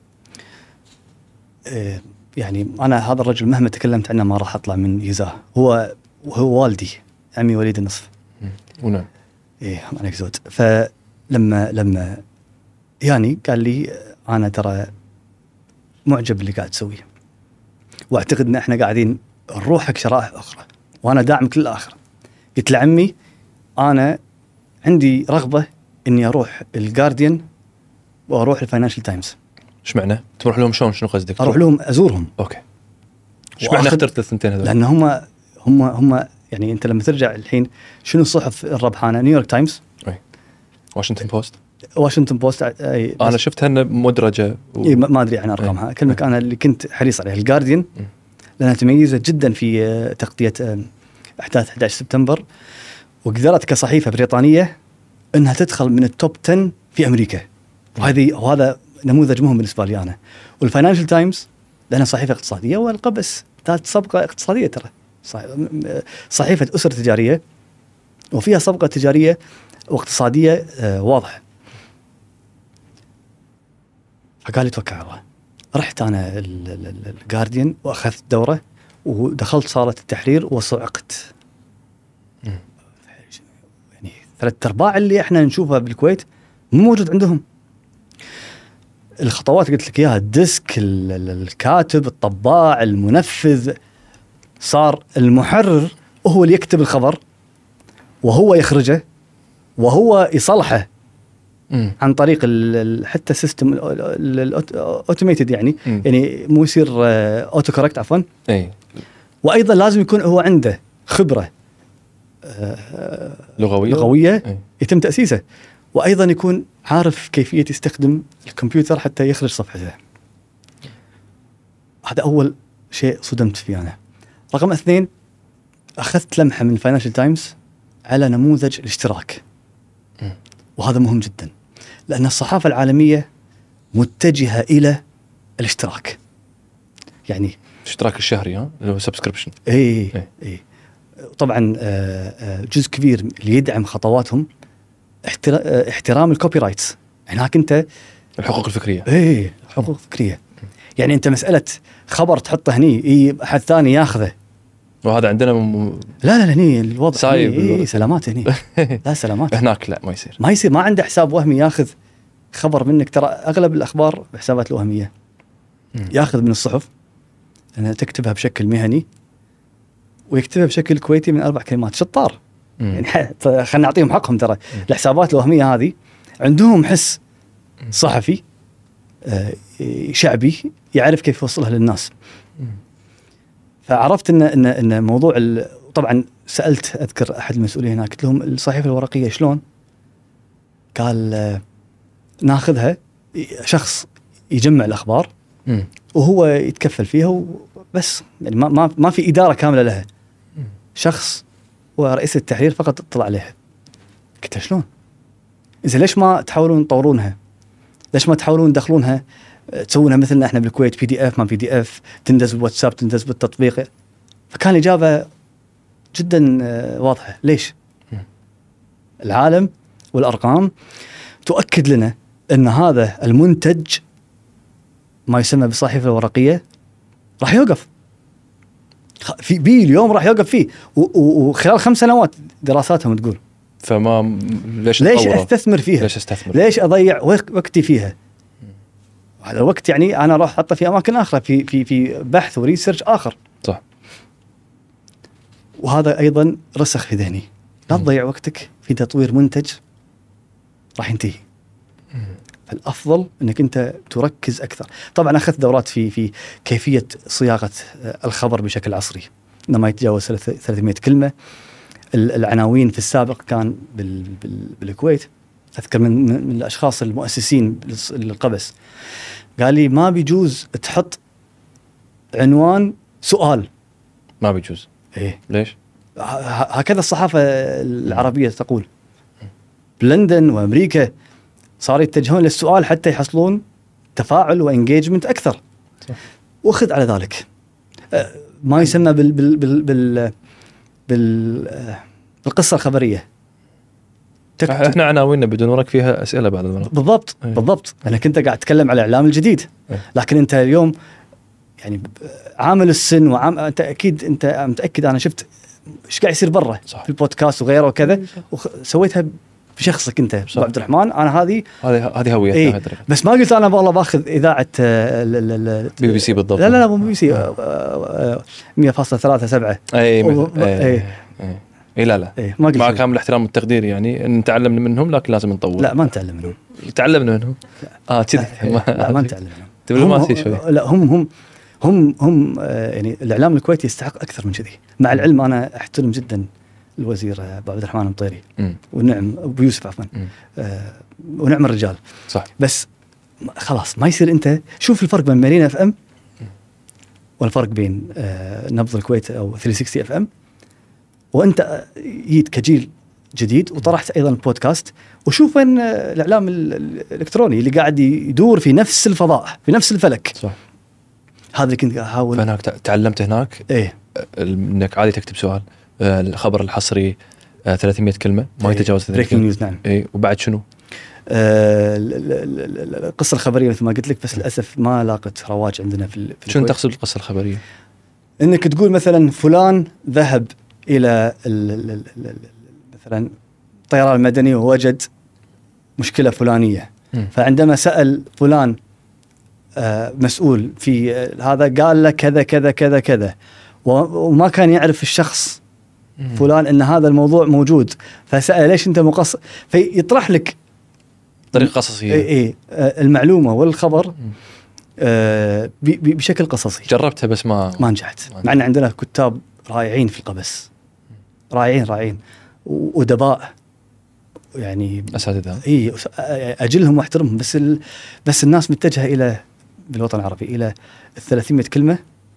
Speaker 2: إيه يعني انا هذا الرجل مهما تكلمت عنه ما راح اطلع من يزاه. هو هو والدي، عمي وليد النصف.
Speaker 1: ونعم.
Speaker 2: ايه عليك زود. فلما لما يعني قال لي انا ترى معجب باللي قاعد تسويه، واعتقد ان احنا قاعدين نروحك شرائح اخرى، وانا داعمك للاخر. قلت له عمي انا عندي رغبه اني اروح الجارديان واروح الفاينانشال تايمز.
Speaker 1: ايش معنى تروح لهم؟ شلون؟ شنو قصدك؟
Speaker 2: اروح لهم ازورهم.
Speaker 1: اوكي. ايش معنى اخترت الثنتين هذول؟
Speaker 2: لان هم هم هم يعني انت لما ترجع الحين شنو الصحف الربحانه؟ نيويورك تايمز،
Speaker 1: اي واشنطن بوست.
Speaker 2: واشنطن بوست اي
Speaker 1: انا شفتها انها مدرجه و...
Speaker 2: اي ما ادري عن ارقامها. اكلمك انا اللي كنت حريص عليها الجارديان، لانها تميزت جدا في تغطيه احداث أحد عشر سبتمبر، وقدرت كصحيفه بريطانيه انها تدخل من التوب عشرة في امريكا، وهذه وهذا نموذج مهم بالنسبه لي انا. والفاينانشال تايمز لانها صحيفه اقتصاديه، والقبس ذات سبقه اقتصاديه، ترى صحيفة أسرة تجارية وفيها سبقة تجارية واقتصادية واضحة. فقال لي توكل على الله. رحت أنا الجارديان وأخذت دورة ودخلت صالة التحرير وصعقت. يعني ثلاث أرباع اللي احنا نشوفها بالكويت مو موجود عندهم. الخطوات قلت لك إياها، الديسك، الكاتب، الطباع، المنفذ. صار المحرر هو اللي يكتب الخبر وهو يخرجه وهو يصلحه
Speaker 1: مم.
Speaker 2: عن طريق ال- ال- حتى سيستم الاوتوميتد يعني
Speaker 1: مم.
Speaker 2: يعني مو يصير اوتو كوركت عفوا.
Speaker 1: اي
Speaker 2: وايضا لازم يكون هو عنده خبره
Speaker 1: لغويه
Speaker 2: لغويه
Speaker 1: أي.
Speaker 2: يتم تاسيسه، وايضا يكون عارف كيفيه يستخدم الكمبيوتر حتى يخرج صفحته. هذا اول شيء صدمت فيه انا. رقم اثنين، اخذت لمحه من فاينانشال تايمز على نموذج الاشتراك،
Speaker 1: مم.
Speaker 2: وهذا مهم جدا لان الصحافه العالميه متجهه الى الاشتراك. يعني
Speaker 1: الاشتراك الشهري ها اللي هو سبسكريبشن.
Speaker 2: اي
Speaker 1: إيه.
Speaker 2: اي طبعا آه، آه، جزء كبير اللي يدعم خطواتهم احترا- آه، احترام الكوبي رايتس. هناك انت
Speaker 1: الحقوق الفكريه.
Speaker 2: ايه حقوق فكريه. يعني انت مساله خبر تحطه هني اي احد ثاني ياخذه،
Speaker 1: وهذا عندنا م...
Speaker 2: لا لا لا هني الوضع
Speaker 1: سايب
Speaker 2: اي
Speaker 1: الوضع.
Speaker 2: سلامات هني لا سلامات
Speaker 1: هناك لا ما يصير.
Speaker 2: ما يصير، ما عنده حساب وهمي ياخذ خبر منك. ترى اغلب الاخبار بحسابات الوهميه
Speaker 1: مم.
Speaker 2: ياخذ من الصحف انها تكتبها بشكل مهني ويكتبها بشكل كويتي من اربع كلمات شطار.
Speaker 1: مم.
Speaker 2: يعني خلينا نعطيهم حقهم، ترى الحسابات الوهميه هذه عندهم حس صحفي آه، شعبي يعرف كيف يوصلها للناس.
Speaker 1: مم.
Speaker 2: فعرفت ان ان ان موضوع ال... طبعا سالت اذكر احد المسؤولين هناك قلت لهم الصحيفه الورقيه شلون؟ قال آه، ناخذها شخص يجمع الاخبار
Speaker 1: مم.
Speaker 2: وهو يتكفل فيها وبس، يعني ما ما ما في اداره كامله لها،
Speaker 1: مم.
Speaker 2: شخص ورئيس التحرير فقط اطلع عليها. قلت شلون؟ إذا ليش ما تحاولون تطورونها؟ ليش ما تحاولون تدخلونها تسوونها مثلنا احنا بالكويت بي دي اف ما بي دي اف تندز بالواتساب تندز بالتطبيق؟ فكان الإجابة جدا آه، واضحة. ليش؟
Speaker 1: م.
Speaker 2: العالم والأرقام تؤكد لنا أن هذا المنتج ما يسمى بالصحيفة الورقية راح يوقف خ- في بي اليوم راح يوقف فيه و- و- وخلال خمس سنوات دراساتهم تقول.
Speaker 1: فما ليش
Speaker 2: ليش
Speaker 1: تطوره؟
Speaker 2: استثمر فيها؟
Speaker 1: ليش استثمر؟
Speaker 2: ليش اضيع وق- وقتي فيها؟ هذا الوقت يعني انا اروح احطه في اماكن اخرى، في في في بحث وريسيرش اخر.
Speaker 1: صح.
Speaker 2: وهذا ايضا رسخ في ذهني، لا
Speaker 1: مم.
Speaker 2: تضيع وقتك في تطوير منتج راح ينتهي.
Speaker 1: مم.
Speaker 2: فالافضل انك انت تركز اكثر. طبعا اخذت دورات في في كيفيه صياغه آه، الخبر بشكل عصري، انه ما يتجاوز ثلاثمئة كلمه. ال- العناوين في السابق كان بال بال بالكويت، اذكر من, من من الاشخاص المؤسسين للص- للقبس قال لي ما بيجوز تحط عنوان سؤال.
Speaker 1: ما بيجوز.
Speaker 2: ايه
Speaker 1: ليش؟
Speaker 2: ه- ه- هكذا الصحافه العربيه تقول. بلندن وامريكا صاروا يتجهون للسؤال حتى يحصلون تفاعل وانجيجمنت اكثر.
Speaker 1: صح.
Speaker 2: واخذ على ذلك آه، ما يسمى بال بال بال بال, بال آه، بالقصه الخبريه. تكتب-
Speaker 1: احنا عناويننا بدون ورق فيها اسئله بعد المرات.
Speaker 2: بالضبط
Speaker 1: أيه.
Speaker 2: بالضبط انك انت قاعد تتكلم على الاعلام الجديد.
Speaker 1: أيه.
Speaker 2: لكن انت اليوم يعني ب- عامل السن وعام انت اكيد انت متاكد انا شفت ايش قاعد يصير برا
Speaker 1: صح.
Speaker 2: في البودكاست وغيره وكذا وسويتها بشخصك انت
Speaker 1: صح.
Speaker 2: ابو عبد الرحمن. انا هذه
Speaker 1: هذه هذه هويتنا.
Speaker 2: اي
Speaker 1: هذه
Speaker 2: بس ما قلت انا والله باخذ اذاعه آه، ال- ال- ال-
Speaker 1: بي بي سي بالضبط.
Speaker 2: لا لا لا مو بي بي سي آه، آه، مية فاصلة ثلاثة سبعة.
Speaker 1: اي
Speaker 2: و-
Speaker 1: مثل- اي
Speaker 2: إيه.
Speaker 1: اي اي لا لا
Speaker 2: ايه ما قلت
Speaker 1: مع
Speaker 2: شيء.
Speaker 1: كامل الاحترام والتقدير يعني ان تعلمنا منهم لكن لازم نطور.
Speaker 2: لا ما نتعلم منهم.
Speaker 1: تعلمنا منهم. اه كذي.
Speaker 2: لا ما نتعلم منهم.
Speaker 1: دبلوماسي
Speaker 2: هم-
Speaker 1: شوي.
Speaker 2: لا هم هم هم هم آه، يعني الاعلام الكويتي يستحق اكثر من كذي. مع العلم انا احترم جدا الوزير آه، ابو عبد الرحمن المطيري
Speaker 1: مم.
Speaker 2: ونعم ابو يوسف عفوا
Speaker 1: مم.
Speaker 2: آه، ونعم الرجال.
Speaker 1: صح.
Speaker 2: بس م- خلاص ما يصير انت شوف الفرق بين مارينا اف ام والفرق بين آه، نبض الكويت او ثلاثمئة وستين اف ام، وانت آه، جيت كجيل جديد وطرحت ايضا البودكاست، وشوف وين آه، الاعلام ال- ال- الالكتروني اللي قاعد يدور في نفس الفضاء في نفس الفلك.
Speaker 1: صح.
Speaker 2: هذا اللي كنت احاول.
Speaker 1: فهناك تع- تعلمت هناك
Speaker 2: ايه
Speaker 1: انك عادي تكتب سؤال آه، الخبر الحصري آه، ثلاثمئة كلمه ما
Speaker 2: إيه.
Speaker 1: يتجاوز ثلاثمئة
Speaker 2: بريكنج
Speaker 1: كلمه.
Speaker 2: نيوز نعم.
Speaker 1: اي وبعد شنو؟
Speaker 2: آه، ال- ال- ال- ال- القصه الخبريه مثل ما قلت لك، بس للاسف ما لاقت رواج عندنا في ال- في
Speaker 1: شنو
Speaker 2: الكويت.
Speaker 1: تقصد القصه الخبريه؟
Speaker 2: انك تقول مثلا فلان ذهب الى ال ال ال ال ال مثلا الطيران المدني ووجد مشكله فلانيه،
Speaker 1: مم.
Speaker 2: فعندما سال فلان آه، مسؤول في آه، هذا قال له كذا كذا كذا كذا، و- وما كان يعرف الشخص فلان ان هذا الموضوع موجود، فسال ليش انت مقصر، فيطرح لك
Speaker 1: طريقة قصصية.
Speaker 2: اي اي المعلومه والخبر آه بشكل قصصي.
Speaker 1: جربتها بس ما
Speaker 2: ما نجحت، مع ان عندنا كتاب رائعين في القبس، رائعين رائعين وادباء يعني
Speaker 1: اساتذه،
Speaker 2: اي اجلهم واحترمهم، بس ال... بس الناس متجهه الى بالوطن العربي الى ثلاثمية كلمه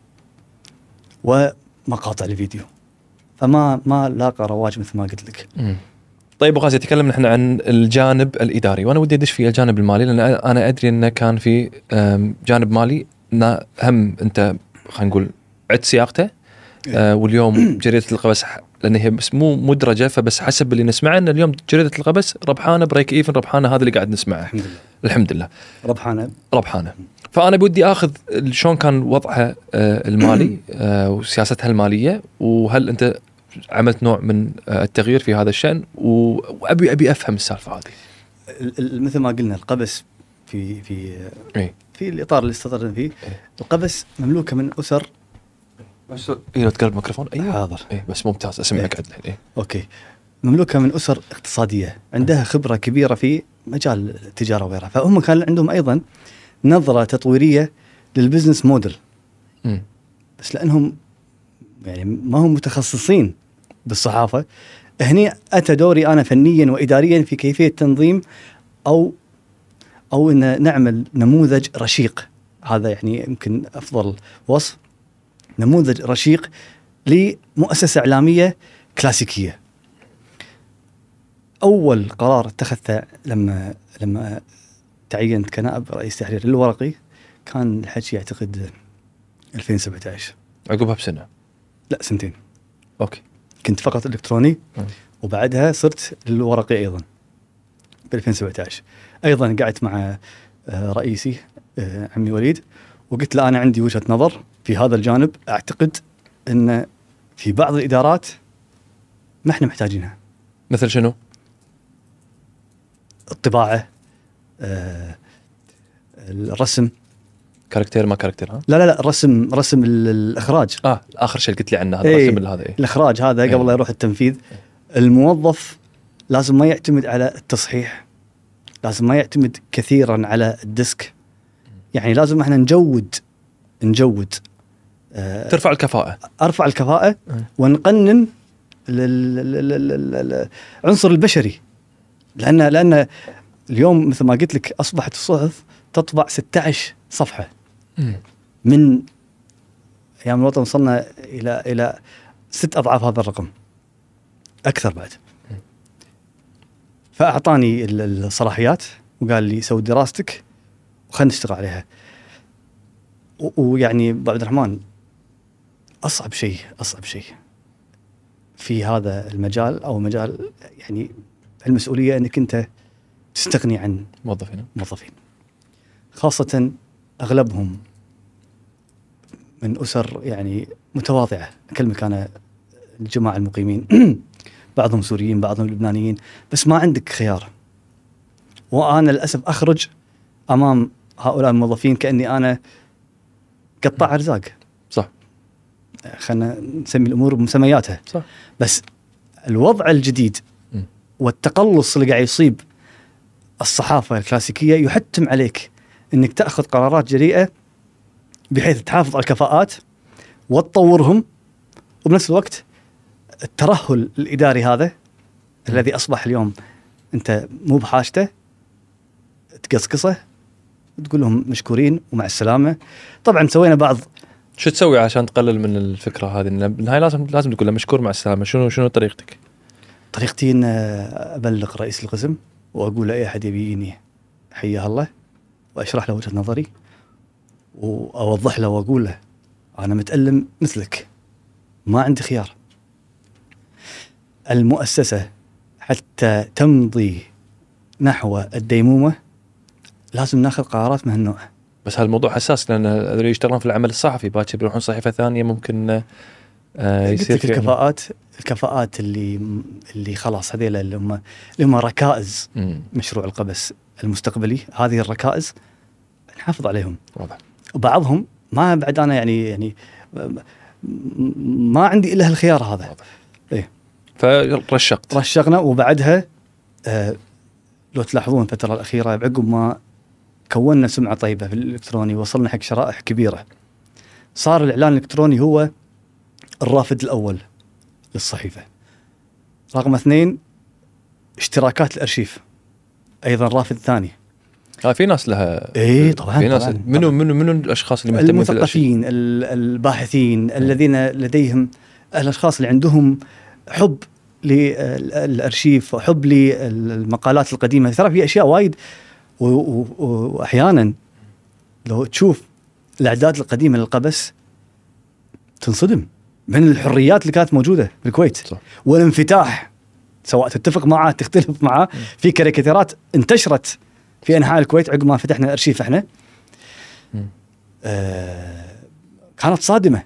Speaker 2: ومقاطع الفيديو، فما ما لاقى رواج مثل ما قلت لك.
Speaker 1: م. طيب غازي، تكلمنا احنا عن الجانب الاداري، وانا ودي ادش في الجانب المالي، لان انا ادري انه كان في جانب مالي هم انت خلينا نقول عد سياقته. آه واليوم جريدة القبس لأن هي بس مو مدرجة، فبس حسب اللي نسمعه أن اليوم جريدة القبس ربحانة بريك إيفن، ربحانة، هذا اللي قاعد نسمعه.
Speaker 2: الحمد لله
Speaker 1: الحمد لله
Speaker 2: ربحانة
Speaker 1: ربحانة. فأنا بودي أخذ شلون كان وضعها آه المالي آه وسياستها المالية، وهل أنت عملت نوع من آه التغيير في هذا الشأن، وأبي أبي أفهم السالفة هذه.
Speaker 2: مثل ما قلنا القبس في في
Speaker 1: إيه؟
Speaker 2: في الإطار اللي استطرنا فيه.
Speaker 1: إيه؟
Speaker 2: القبس مملوكة من أسر.
Speaker 1: بس إيه لو تقرب الميكروفون.
Speaker 2: أيوة حاضر.
Speaker 1: إيه بس ممتاز أسمعك عدل. إيه؟
Speaker 2: أوكي. مملوكة من أسر اقتصادية عندها خبرة كبيرة في مجال التجارة وغيرها، فهم كان عندهم أيضا نظرة تطويرية للبزنس موديل.
Speaker 1: م.
Speaker 2: بس لأنهم يعني ما هم متخصصين بالصحافة، هني أتى دوري أنا فنيا وإداريا في كيفية تنظيم أو أو إن نعمل نموذج رشيق. هذا يعني يمكن أفضل وصف، نموذج رشيق لمؤسسة إعلامية كلاسيكية. أول قرار اتخذته لما لما تعينت كنائب رئيس تحرير للورقي كان الحكي أعتقد ألفين وسبعة عشر،
Speaker 1: عقبها بسنة.
Speaker 2: لا سنتين.
Speaker 1: أوكي.
Speaker 2: كنت فقط إلكتروني
Speaker 1: م.
Speaker 2: وبعدها صرت للورقي أيضا ب ألفين وسبعة عشر. أيضا قعدت مع رئيسي عمي وليد وقلت له أنا عندي وجهة نظر في هذا الجانب، أعتقد أن في بعض الإدارات ما إحنا محتاجينها.
Speaker 1: مثل شنو؟
Speaker 2: الطباعة، آه، الرسم.
Speaker 1: كاركتير ما كاركتير ها؟
Speaker 2: لا لا لا رسم رسم الإخراج.
Speaker 1: آه آخر شيء قلت لي عنه هذا
Speaker 2: ايه
Speaker 1: الرسم هذا. إيه؟
Speaker 2: الإخراج هذا قبل لا
Speaker 1: ايه.
Speaker 2: يروح التنفيذ. الموظف لازم ما يعتمد على التصحيح، لازم ما يعتمد كثيرا على الديسك، يعني لازم احنا نجود نجود
Speaker 1: آه ترفع الكفاءة،
Speaker 2: أرفع الكفاءة ونقنن العنصر البشري. لأن لأن اليوم مثل ما قلت لك أصبحت الصحف تطبع ستة عشر صفحة
Speaker 1: م.
Speaker 2: من أيام الوطن، وصلنا إلى إلى ست أضعاف هذا الرقم، أكثر بعد. فأعطاني الصلاحيات وقال لي سوي دراستك وخلنا نشتغل عليها. ويعني أبو عبد الرحمن أصعب شيء أصعب شيء في هذا المجال أو مجال يعني المسؤولية أنك أنت تستغني عن
Speaker 1: موظفين
Speaker 2: موظفين خاصة أغلبهم من أسر يعني متواضعة. أكلمك أنا الجماعة المقيمين بعضهم سوريين بعضهم لبنانيين، بس ما عندك خيار. وأنا للأسف أخرج أمام هؤلاء الموظفين كأني أنا قطاع أرزاق.
Speaker 1: صح،
Speaker 2: خلنا نسمي الأمور بمسمياتها.
Speaker 1: صح.
Speaker 2: بس الوضع الجديد
Speaker 1: م.
Speaker 2: والتقلص اللي قاعد يصيب الصحافة الكلاسيكية يحتم عليك أنك تأخذ قرارات جريئة بحيث تحافظ على الكفاءات وتطورهم، وبنفس الوقت الترهل الإداري هذا الذي أصبح اليوم أنت مو بحاجته تقصقصه تقول لهم مشكورين ومع السلامة. طبعا سوينا بعض.
Speaker 1: شو تسوي عشان تقلل من الفكرة هذه؟ بالنهاية لازم لازم تقول له مشكور مع السلامة. شنو شنو طريقتك؟
Speaker 2: طريقتي أن أبلغ رئيس القسم وأقول لأي أحد يبيني حياه الله، وأشرح له وجهة نظري وأوضح له وأقول له أنا متألم مثلك، ما عندي خيار. المؤسسة حتى تمضي نحو الديمومة لازم ناخذ قرارات من هالنوع.
Speaker 1: بس هالموضوع حساس، لأن اللي يشتغلون في العمل الصحفي باكر بيروحون صحيفة ثانية ممكن آه يصير في
Speaker 2: الكفاءات الكفاءات اللي اللي خلاص هذيلا اللي هم اللي هم ركائز
Speaker 1: مم.
Speaker 2: مشروع القبس المستقبلي. هذه الركائز نحافظ عليهم.
Speaker 1: واضح.
Speaker 2: وبعضهم ما بعد أنا يعني يعني ما عندي إلا الخيار هذا.
Speaker 1: واضح.
Speaker 2: إيه.
Speaker 1: فرشقت
Speaker 2: رشقنا وبعدها آه لو تلاحظون الفترة الأخيرة بعقب ما كوننا سمعة طيبة في الإلكتروني وصلنا حق شرائح كبيرة، صار الإعلان الإلكتروني هو الرافد الأول للصحيفة. رقم اثنين اشتراكات الأرشيف أيضا رافد ثاني.
Speaker 1: آه في ناس لها
Speaker 2: إيه طبعا
Speaker 1: في ناس
Speaker 2: طبعاً
Speaker 1: منو منو منو الاشخاص اللي مهتمين في الأرشيف؟
Speaker 2: المثقفين الباحثين الذين لديهم الأشخاص اللي عندهم حب للأرشيف وحب للمقالات القديمة. ترى في أشياء وايد وأحيانا لو تشوف الأعداد القديمة للقبس تنصدم من الحريات اللي كانت موجودة في الكويت. صح. والانفتاح سواء تتفق معه تختلف معه في كاريكاتيرات انتشرت في أنحاء الكويت عقب ما فتحنا الأرشيف احنا. آه كانت صادمة،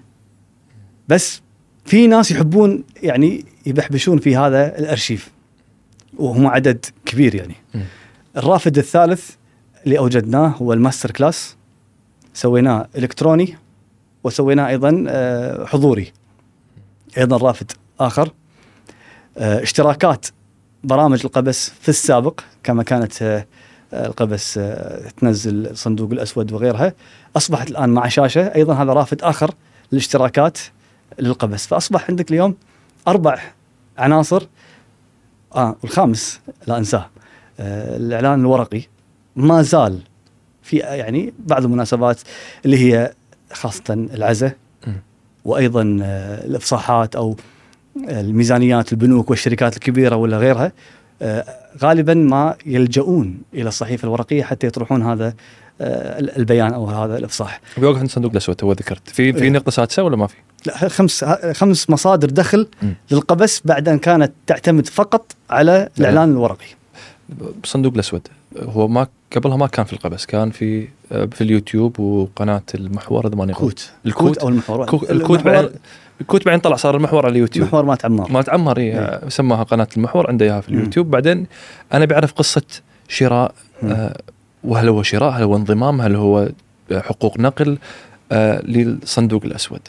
Speaker 2: بس في ناس يحبون يعني يبحبشون في هذا الأرشيف وهم عدد كبير يعني. م. الرافد الثالث اللي أوجدناه هو الماستر كلاس، سويناه إلكتروني وسويناه أيضا آه حضوري، أيضا رافد آخر. آه اشتراكات برامج القبس في السابق كما كانت آه القبس آه تنزل الصندوق الأسود وغيرها، أصبحت الآن مع شاشة أيضا هذا رافد آخر للاشتراكات للقبس. فأصبح عندك اليوم أربع عناصر. آه والخامس لا أنساه آه الإعلان الورقي ما زال في يعني بعض المناسبات اللي هي خاصة العزة وأيضا آه الإفصاحات أو الميزانيات البنوك والشركات الكبيرة ولا غيرها. آه غالبا ما يلجؤون إلى الصحيفة الورقية حتى يطرحون هذا آه البيان أو هذا الإفصاح.
Speaker 1: بيوقف عند صندوق الأسود هو ذكرت في في نقطة سادسة ولا ما في؟
Speaker 2: لا خمس خمس مصادر دخل م. للقبس بعد أن كانت تعتمد فقط على الإعلان الورقي.
Speaker 1: صندوق الأسود هو ما قبلها ما كان في القبس، كان في في اليوتيوب وقناة المحور إذا ماني غلط.
Speaker 2: الكوت الكوت أو المحور.
Speaker 1: الكوت الكوت بعدين الكوت بعدين طلع صار المحور على اليوتيوب.
Speaker 2: المحور ما تعمر
Speaker 1: ما تعمر إيه سماها قناة المحور عنده إياها في اليوتيوب. م. بعدين أنا بعرف قصة شراء آه وهل هو شراء هل هو انضمام هل هو حقوق نقل آه للصندوق الأسود.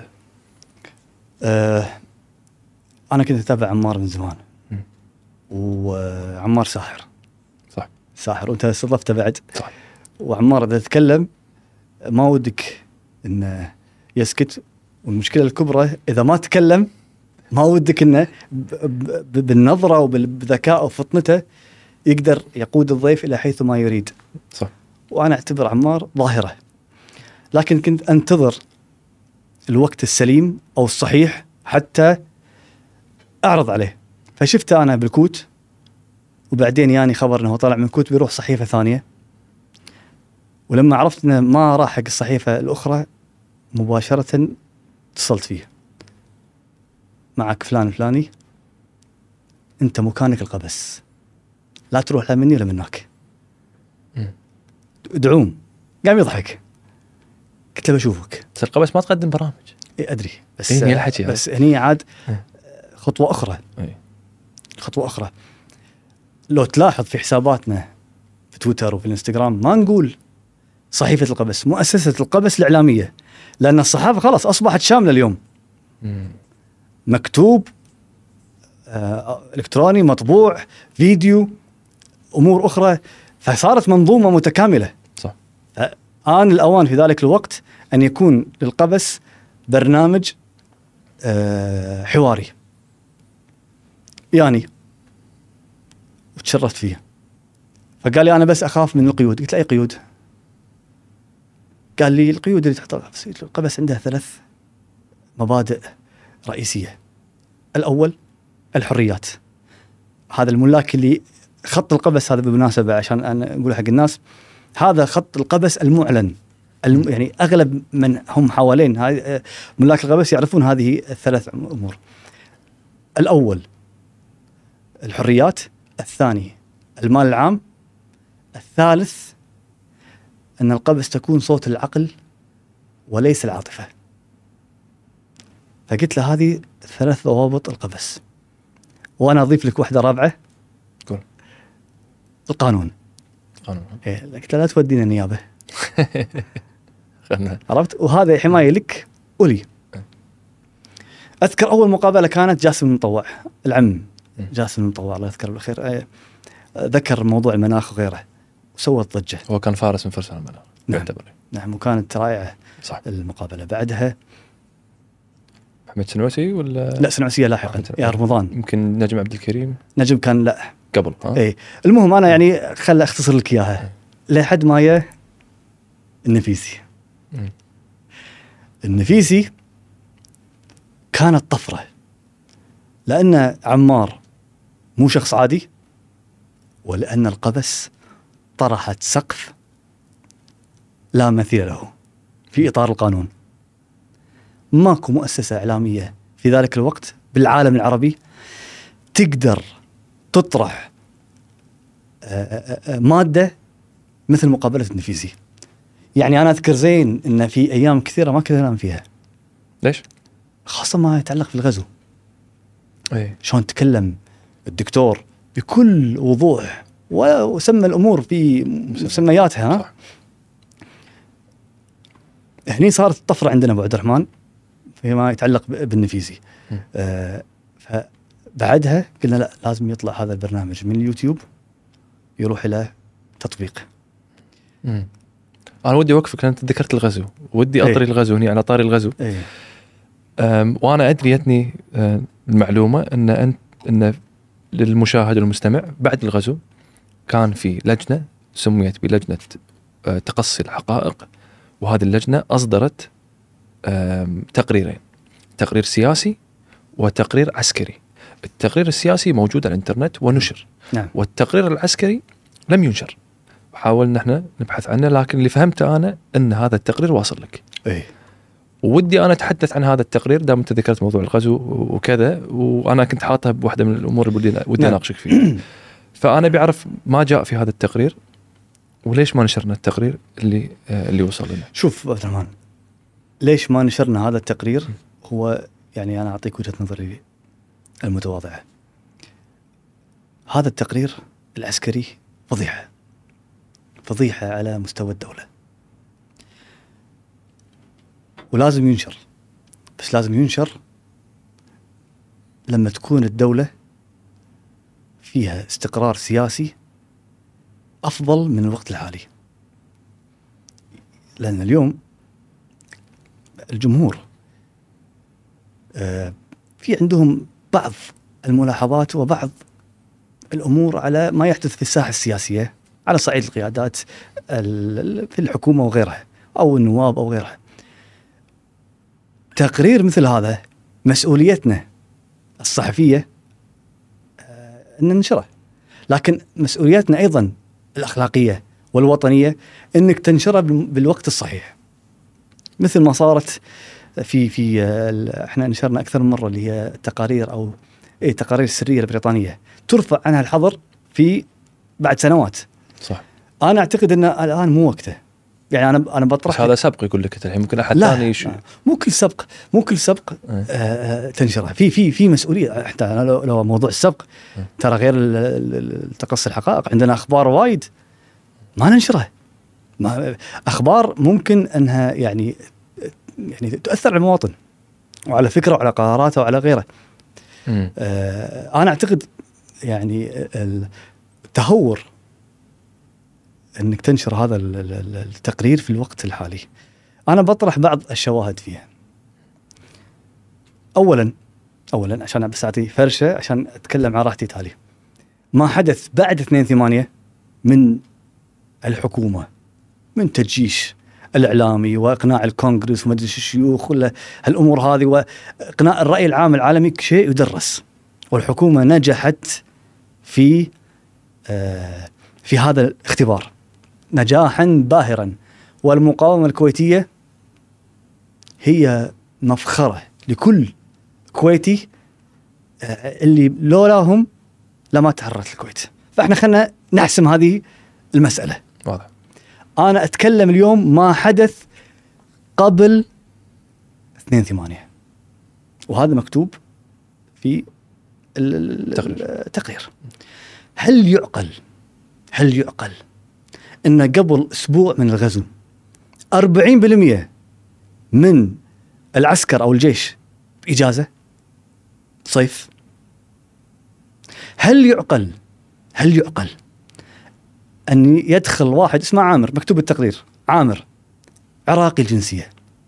Speaker 2: آه أنا كنت أتابع عمار من زمان م. وعمار ساحر
Speaker 1: صح
Speaker 2: ساحر وأنت استضفته بعد
Speaker 1: صح.
Speaker 2: وعمار إذا تتكلم ما ودك إنه يسكت، والمشكلة الكبرى إذا ما تكلم ما ودك إنه بالنظرة وبالذكاء وفطنته يقدر يقود الضيف إلى حيث ما يريد.
Speaker 1: صح.
Speaker 2: وأنا أعتبر عمار ظاهرة، لكن كنت أنتظر الوقت السليم أو الصحيح حتى أعرض عليه. فشفته أنا بالكوت، وبعدين يعني خبر أنه طلع من كوت بيروح صحيفة ثانية، ولما عرفت أنه ما راح حق الصحيفة الأخرى مباشرة اتصلت فيه، معك فلان الفلاني أنت مكانك القبس، لا تروح لا مني ولا منك. دعوم قام يضحك، قلت له بشوفك.
Speaker 1: بس القبس ما تقدم برامج.
Speaker 2: إيه أدري، بس
Speaker 1: إيه الحكي
Speaker 2: بس هني عاد خطوة أخرى. إيه. خطوة أخرى. لو تلاحظ في حساباتنا في تويتر وفي الانستغرام ما نقول صحيفة القبس، مؤسسة القبس الإعلامية، لأن الصحافة خلاص أصبحت شاملة اليوم. مم. مكتوب آه، إلكتروني مطبوع فيديو أمور أخرى، فصارت منظومة متكاملة.
Speaker 1: صح.
Speaker 2: آن الأوان في ذلك الوقت أن يكون للقبس برنامج آه حواري يعني، وتشرفت فيه. فقال لي أنا بس أخاف من القيود. قلت له أي قيود؟ قال لي القيود اللي تحط القبس. القبس عنده ثلاث مبادئ رئيسية. الأول الحريات، هذا الملاك اللي خط القبس هذا بالمناسبة عشان أنا أقول حق الناس، هذا خط القبس المعلن الم... يعني أغلب من هم حوالين هاي ملاك القبس يعرفون هذه الثلاث أمور. الأول الحريات، الثاني المال العام، الثالث أن القبس تكون صوت العقل وليس العاطفة. فقلت له هذه ثلاث ضوابط القبس، وأنا أضيف لك واحدة رابعة.
Speaker 1: قول.
Speaker 2: القانون.
Speaker 1: قانون.
Speaker 2: إيه، قلت له لا تودينا النيابة. عرفت؟ وهذا حماية لك ولي. أذكر أول مقابلة كانت جاسم المطوع، العم جاسم المطوع الله يذكره بالخير. ذكر موضوع المناخ وغيره وسوت ضجة.
Speaker 1: هو كان فارس من فرسان المناخ.
Speaker 2: نعم. نعم وكانت رائعة.
Speaker 1: صح.
Speaker 2: المقابلة بعدها
Speaker 1: أحمد سنوسي ولا
Speaker 2: لا سنوسية لاحقا يا رمضان.
Speaker 1: يمكن نجم عبد الكريم.
Speaker 2: نجم كان لا
Speaker 1: قبل. ها؟
Speaker 2: اي المهم أنا يعني خل أختصر لك إياها لحد ما يه النفيسي.
Speaker 1: م.
Speaker 2: النفيسي كانت طفرة لأن عمار مو شخص عادي ولأن القبس طرحت سقف لا مثيل له في إطار القانون. ماكو مؤسسة إعلامية في ذلك الوقت بالعالم العربي تقدر تطرح مادة مثل مقابلة النفيسي. يعني أنا أذكر زين إن في أيام كثيرة ما كنت أنام فيها.
Speaker 1: ليش؟
Speaker 2: خاصة ما يتعلق في الغزو.
Speaker 1: أي.
Speaker 2: شلون تكلم الدكتور بكل وضوح وسمى الأمور في مسمياتها.
Speaker 1: صح.
Speaker 2: هني صارت الطفرة عندنا أبو عبد الرحمن فيما يتعلق بالنفيسي. آه فبعدها قلنا لا لازم يطلع هذا البرنامج من اليوتيوب يروح إلى تطبيق.
Speaker 1: مم. أنا ودي أوقفك لأن ذكرت الغزو ودي أطري
Speaker 2: أي.
Speaker 1: الغزو هني على طاري الغزو.
Speaker 2: أي.
Speaker 1: وأنا أدري يتني المعلومة أن أنت أن للمشاهد والمستمع بعد الغزو كان في لجنة سميت بلجنة تقصي الحقائق وهذه اللجنة أصدرت تقريرين تقرير سياسي وتقرير عسكري. التقرير السياسي موجود على الانترنت ونشر.
Speaker 2: نعم.
Speaker 1: والتقرير العسكري لم ينشر وحاولنا احنا نبحث عنه لكن اللي فهمته أنا أن هذا التقرير واصل لك.
Speaker 2: أي.
Speaker 1: ودي أنا أتحدث عن هذا التقرير دام أنت ذكرت موضوع الغزو وكذا وأنا كنت حاطها بواحدة من الأمور اللي ودي أناقشك فيها. فأنا بعرف ما جاء في هذا التقرير وليش ما نشرنا التقرير اللي اللي وصل لنا.
Speaker 2: شوف عبد الرحمن ليش ما نشرنا هذا التقرير هو يعني أنا أعطيك وجهة نظري المتواضعة. هذا التقرير العسكري فضيحة فضيحة على مستوى الدولة ولازم ينشر بس لازم ينشر لما تكون الدولة فيها استقرار سياسي أفضل من الوقت الحالي. لأن اليوم الجمهور آه في عندهم بعض الملاحظات وبعض الأمور على ما يحدث في الساحة السياسية على صعيد القيادات في الحكومة وغيرها أو النواب أو غيرها. تقرير مثل هذا مسؤوليتنا الصحفية آه أن ننشره لكن مسؤوليتنا أيضا الأخلاقية والوطنية أنك تنشره بالوقت الصحيح مثل ما صارت في في احنا نشرنا أكثر من مرة اللي هي التقارير أو ايه تقارير السرية البريطانية ترفع عنها الحظر في بعد سنوات.
Speaker 1: صح.
Speaker 2: أنا أعتقد أن الآن مو وقته. يعني أنا أنا بطرح
Speaker 1: هذا سبق يقول لك الحين ممكن أحد ثاني يش...
Speaker 2: مو كل سبق مو كل سبق آه تنشرها في في في مسؤولية. حتى أنا لو, لو موضوع السبق اه. ترى غير التقصي الحقائق عندنا أخبار وايد ما ننشرها. ما أخبار ممكن أنها يعني يعني تؤثر على المواطن وعلى فكره وعلى قراراته وعلى غيره. آه انا اعتقد يعني التهور انك تنشر هذا التقرير في الوقت الحالي. انا بطرح بعض الشواهد فيها. اولا اولا عشان بس اعطي فرشه عشان اتكلم عن راحتي تالي. ما حدث بعد اثنين ثمانية من الحكومه من تجيش الإعلامي وإقناع الكونغرس ومجلس الشيوخ ولا هالأمور هذه وإقناع الرأي العام العالمي شيء يدرس والحكومة نجحت في آه في هذا الاختبار نجاحا باهرا. والمقاومة الكويتية هي مفخرة لكل كويتي آه اللي لولاهم لما تحررت الكويت. فإحنا خلنا نحسم هذه المسألة.
Speaker 1: واضح.
Speaker 2: أنا أتكلم اليوم ما حدث قبل اثنين ثمانية وهذا مكتوب في التقرير. هل يعقل هل يعقل إن قبل أسبوع من الغزو أربعين بالمئة من العسكر أو الجيش بإجازة صيف؟ هل يعقل هل يعقل أن يدخل واحد اسمه عامر، مكتوب التقرير عامر، عراقي الجنسية،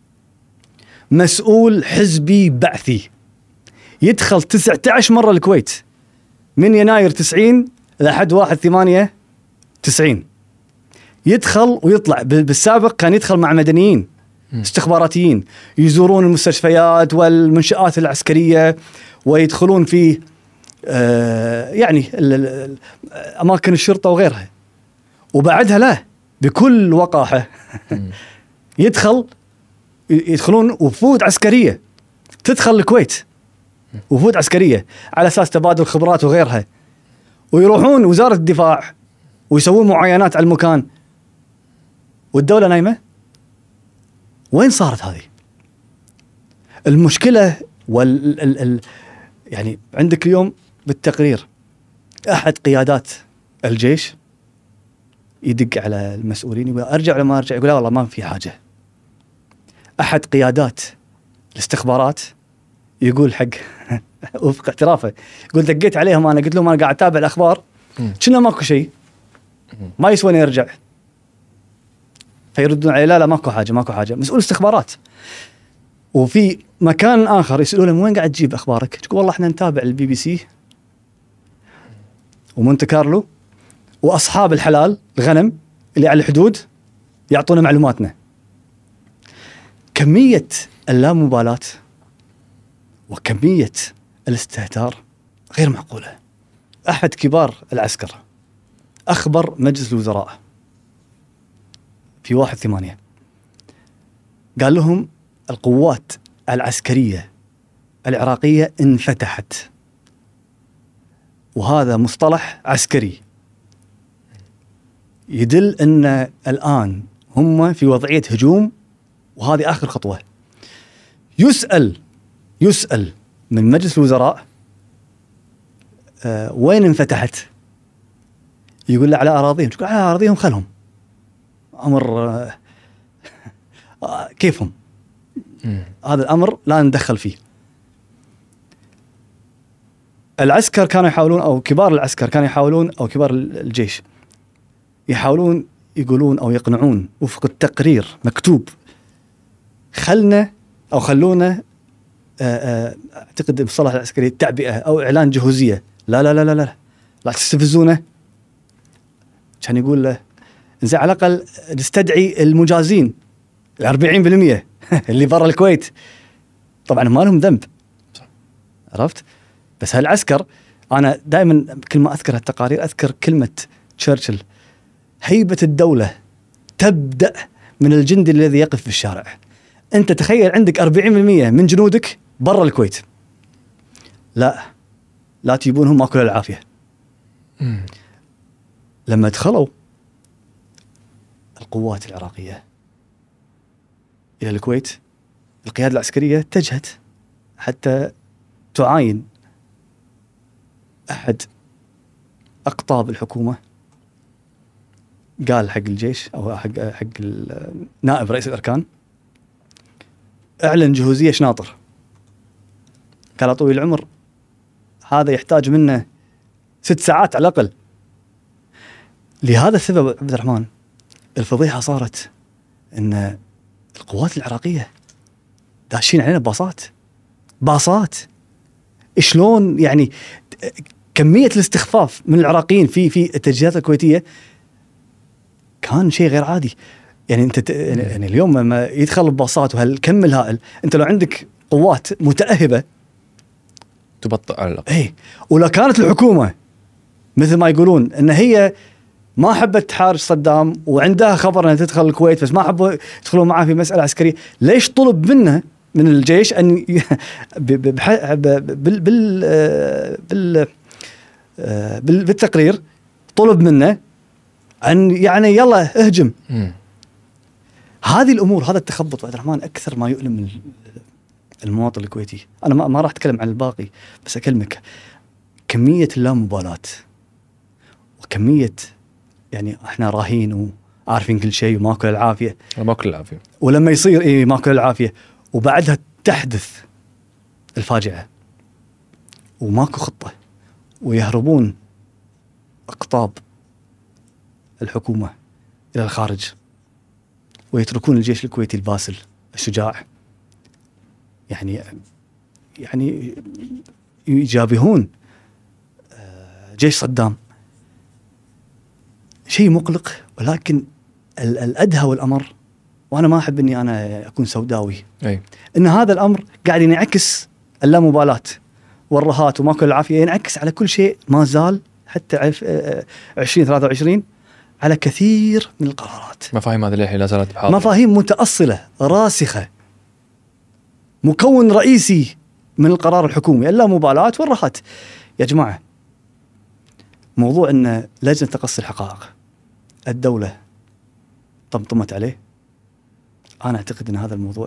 Speaker 2: مسؤول حزبي بعثي، يدخل تسعة عشر مرة الكويت من يناير تسعين لحد واحد ثمانية تسعين، يدخل ويطلع. بالسابق كان يدخل مع مدنيين استخباراتيين يزورون المستشفيات والمنشآت العسكرية ويدخلون في آه يعني أماكن الشرطة وغيرها، وبعدها لا بكل وقاحة يدخل يدخلون وفود عسكرية تدخل الكويت، وفود عسكرية على أساس تبادل خبرات وغيرها، ويروحون وزارة الدفاع ويسوون معاينات على المكان والدولة نايمة. وين صارت هذه المشكلة؟ وال ال ال يعني عندك اليوم بالتقرير أحد قيادات الجيش يدق على المسؤولين يقول أرجع ولا ما أرجع، يقول لا والله ما في حاجة. أحد قيادات الاستخبارات يقول حق وفق اعترافه، يقول دقيت عليهم أنا قلت لهم أنا قاعد أتابع الأخبار كنا ماكو شيء ما يسوى يرجع، فيردون عليه لا لا ماكو حاجة ماكو حاجة. مسؤول استخبارات. وفي مكان آخر يسألونه وين قاعد تجيب أخبارك؟ تقول والله إحنا نتابع البي بي سي ومونte كارلو وأصحاب الحلال الغنم اللي على الحدود يعطونا معلوماتنا. كمية اللامبالاة وكمية الاستهتار غير معقولة. أحد كبار العسكر أخبر مجلس الوزراء في واحد ثمانية، قال لهم القوات العسكرية العراقية انفتحت، وهذا مصطلح عسكري يدل أن الآن هم في وضعية هجوم، وهذه آخر خطوة. يسأل يسأل من مجلس الوزراء أه وين انفتحت؟ يقول له على أراضيهم. تقول على أراضيهم خلهم أمر أه كيفهم، هذا الأمر لا ندخل فيه. العسكر كانوا يحاولون، أو كبار العسكر كانوا يحاولون، أو كبار الجيش يحاولون يقولون أو يقنعون وفق التقرير مكتوب خلنا أو خلونا أعتقد بصلاح العسكري التعبئة أو إعلان جهوزية. لا لا لا لا لا لا تستفزونه. كان يقول له إنزين على الأقل نستدعي المجازين الأربعين بالمية اللي برا الكويت. طبعا ما لهم ذنب، عرفت؟ بس هالعسكر أنا دائما كل ما أذكر هالتقارير أذكر كلمة تشرشل: هيبة الدولة تبدأ من الجندي الذي يقف في الشارع. أنت تخيل عندك أربعين بالمية من جنودك برا الكويت، لا لا تجيبونهم ما كل العافية.
Speaker 1: مم.
Speaker 2: لما دخلوا القوات العراقية إلى الكويت، القيادة العسكرية اتجهت حتى تعاين أحد أقطاب الحكومة، قال حق الجيش أو حق حق نائب رئيس الأركان اعلن جهوزية شناطر. قال طويل العمر هذا يحتاج منه ست ساعات على الأقل. لهذا السبب عبد الرحمن الفضيحة صارت إن القوات العراقية داشين علينا باصات باصات. شلون يعني كمية الاستخفاف من العراقيين في في التجهيزات الكويتية كان شيء غير عادي. يعني انت يعني اليوم لما يدخل الباصات وهالكم الهائل، انت لو عندك قوات متأهبة
Speaker 1: تبطئ على الأقل.
Speaker 2: ايه، ولو كانت الحكومة مثل ما يقولون ان هي ما حبت تحارش صدام وعندها خبر انها تدخل الكويت بس ما حبوا يدخلون معها في مسألة عسكرية، ليش طلب منه من الجيش ان بال بال بال بالتقرير طلب منه ان يعني يلا اهجم.
Speaker 1: م.
Speaker 2: هذه الامور، هذا التخبط عبد الرحمن اكثر ما يؤلم المواطن الكويتي. انا ما, ما راح اتكلم عن الباقي، بس اكلمك كميه اللامبالاه وكميه يعني احنا راهين وعارفين كل شيء وماكل العافيه
Speaker 1: ماكل العافيه،
Speaker 2: ولما يصير ايه ماكل العافيه وبعدها تحدث الفاجعه وماكو خطه ويهربون أقطاب الحكومة إلى الخارج ويتركون الجيش الكويتي الباسل الشجاع يعني يعني يجابهون جيش صدام. شيء مقلق، ولكن الأدهى والأمر، وأنا ما أحب أني أنا أكون سوداوي،
Speaker 1: أي.
Speaker 2: إن هذا الأمر قاعد ينعكس اللامبالاة والرهات وما كل العافية، ينعكس على كل شيء ما زال حتى عشرين ثلاثة وعشرين على كثير من القرارات.
Speaker 1: مفاهيم هذه اللي لا زالت بحاضرة،
Speaker 2: مفاهيم متأصلة راسخة، مكون رئيسي من القرار الحكومي اللامبالاة والرهات. يا جماعة، موضوع أن لجنة تقصي الحقائق الدولة طمطمت عليه، أنا أعتقد أن هذا الموضوع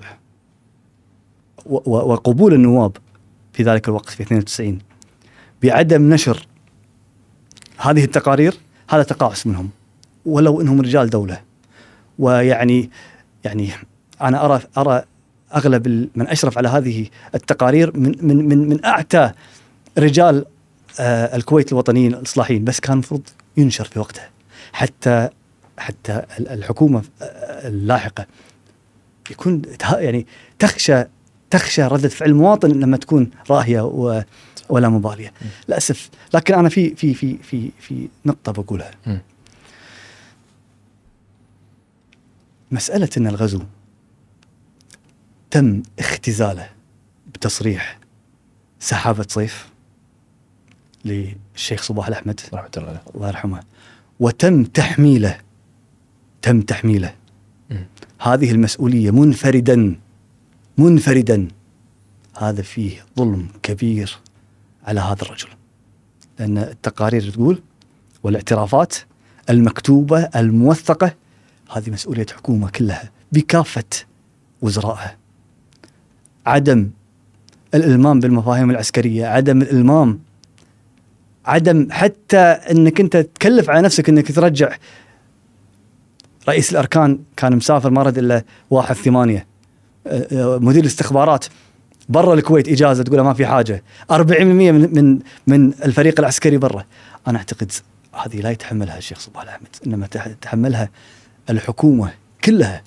Speaker 2: وقبول النواب في ذلك الوقت في اثنين وتسعين بعدم نشر هذه التقارير، هذا تقاعس منهم ولو أنهم رجال دولة. ويعني يعني أنا أرى أرى أغلب من أشرف على هذه التقارير من من من, من أعتى رجال آه الكويت الوطنيين الإصلاحيين، بس كان المفروض ينشر في وقتها حتى حتى الحكومة اللاحقة يكون يعني تخشى تخشى ردة فعل المواطن لما تكون راهية ولا مبالية. للأسف. لكن أنا في في في في في نقطة بقولها، م. مسألة أن الغزو تم اختزاله بتصريح سحابة صيف للشيخ صباح الأحمد
Speaker 1: رحمة الله
Speaker 2: الله يرحمه، وتم تحميله تم تحميله م. هذه المسؤولية منفردا منفردا هذا فيه ظلم كبير على هذا الرجل، لأن التقارير تقول والاعترافات المكتوبة الموثقة هذه مسؤولية حكومة كلها بكافة وزرائها. عدم الإلمام بالمفاهيم العسكرية، عدم الإلمام، عدم حتى أنك أنت تكلف على نفسك أنك ترجع رئيس الأركان كان مسافر ما رد إلا واحد ثمانية، مدير الاستخبارات برا الكويت إجازة تقول ما في حاجة، أربعين بالمئة من من من الفريق العسكري برا. أنا أعتقد هذه لا يتحملها الشيخ صباح الأحمد، إنما تتحملها الحكومة كلها.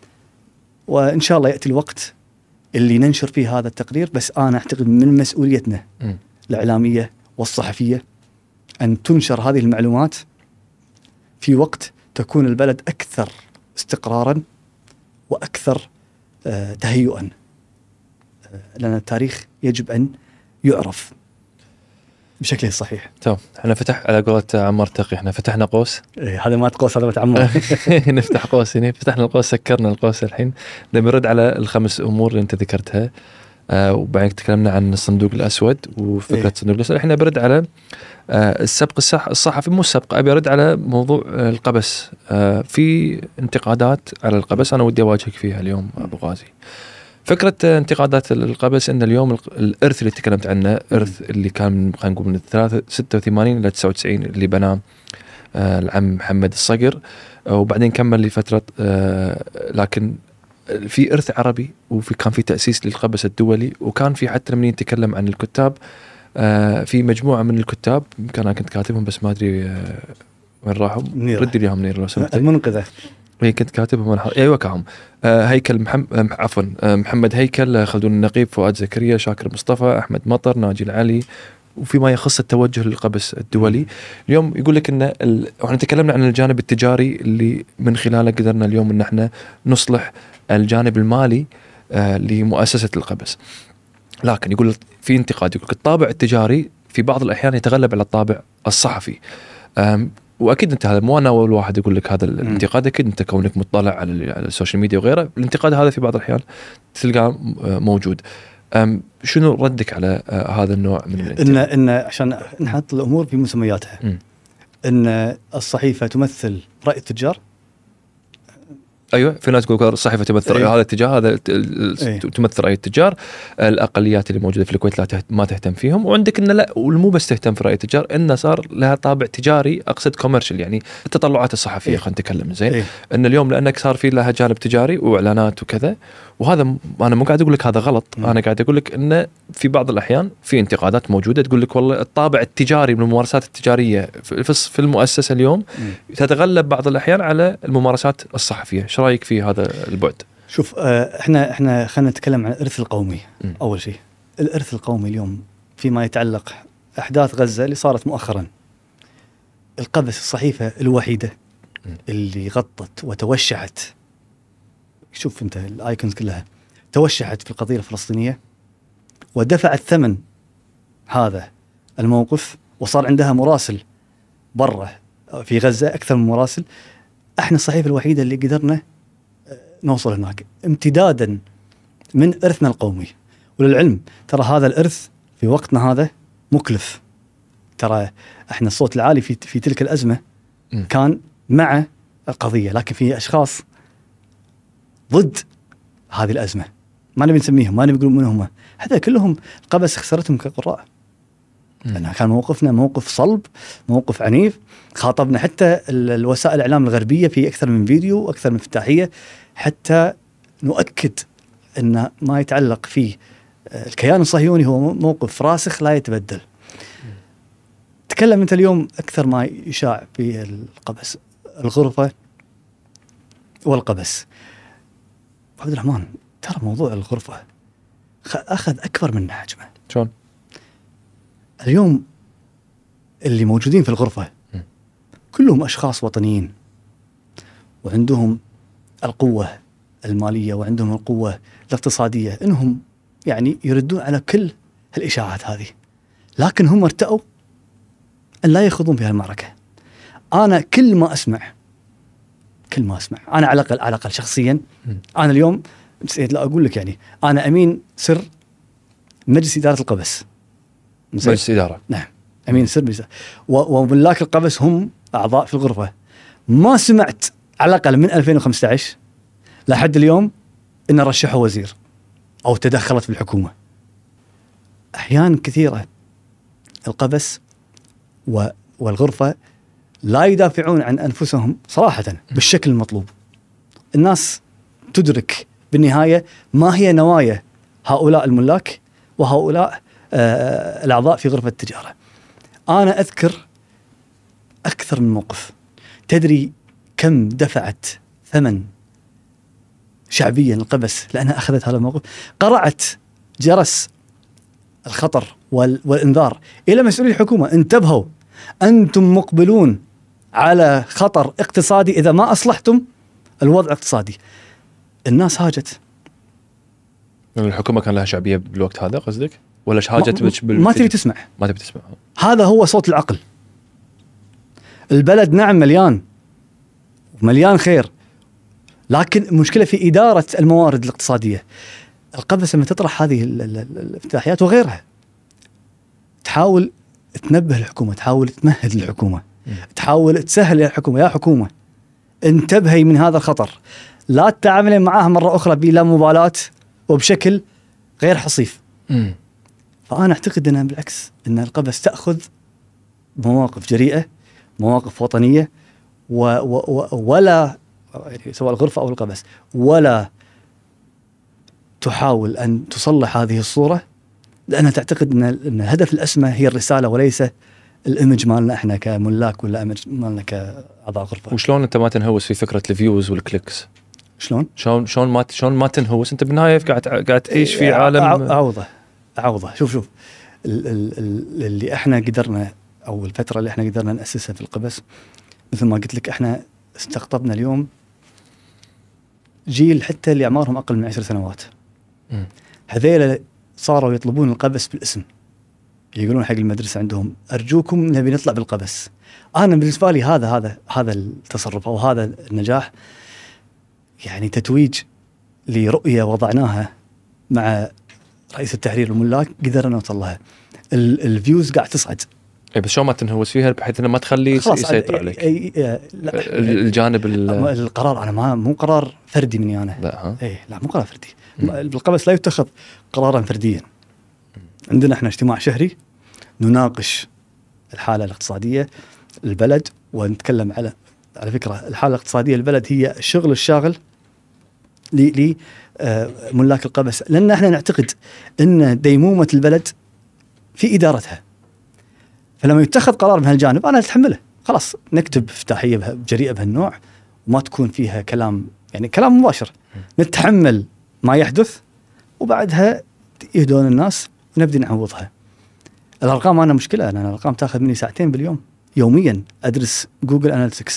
Speaker 2: وإن شاء الله يأتي الوقت اللي ننشر فيه هذا التقرير، بس أنا أعتقد من مسؤوليتنا م. الإعلامية والصحفية أن تنشر هذه المعلومات في وقت تكون البلد أكثر استقراراً وأكثر آه تهيئاً، آه لأن التاريخ يجب أن يعرف بشكله الصحيح.
Speaker 1: تمام. احنا فتح على قولة عمار تقي، احنا فتحنا قوس.
Speaker 2: إيه هذا ما تقوس، هذا عمار.
Speaker 1: نفتح قوس هنا، فتحنا القوس، سكرنا القوس. الحين نرد على الخمس أمور اللي أنت ذكرتها، آه وبعدين تكلمنا عن الصندوق الأسود وفكرة إيه؟ الصندوق الأسود. احنا برد على آه السبق الصح الصحفي، مو السبق، أبي أرد على موضوع آه القبس. آه في انتقادات على القبس، أنا ودي أواجهك فيها اليوم أبو غازي. فكرة انتقادات القبس أن اليوم الإرث اللي تكلمت عنه إرث اللي كان خلينا نقول من ستة وثمانين إلى تسعة وتسعين اللي بناه آه العم محمد الصقر، آه وبعدين كمل لفترة، آه لكن في إرث عربي، وفي كان في تأسيس للقبس الدولي، وكان في حتى لما نتكلم عن الكتاب، آه في مجموعة من الكتاب يمكن أنا كنت كاتبهم بس ما أدري آه وين راحوا، ردي لي هم نير لو سمحت.
Speaker 2: المنقذة
Speaker 1: هي كنت كاتبهم الح... ايوه كهم آه هيكل محمد عفوا آه محمد هيكل، خلدون النقيب، فؤاد زكريا، شاكر مصطفى، احمد مطر، ناجي العلي، وفيما يخص التوجه للقبس الدولي. اليوم يقول لك ان ال... احنا تكلمنا عن الجانب التجاري اللي من خلاله قدرنا اليوم ان احنا نصلح الجانب المالي آه لمؤسسة القبس، لكن يقول في انتقاد، يقول الطابع التجاري في بعض الاحيان يتغلب على الطابع الصحفي. آه واكيد انت هذا مو انا اول واحد يقول لك هذا الانتقاد، اكيد انت كونك مطلع على السوشيال ميديا وغيره، الانتقاد هذا في بعض الاحيان تلقاه موجود. شنو ردك على هذا النوع من الانتقاد؟
Speaker 2: ان ان عشان نحط الامور في مسمياتها، م. ان الصحيفه تمثل راي التجار،
Speaker 1: ايوه في ناس تقول الصحيفه تمثل
Speaker 2: أيوة.
Speaker 1: هذا الاتجاه، هذا أيوة. تمثل اي التجار. الاقليات اللي موجوده في الكويت لا تهت... ما تهتم فيهم. وعندك انه لا، ومو بس تهتم في راي التجار، انه صار لها طابع تجاري، اقصد كوميرشال، يعني التطلعات الصحفيه. أيوة. خلينا نتكلم زين. أيوة. ان اليوم لانك صار في لها جانب تجاري واعلانات وكذا، وهذا م... انا مو قاعد اقول لك هذا غلط. م. انا قاعد اقول لك انه في بعض الاحيان في انتقادات موجوده تقول لك والله الطابع التجاري من الممارسات التجاريه في في المؤسسه اليوم م. تتغلب بعض الاحيان على الممارسات الصحفيه. ايش رايك في هذا البعد؟
Speaker 2: شوف آه احنا احنا خلينا نتكلم عن الارث القومي. م. اول شيء الارث القومي اليوم فيما يتعلق احداث غزه اللي صارت مؤخرا، القبس الصحيفه الوحيده م. اللي غطت وتوشحت، شوف انت الايكونز كلها توشحت في القضيه الفلسطينيه ودفعت ثمن هذا الموقف، وصار عندها مراسل برا في غزه اكثر من مراسل. احنا الصحيفه الوحيده اللي قدرنا نوصل هناك امتدادا من ارثنا القومي. وللعلم ترى هذا الارث في وقتنا هذا مكلف. ترى احنا الصوت العالي في في تلك الازمه م. كان مع القضيه، لكن في اشخاص ضد هذه الازمه، ما نبي نسميهم، ما نبي نقول من هم، هذا كلهم القبس خسرتهم كقراء. لأنها كان موقفنا موقف صلب، موقف عنيف، خاطبنا حتى الوسائل الإعلام الغربية في أكثر من فيديو وأكثر من افتتاحية حتى نؤكد أن ما يتعلق فيه الكيان الصهيوني هو موقف راسخ لا يتبدل. تكلم أنت اليوم أكثر ما يشاع في القبس، الغرفة والقبس. عبد الرحمن ترى موضوع الغرفة أخذ أكبر من حجمه.
Speaker 1: شلون؟
Speaker 2: اليوم اللي موجودين في الغرفة كلهم أشخاص وطنيين وعندهم القوة المالية وعندهم القوة الاقتصادية إنهم يعني يردون على كل هالإشاعات هذه، لكن هم ارتأوا أن لا يخوضون في هالمعركة. أنا كل ما أسمع كل ما أسمع أنا على الأقل على الأقل شخصيا أنا اليوم نسيت لا أقول لك يعني أنا أمين سر مجلس إدارة القبس.
Speaker 1: مجلس إدارة.
Speaker 2: نعم أمين سر مجلس، وملاك القبس هم أعضاء في الغرفة. ما سمعت على الأقل من ألفين وخمسة عشر لحد اليوم إن رشحوا وزير أو تدخلت في الحكومة. أحيان كثيرة القبس والغرفة لا يدافعون عن أنفسهم صراحة بالشكل المطلوب. الناس تدرك بالنهاية ما هي نوايا هؤلاء الملاك وهؤلاء آه الأعضاء في غرفة التجارة. أنا أذكر أكثر من موقف. تدري كم دفعت ثمن شعبيا القبس لأنها أخذت هذا الموقف؟ قرعت جرس الخطر والإنذار إلى مسؤولي الحكومة، انتبهوا أنتم مقبلون على خطر اقتصادي إذا ما أصلحتم الوضع الاقتصادي. الناس هاجت.
Speaker 1: الحكومة كان لها شعبية بالوقت هذا قصدك؟ ولا هاجت
Speaker 2: ما, ما تبي تسمع؟
Speaker 1: ما تبي تسمع.
Speaker 2: هذا هو صوت العقل. البلد نعم مليان مليان خير، لكن المشكلة في إدارة الموارد الاقتصادية. القبس لما تطرح هذه الافتتاحيات وغيرها تحاول تنبه الحكومة، تحاول تمهد الحكومة، تحاول تسهل الحكومة. يا حكومة انتبهي من هذا الخطر، لا تتعاملين معها مرة أخرى بلا مبالاة وبشكل غير حصيف. م. فأنا أعتقد أنها بالعكس، أن القبس تأخذ مواقف جريئة، مواقف وطنية، و و ولا يعني سواء الغرفة أو القبس ولا تحاول أن تصلح هذه الصورة، لأنها تعتقد أن الهدف الأسمى هي الرسالة وليس الإيمج مالنا إحنا كملاك ولا إيمج مالنا كأعضاء غرفة.
Speaker 1: وشلون أنت ما تنهوس في فكرة الفيوز والكليكس؟
Speaker 2: شلون؟
Speaker 1: شلون شلون ما شلون ما تنهوس؟ أنت بالنهاية قاعد قاعد تعيش في عالم.
Speaker 2: أعوضة أعوضة شوف شوف ال ال اللي إحنا قدرنا، أو الفترة اللي إحنا قدرنا نأسسها في القبس، مثل ما قلت لك إحنا استقطبنا اليوم جيل حتى اللي أعمارهم أقل من عشر سنوات. م. هذيلا صاروا يطلبون القبس بالاسم، يقولون حق المدرسة عندهم أرجوكم نبي نطلع بالقبس. أنا بالنسبة لي هذا هذا هذا التصرف أو هذا النجاح يعني تتويج لرؤية وضعناها مع رئيس التحرير والملاك، قدرنا نوصل لها. الفيوز قاعد تصعد
Speaker 1: اي بس شو ما تنهوس فيها بحيث انه ما تخليه يسيطر عليك.
Speaker 2: أي أي لا
Speaker 1: الجانب
Speaker 2: القرار انا ما مو قرار فردي مني انا.
Speaker 1: لا ها
Speaker 2: اي لا مو قرار فردي. بالقبس لا يتخذ قرارا فرديا. عندنا احنا اجتماع شهري نناقش الحاله الاقتصاديه للبلد، ونتكلم على على فكره الحاله الاقتصاديه للبلد هي الشغل الشاغل ل ملاك القبس، لان احنا نعتقد ان ديمومه البلد في ادارتها. فلما يتخذ قرار من هالجانب انا اتحمله، خلاص نكتب افتتاحيه بجريئه بهالنوع وما تكون فيها كلام يعني كلام مباشر، نتحمل ما يحدث وبعدها يهدون الناس ونبدي نعوضها. الارقام انا مشكله، انا الارقام تاخذ مني ساعتين باليوم يوميا ادرس جوجل اناليتكس،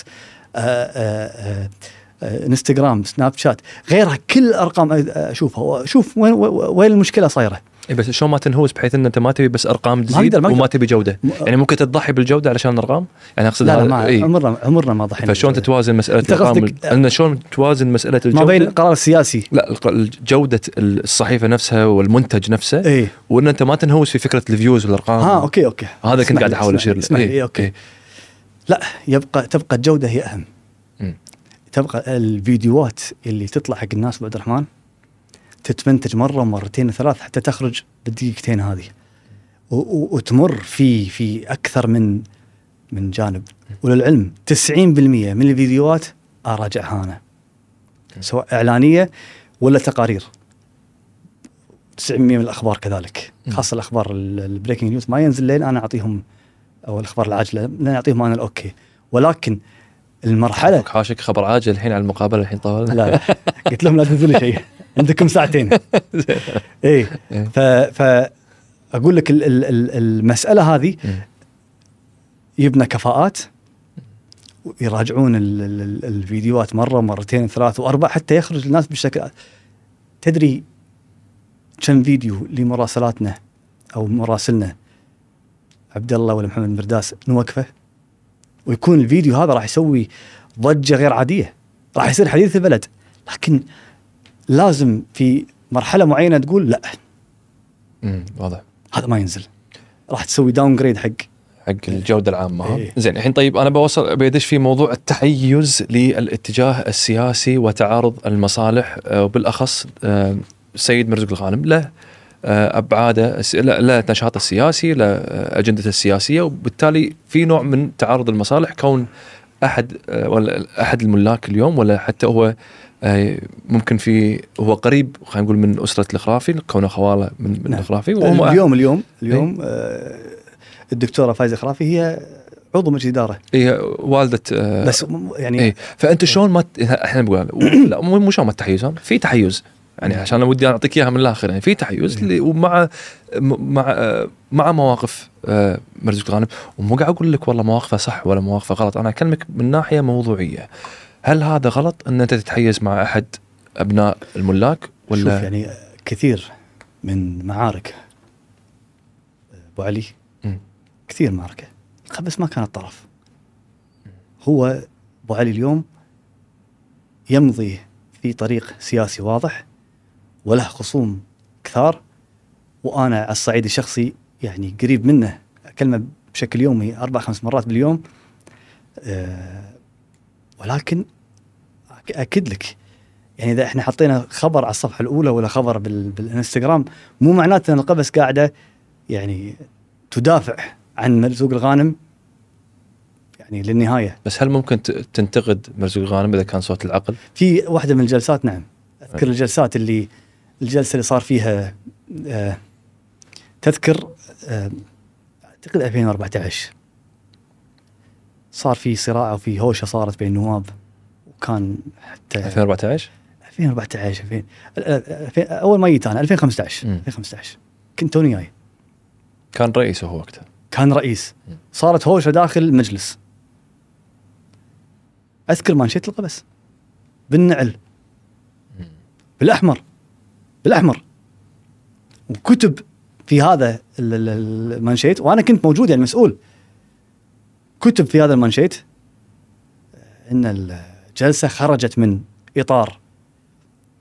Speaker 2: انستغرام، سناب شات، غيرها كل الارقام اشوفها واشوف وين وين المشكله صايره.
Speaker 1: إيه بس شو ما تنهوس بحيث ان انت ما تبي بس ارقام تزيد وما تبي جوده، يعني ممكن تضحي بالجوده علشان الارقام، يعني اقصد
Speaker 2: لا, لا ما إيه؟ عمرنا عمرنا ما ضحينا.
Speaker 1: فشلون تتوازن مساله الارقام ان شلون توازن مساله الجوده
Speaker 2: ما بين القرار السياسي
Speaker 1: لا جوده الصحيفه نفسها والمنتج نفسه
Speaker 2: إيه؟
Speaker 1: وان انت ما تنهوس في فكره الفيوز والارقام.
Speaker 2: ها اوكي اوكي
Speaker 1: هذا كنت قاعد احاول اشير له.
Speaker 2: إيه؟ إيه اوكي إيه؟ لا يبقى تبقى الجوده هي اهم. م. تبقى الفيديوهات اللي تطلع حق الناس بعبد الرحمن تتمنتج مرة ومرتين وثلاث حتى تخرج بالدقيقتين هذه وتمر في في أكثر من من جانب. وللعلم تسعين بالمئة من الفيديوهات أراجعها أنا، سواء إعلانية ولا تقارير. تسعين بالمئة من الأخبار كذلك، خاصة الأخبار البريكنج نيوز ما ينزل لين أنا أعطيهم، أو الأخبار العاجلة لين أعطيهم أنا الأوكي. ولكن المرحلة
Speaker 1: حاشك خبر عاجل الحين على المقابلة الحين طوال.
Speaker 2: لا قلت لهم لا تنزلوا شيء عندكم ساعتين. ايه ف فاقول لك ال ال المساله هذه يبنى كفاءات ويراجعون ال ال الفيديوهات مره ومرتين ثلاث واربع حتى يخرج الناس بشكل. تدري كم فيديو لمراسلاتنا او مراسلنا عبد الله ولا محمد مرداس نوقفه ويكون الفيديو هذا راح يسوي ضجه غير عاديه، راح يصير حديث البلد، لكن لازم في مرحلة معينة تقول لا.
Speaker 1: امم واضح.
Speaker 2: هذا ما ينزل، راح تسوي داون جريد حق
Speaker 1: حق الجودة العامة.
Speaker 2: إيه.
Speaker 1: زين الحين طيب أنا بوصل بيدش في موضوع التحيز للاتجاه السياسي وتعارض المصالح، وبالأخص السيد مرزوق الغانم له أبعاده، لا نشاطه السياسي، لا أجندته السياسية، وبالتالي في نوع من تعارض المصالح كون أحد ولا أحد الملاك اليوم ولا حتى هو ممكن في هو قريب خلينا نقول من أسرة الخرافي كونه خواله من, من
Speaker 2: نعم.
Speaker 1: الخرافي.
Speaker 2: اليوم اليوم اليوم آه الدكتورة فايزة خرافي هي عضو مجلس إدارة،
Speaker 1: هي والدة آه
Speaker 2: بس يعني
Speaker 1: إيه. فأنت شلون ما احنا نقول لا مو شلون ما التحيز في تحيز يعني عشان لو ودي أعطيك إياها من الآخر يعني في تحيز اللي ومع مع مع مواقف آه مرزوق الغانم، ومو قاعد أقول لك والله مواقفه صح ولا مواقفه غلط، أنا أكلمك من ناحية موضوعية. هل هذا غلط أن أنت تتحيز مع أحد أبناء الملاك ولا؟
Speaker 2: شوف يعني كثير من معارك أبو علي م. كثير معركة بس ما كانت طرف. هو أبو علي اليوم يمضي في طريق سياسي واضح وله خصوم كثار، وأنا على الصعيد الشخصي يعني قريب منه أكلمه بشكل يومي أربع خمس مرات باليوم. أه ولكن أكد لك يعني إذا إحنا حطينا خبر على الصفحة الأولى ولا خبر بالإنستغرام مو معناته أن القبس قاعدة يعني تدافع عن مرزوق الغانم يعني للنهاية.
Speaker 1: بس هل ممكن تنتقد مرزوق الغانم إذا كان صوت العقل؟
Speaker 2: في واحدة من الجلسات نعم أذكر الجلسات اللي الجلسة اللي صار فيها آه تذكر آه أعتقد ألفين وأربعة عشر صار في صراع وفي هوشة صارت بين النواب، وكان حتى
Speaker 1: ألفين وأربعة عشر
Speaker 2: ألفين وأربعة عشر ألفين أول ما جيت أنا ألفين وخمسة عشر ألفين وخمسة عشر كنت توني جاي،
Speaker 1: كان رئيسه هو وقتها
Speaker 2: كان رئيس. صارت هوشة داخل المجلس، أذكر مانشيت القبس بالنعل بالأحمر بالأحمر وكتب في هذا المانشيت، وأنا كنت موجود يعني مسؤول، كتب في هذا المانشيت إن الجلسة خرجت من إطار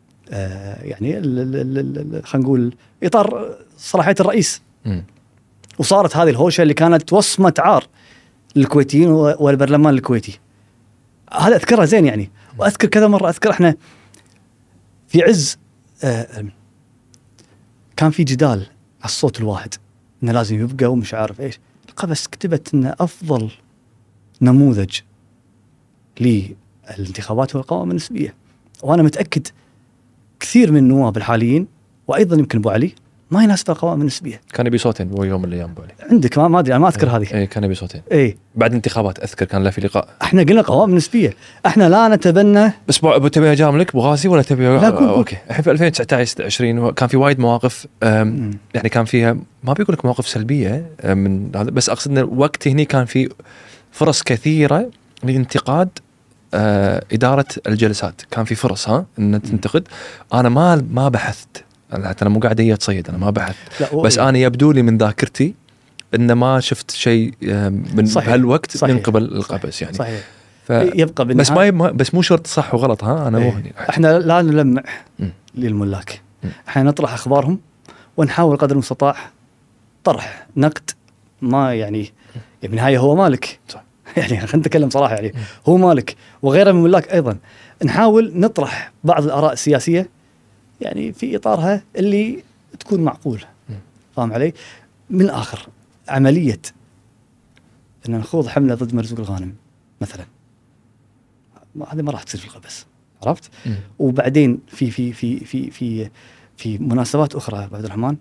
Speaker 2: آه يعني خلينا نقول إطار صلاحية الرئيس. م. وصارت هذه الهوشة اللي كانت وصمة عار للكويتيين والبرلمان الكويتي. هذا أذكرها زين يعني. وأذكر كذا مرة أذكر إحنا في عز آه كان في جدال على الصوت الواحد إنه لازم يبقى ومش عارف إيش. القبس كتبت إنه أفضل نموذج للانتخابات هو القوائم النسبية. وأنا متأكد كثير من النواب الحاليين وأيضا يمكن أبو علي ما يناسب القوائم النسبية.
Speaker 1: كان يبي صوتين هو يوم من الأيام أبو علي.
Speaker 2: عندك ما ما أدري أنا ما أذكر هذه.
Speaker 1: إيه كان يبي صوتين.
Speaker 2: إيه
Speaker 1: بعد الانتخابات أذكر كان له في لقاء.
Speaker 2: إحنا قلنا قوائم نسبية. إحنا لا نتبنى.
Speaker 1: بس أبو تبي أجاملك أبو غازي ولا تبي؟
Speaker 2: لا كل
Speaker 1: أوكي. الحين في ألفين وتسعة عشر عشرين كان في وايد مواقف يعني كان فيها ما بيقول لك مواقف سلبية من هذا، بس أقصد إن وقت هني كان في فرص كثيرة لانتقاد آه إدارة الجلسات. كان في فرص ها إن تنتقد. أنا ما ما بحثت، حتى أنا مو قاعد أتصيد، أنا ما بحثت، بس أنا يبدو لي من ذاكرتي إن ما شفت شيء من هالوقت صحيح. من قبل القبس يعني
Speaker 2: صحيح.
Speaker 1: ف...
Speaker 2: يبقى
Speaker 1: بس ما يب... بس مو شرط صح وغلط ها أنا مو هني.
Speaker 2: إحنا لا نلمع م. للملاك م. إحنا نطرح أخبارهم ونحاول قدر المستطاع طرح نقد ما يعني بالنهاية هو مالك صح. يعني خلينا نتكلم صراحة يعني م. هو مالك وغيره من الملاك أيضا نحاول نطرح بعض الآراء السياسية يعني في إطارها اللي تكون معقولة. فاهم علي؟ من الآخر عملية أن نخوض حملة ضد مرزوق الغانم مثلا هذه ما راح تصير في القبس، عرفت؟ م. وبعدين في في في في في في مناسبات أخرى يا عبد الرحمن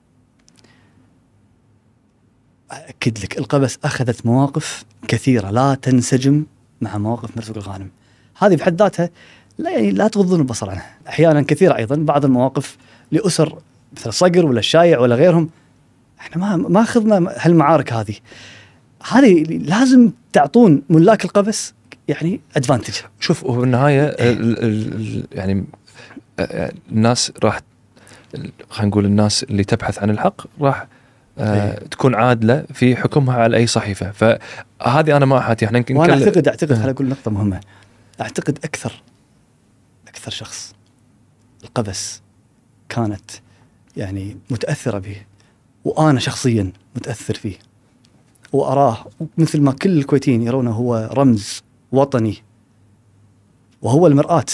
Speaker 2: أكد لك القبس أخذت مواقف كثيرة لا تنسجم مع مواقف مرزوق الغانم. هذه بحد ذاتها لا يعني لا تغضون البصر عنها. أحيانا كثيرة أيضا بعض المواقف لأسر مثل صقر ولا الشايع ولا غيرهم احنا ما ما أخذنا هالمعارك هذه. هذه لازم تعطون ملاك القبس يعني أدفانتج.
Speaker 1: شوف وبالنهاية ال ال يعني الناس راح خلينا نقول الناس اللي تبحث عن الحق راح آه تكون عادلة في حكمها على أي صحيفة. فهذه أنا ما أحاتي احنا
Speaker 2: وأنا أعتقد أعتقد خليني أقول نقطة مهمة. أعتقد أكثر أكثر شخص القبس كانت يعني متأثرة به وأنا شخصيا متأثر فيه وأراه مثل ما كل الكويتيين يرونه هو رمز وطني وهو المرآة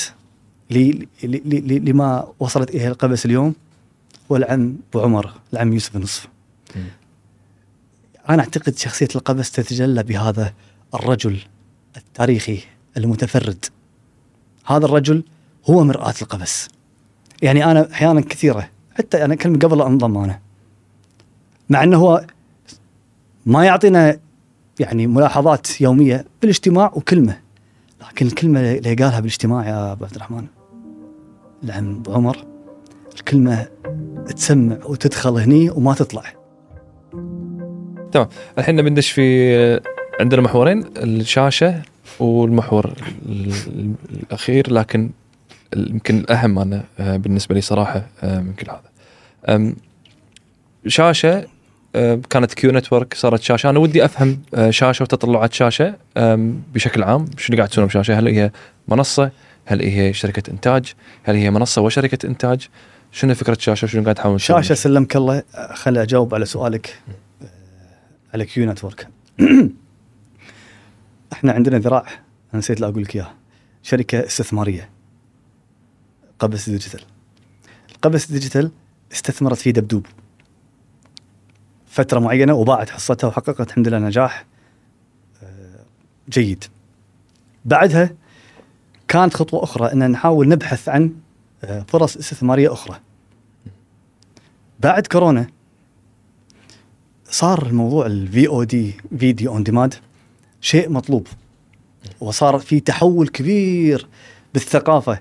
Speaker 2: لما وصلت إليه القبس اليوم هو العم أبو عمر العم يوسف النصف. أنا أعتقد شخصية القبس تتجلى بهذا الرجل التاريخي المتفرد. هذا الرجل هو مرآة القبس. يعني أنا أحيانا كثيرة حتى أنا كلمة قبل أنضم أنا مع أنه هو ما يعطينا يعني ملاحظات يومية بالاجتماع وكلمة، لكن الكلمة اللي قالها بالاجتماع يا أبو عبد الرحمن العم أبو عمر الكلمة تسمع وتدخل هني وما تطلع.
Speaker 1: تمام. الحين بندش في عندنا محورين الشاشة والمحور الأخير، لكن يمكن الأهم أنا بالنسبة لي صراحة من كل هذا شاشة كانت كيو نتورك صارت شاشة. أنا ودي أفهم شاشة وتطلعات شاشة بشكل عام شو اللي قاعد تسوونه بشاشة. هل هي منصة؟ هل هي شركة إنتاج؟ هل هي منصة وشركة إنتاج؟ شنو فكرة شاشة؟ شنو قاعد تحاول تسوي؟
Speaker 2: شاشة سلمك الله. خلي أجاوب على سؤالك على كيو نتورك. إحنا عندنا ذراع أنا نسيت لا أقول لك إياه، شركة استثمارية قبس ديجيتال. قبس ديجيتال استثمرت في دبدوب فترة معينة وباعت حصتها وحققت الحمد لله نجاح جيد. بعدها كانت خطوة أخرى أن نحاول نبحث عن فرص استثمارية أخرى. بعد كورونا صار الموضوع الفي او دي فيديو اون ديماند شيء مطلوب، وصار في تحول كبير بالثقافة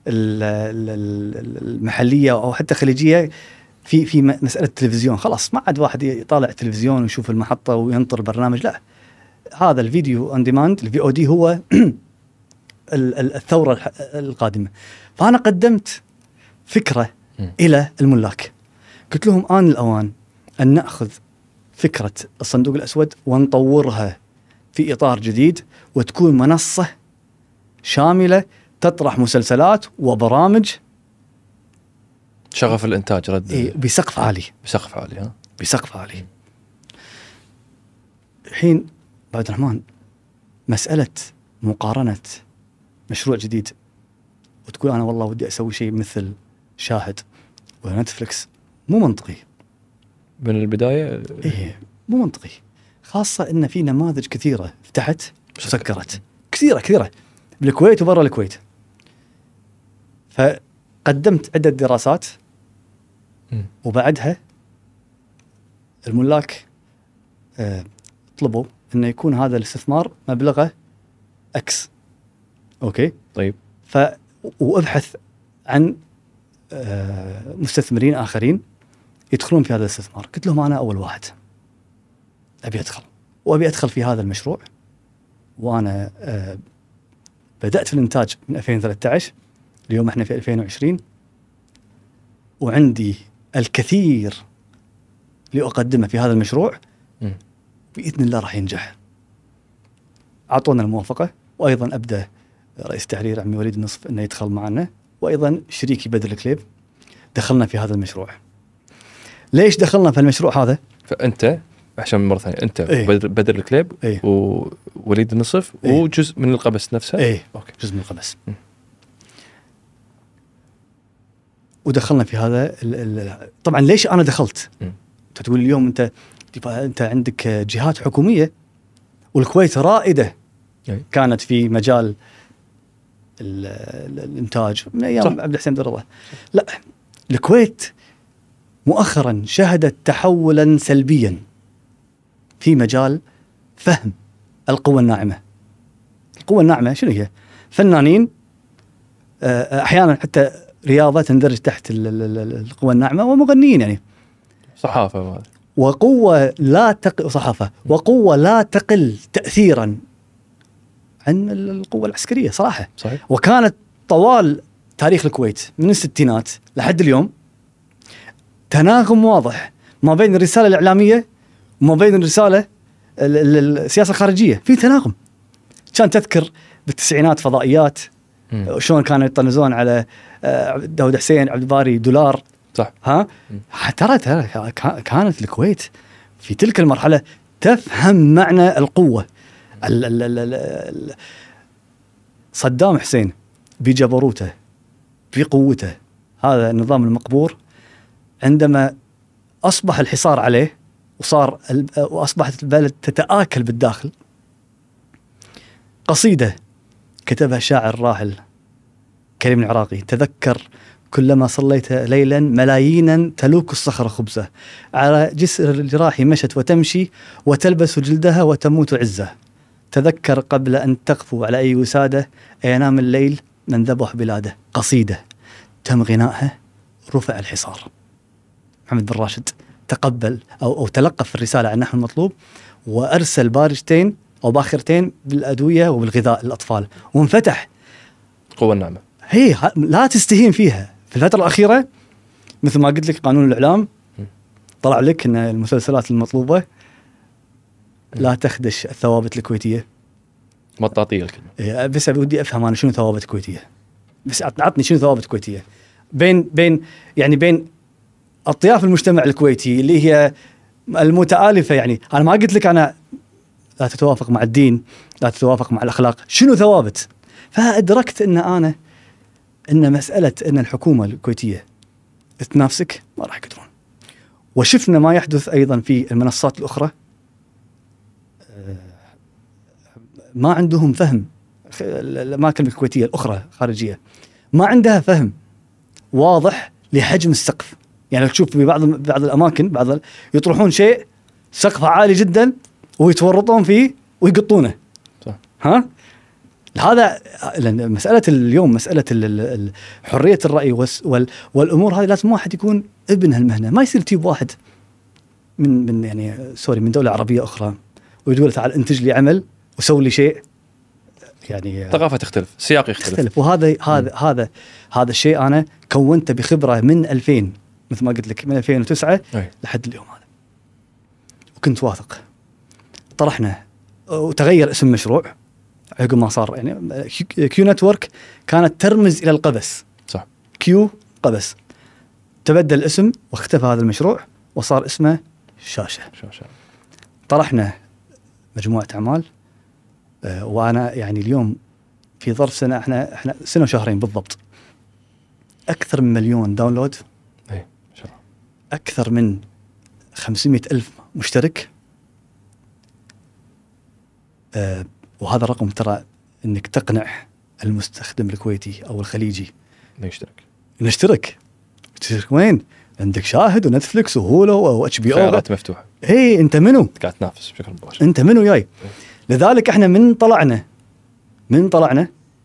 Speaker 2: المحلية أو حتى خليجية في في مسألة التلفزيون. خلاص ما عاد واحد يطالع التلفزيون ويشوف المحطة وينطر البرنامج، لا هذا الفيديو اون ديماند الفي او دي هو الثورة القادمة. فأنا قدمت فكرة إلى الملاك، قلت لهم آن الأوان أن نأخذ فكرة الصندوق الأسود ونطورها في إطار جديد وتكون منصة شاملة تطرح مسلسلات وبرامج
Speaker 1: شغف الإنتاج رد
Speaker 2: إيه بسقف عالي.
Speaker 1: بسقف عالي ها
Speaker 2: بسقف عالي. الحين عبد الرحمن مسألة مقارنة مشروع جديد وتقول أنا والله ودي أسوي شيء مثل شاهد ونتفليكس، مو منطقي
Speaker 1: من البداية.
Speaker 2: إيه مو منطقي، خاصة إن في نماذج كثيرة فتحت وسكرت، كثيرة كثيرة بالكويت وبرا الكويت. فقدمت عدة دراسات
Speaker 1: م.
Speaker 2: وبعدها الملاك آه طلبوا إنه يكون هذا الاستثمار مبلغه أكس. أوكي
Speaker 1: طيب.
Speaker 2: ف وابحث عن آه مستثمرين آخرين يدخلون في هذا الاستثمار. قلت لهم أنا أول واحد أبي أدخل، وأبي أدخل في هذا المشروع. وأنا آه بدأت في الإنتاج من ألفين وثلاثة عشر، اليوم إحنا في ألفين وعشرين، وعندي الكثير لأقدمه في هذا المشروع.
Speaker 1: م.
Speaker 2: بإذن الله راح ينجح. أعطونا الموافقة، وأيضا أبدأ رئيس تحرير عمي وليد النصف إنه يدخل معنا، وأيضا شريكي بدر الكليب دخلنا في هذا المشروع. ليش دخلنا في المشروع هذا؟
Speaker 1: فأنت عشان مرة ثانية أنت
Speaker 2: إيه؟
Speaker 1: بدر, بدر الكليب
Speaker 2: إيه؟
Speaker 1: ووليد النصف
Speaker 2: إيه؟
Speaker 1: وجزء من القبس نفسه.
Speaker 2: إيه؟
Speaker 1: أوكي.
Speaker 2: جزء من القبس.
Speaker 1: م.
Speaker 2: ودخلنا في هذا ال ال طبعا ليش أنا دخلت؟
Speaker 1: م.
Speaker 2: تقول اليوم أنت أنت عندك جهات حكومية، والكويت رائدة
Speaker 1: أي.
Speaker 2: كانت في مجال ال ال الإنتاج من أيام عبد الحسين درضة. لا، الكويت مؤخرا شهدت تحولا سلبيا في مجال فهم القوة الناعمة. القوة الناعمة شنو هي؟ فنانين، أحيانا حتى رياضة تندرج تحت القوة الناعمة، ومغنيين يعني،
Speaker 1: صحافة
Speaker 2: وقوة لا تقل صحافة وقوة لا تقل تأثيرا عن القوة العسكرية صراحة.
Speaker 1: صحيح.
Speaker 2: وكانت طوال تاريخ الكويت من الستينات لحد اليوم تناغم واضح ما بين الرسالة الإعلامية وما بين الرسالة السياسة الخارجية، في تناغم. كان تذكر بالتسعينات فضائيات شلون كانوا يطنزون على داود حسين عبد الباري دولار،
Speaker 1: صح.
Speaker 2: ها ترى ترى كانت الكويت في تلك المرحلة تفهم معنى القوة. ال ال ال ال صدام حسين بجبروته بقوته، هذا النظام المقبور، عندما أصبح الحصار عليه وصار وأصبحت البلد تتآكل بالداخل، قصيدة كتبها الشاعر الراحل كريم العراقي: تذكر كلما صليت ليلا ملايينا تلوك الصخر خبزة، على جسر الجراح مشت وتمشي وتلبس جلدها وتموت عزة، تذكر قبل أن تقفوا على أي وسادة أينام الليل من ذبح بلاده. قصيدة تم غنائها، رفع الحصار. محمد بن راشد تقبل أو, أو تلقف الرسالة عن نحو المطلوب، وأرسل بارجتين أو باخرتين بالأدوية وبالغذاء للأطفال، وانفتح.
Speaker 1: قوة الناعمة
Speaker 2: هي لا تستهين فيها. في الفترة الأخيرة مثل ما قلت لك قانون الإعلام طلع لك أن المسلسلات المطلوبة لا تخدش الثوابت الكويتية.
Speaker 1: مطاطية الكلمة.
Speaker 2: بس ودي أفهم أنا شنو ثوابت كويتية، بس عطني شنو ثوابت كويتية بين بين يعني بين أطياف المجتمع الكويتي اللي هي المتآلفة. يعني أنا ما قلت لك أنا لا تتوافق مع الدين، لا تتوافق مع الأخلاق، شنو ثوابت؟ فأدركت أن أنا أن مسألة أن الحكومة الكويتية تنافسك ما راح يقدرون. وشفنا ما يحدث أيضا في المنصات الأخرى، ما عندهم فهم. الأماكن الكويتية الأخرى خارجية ما عندها فهم واضح لحجم السقف. يعني تشوف في بعض بعض الأماكن بعض يطرحون شيء سقفه عالي جدا ويتورطون فيه ويقطونه.
Speaker 1: صح.
Speaker 2: ها هذا لأن مسألة اليوم مسألة حرية الرأي والأمور هذه لازم واحد يكون ابن هالمهنة. ما يصير تجيب واحد من من يعني سوري من دولة عربية أخرى ويقول تعال انتج لي عمل وسوي لي شيء. يعني
Speaker 1: ثقافة تختلف، سياق يختلف.
Speaker 2: تختلف. وهذا هذا هذا هذا الشيء أنا كونته بخبرة من ألفين مثل ما قلت لك من ألفين وتسعة
Speaker 1: أي.
Speaker 2: لحد اليوم هذا، وكنت واثق. طرحنا وتغير اسم المشروع عقب ما صار يعني كيو نتورك كانت ترمز إلى القبس.
Speaker 1: صح.
Speaker 2: كيو قبس، تبدل الاسم واختفى هذا المشروع وصار اسمه شاشة.
Speaker 1: شاشة.
Speaker 2: طرحنا مجموعة أعمال. آه وأنا يعني اليوم في ظرف سنة، إحنا إحنا سنة وشهرين بالضبط، أكثر من مليون داونلود،
Speaker 1: إيه شاء الله،
Speaker 2: أكثر من خمسمائة ألف مشترك. آه وهذا الرقم ترى إنك تقنع المستخدم الكويتي أو الخليجي
Speaker 1: إنه يشترك.
Speaker 2: نشترك. تشترك وين؟ عندك شاهد ونتفليكس وهولو واتش بي او،
Speaker 1: خيارات مفتوحة.
Speaker 2: هي انت منو؟
Speaker 1: قاعد تنافس بشكل مباشر.
Speaker 2: انت منو جاي؟ لذلك احنا من طلعنا من طلعنا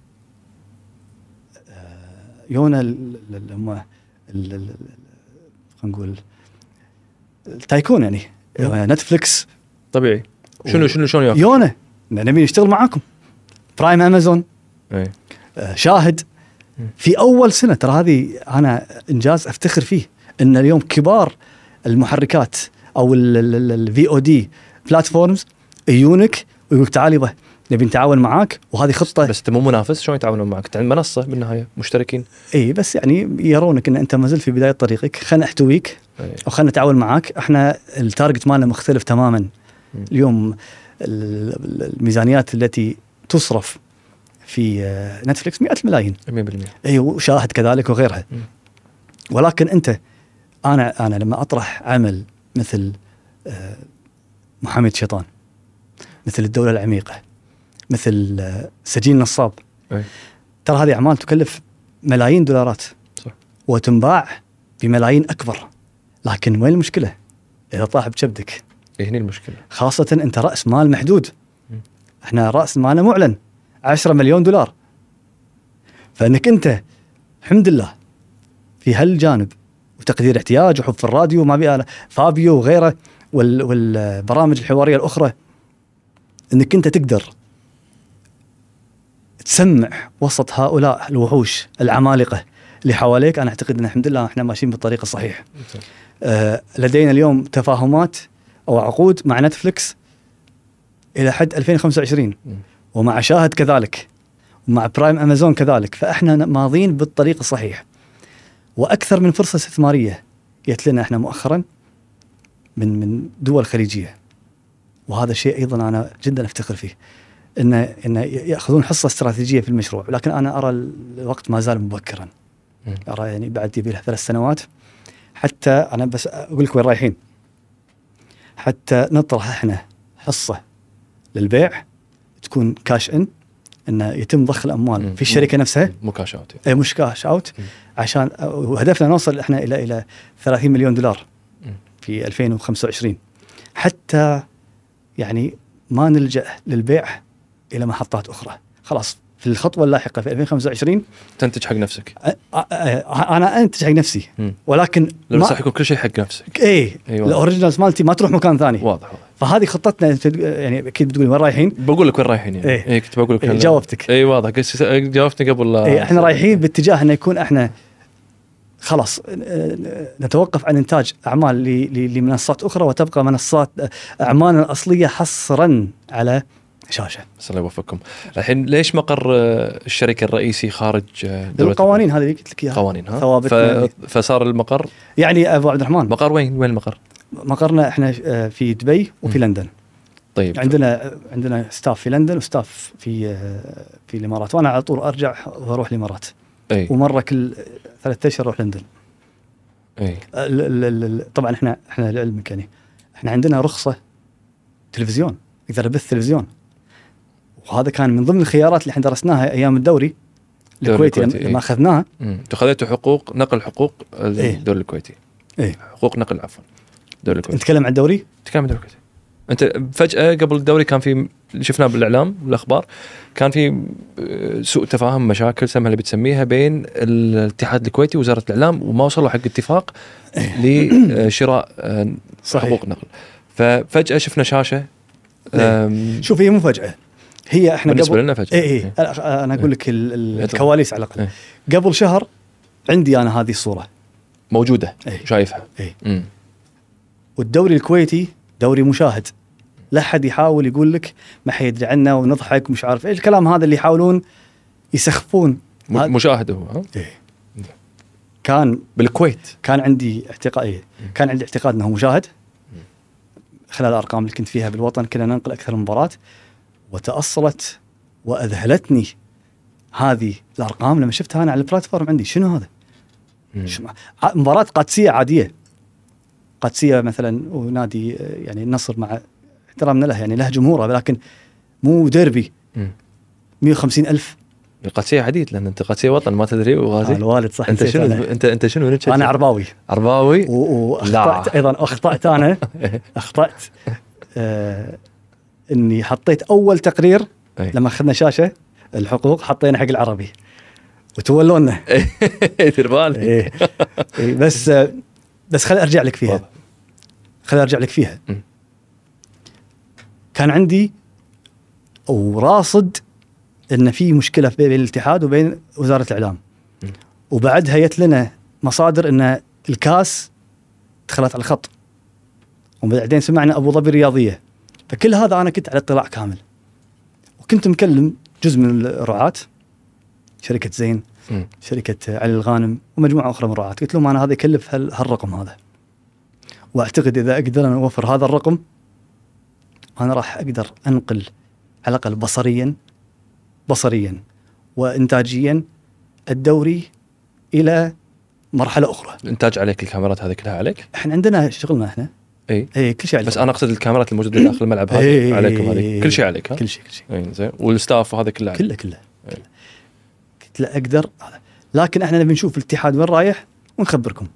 Speaker 2: يونا هم خلينا نقول التايكون يعني نتفليكس
Speaker 1: طبيعي. شنو شنو شلون ياكل؟
Speaker 2: يونا نبي نشتغل معاكم. برايم امازون،
Speaker 1: اي
Speaker 2: شاهد. في اول سنه ترى هذه انا انجاز افتخر فيه، ان اليوم كبار المحركات او الفي او دي بلاتفورمز يجونك ويقولك تعال يبا نبي نتعاون معاك، وهذه خطه.
Speaker 1: بس انت مو منافس، شلون يتعاونون معك؟ انت منصه بالنهايه، مشتركين.
Speaker 2: اي بس يعني يرونك ان انت ما زلت في بدايه طريقك، خلينا نحتويك او خلينا نتعاون معاك. احنا التارجت مالنا مختلف تماما. م. اليوم الميزانيات التي تصرف في نتفليكس مئة ملايين
Speaker 1: مية بالمية.
Speaker 2: اي وشاهد كذلك وغيرها. م. ولكن انت انا انا لما اطرح عمل مثل محامي الشيطان، مثل الدولة العميقة، مثل سجين نصاب،
Speaker 1: أي.
Speaker 2: ترى هذه أعمال تكلف ملايين دولارات،
Speaker 1: صح.
Speaker 2: وتنباع بملايين أكبر. لكن وين المشكلة؟ إذا طاح بكبدك.
Speaker 1: إيه هني المشكلة؟
Speaker 2: خاصة أنت رأس مال محدود.
Speaker 1: م. إحنا
Speaker 2: رأس مالنا معلن عشرة مليون دولار. فإنك أنت الحمد لله في هالجانب وتقدير احتياج وحب في الراديو ما بي فابيو وغيره وال والبرامج الحوارية الأخرى، إنك أنت تقدر تسمع وسط هؤلاء الوحوش العمالقة اللي حواليك. أنا أعتقد أن الحمد لله إحنا ماشيين بالطريقة الصحيحة. آه لدينا اليوم تفاهمات أو عقود مع نتفليكس إلى حد ألفين وخمسة وعشرين، ومع شاهد كذلك، ومع برايم أمازون كذلك. فإحنا ماضين بالطريق الصحيح. وأكثر من فرصة استثمارية جت لنا إحنا مؤخرا من من دول خليجية، وهذا شيء أيضا أنا جدا أفتخر فيه، إن إن يأخذون حصة استراتيجية في المشروع. ولكن أنا أرى الوقت ما زال مبكرا. أرى يعني بعد يبي له ثلاث سنوات حتى أنا بس أقول لك وين رايحين، حتى نطرح إحنا حصة للبيع تكون كاش إن، إنه يتم ضخ الأموال في الشركة نفسها،
Speaker 1: مو كاش أوت.
Speaker 2: إيه مش كاش أوت. عشان وهدفنا نوصل إحنا إلى إلى ثلاثين مليون دولار في ألفين وخمسة وعشرين، حتى يعني ما نلجأ للبيع إلى محطات أخرى. خلاص في الخطوة اللاحقة في ألفين وخمسة وعشرين
Speaker 1: تنتج حق نفسك.
Speaker 2: أنا أنتج حق نفسي، ولكن
Speaker 1: ما صح يكون كل شيء حق نفسك.
Speaker 2: إيه الأوريجينالز مالتي ما تروح مكان ثاني.
Speaker 1: واضح.
Speaker 2: فهذه خطتنا. يعني أكيد بتقولي وين رايحين؟
Speaker 1: بقول لك وين رايحين يعني.
Speaker 2: إيه,
Speaker 1: إيه كنت بقول لك.
Speaker 2: إيه جاوبتك.
Speaker 1: إيه واضح. جاوبتني قبل لا.
Speaker 2: إيه إحنا رايحين باتجاه إنه يكون إحنا خلاص نتوقف عن إنتاج أعمال لمنصات أخرى، وتبقى منصات أعمالنا الأصلية حصرا على شاشة.
Speaker 1: بس الله يوفقكم. الحين ليش مقر الشركة الرئيسي خارج دولة؟
Speaker 2: القوانين هذه اللي قلت لك إياها.
Speaker 1: قوانين ها.
Speaker 2: ثوابت.
Speaker 1: ف... فصار المقر.
Speaker 2: يعني أبو عبد الرحمن.
Speaker 1: مقر وين؟ وين المقر؟
Speaker 2: مقرنا إحنا في دبي وفي م. لندن.
Speaker 1: طيب.
Speaker 2: عندنا عندنا ستاف في لندن وستاف في في الإمارات، وأنا على طول أرجع وأروح الإمارات.
Speaker 1: أي.
Speaker 2: ومرة كل ثلاثة أشهر أروح لندن.
Speaker 1: أي.
Speaker 2: طبعا إحنا إحنا لعلمك يعني إحنا عندنا رخصة تلفزيون، نقدر نبث تلفزيون، وهذا كان من ضمن الخيارات اللي احنا درسناها ايام الدوري الكويتي لما
Speaker 1: إيه؟
Speaker 2: اخذناها.
Speaker 1: انتوا خذيتوا حقوق نقل حقوق الدوري الكويتي.
Speaker 2: ايه
Speaker 1: حقوق نقل عفوا الدوري الكويتي.
Speaker 2: نتكلم عن الدوري؟
Speaker 1: نتكلم عن الدوري الكويتي. انت فجأة قبل الدوري كان في شفناه بالاعلام والاخبار، كان في سوء تفاهم، مشاكل سمها اللي بتسميها، بين الاتحاد الكويتي ووزارة الاعلام، وما وصلوا حق اتفاق لشراء حقوق نقل. ففجأة شفنا شاشة.
Speaker 2: شوف هي مفاجأة، هي احنا
Speaker 1: بالنسبة
Speaker 2: قبل
Speaker 1: لنا فجأة.
Speaker 2: اي اي انا اقول لك الكواليس على الاقل. قبل شهر عندي انا هذه الصورة
Speaker 1: موجودة.
Speaker 2: ايه.
Speaker 1: شايفها.
Speaker 2: ايه. والدوري الكويتي دوري مشاهد، لا حد يحاول يقول لك ما حيدري عنا ونضحك مش عارف ايش الكلام هذا اللي يحاولون يسخفون.
Speaker 1: مشاهد هو ها؟
Speaker 2: ايه. كان
Speaker 1: بالكويت
Speaker 2: كان عندي اعتقاد، كان عندي اعتقاد انه مشاهد. خلال الارقام اللي كنت فيها بالوطن كنا ننقل اكثر من مباراه، وتاصلت واذهلتني هذه الارقام لما شفتها انا على البلاتفورم عندي. شنو هذا؟ شنو؟ مباراه قادسيه عاديه، قادسيه مثلا ونادي يعني النصر مع احترامنا له يعني له جمهوره، لكن مو ديربي. مئة وخمسين ألف
Speaker 1: القادسيه عديد، لان انت قادسيه وطن ما تدري وغازي.
Speaker 2: آه الوالد صح.
Speaker 1: انت شنو أنا. انت انت شنو
Speaker 2: انا عرباوي.
Speaker 1: عرباوي
Speaker 2: واخطات ايضا، اخطات انا اخطات آه اني حطيت اول تقرير
Speaker 1: أي.
Speaker 2: لما اخذنا شاشه الحقوق حطينا حق العربي وتولونا.
Speaker 1: دير بالك.
Speaker 2: إيه. إيه بس بس خلي ارجع لك فيها خلي ارجع لك فيها
Speaker 1: م.
Speaker 2: كان عندي وراصد ان في مشكله بين الاتحاد وبين وزاره الاعلام،
Speaker 1: م.
Speaker 2: وبعدها جت لنا مصادر ان الكاس دخلت على الخط، وبعدين سمعنا ابو ظبي الرياضيه. فكل هذا انا كنت على اطلاع كامل، وكنت مكلم جزء من الرعاة، شركه زين،
Speaker 1: م.
Speaker 2: شركه علي الغانم ومجموعه اخرى من الرعاة. قلت لهم انا هذا يكلف هالرقم هذا، واعتقد اذا اقدر انا اوفر هذا الرقم انا راح اقدر انقل على الاقل بصريا بصريا وانتاجيا الدوري الى مرحله اخرى.
Speaker 1: الانتاج عليك، الكاميرات هذه كلها عليك.
Speaker 2: احنا عندنا شغلنا احنا
Speaker 1: اي
Speaker 2: اي كل شيء عليك.
Speaker 1: بس انا اقصد الكاميرات الموجوده داخل الملعب هذه
Speaker 2: إيه
Speaker 1: عليكم، هذه كل شيء عليك. ها
Speaker 2: كل شيء كل شيء
Speaker 1: اي زين. والستاف وهذا كله
Speaker 2: كله كله قلت له اقدر، لكن احنا نبي نشوف الاتحاد وين رايح ونخبركم.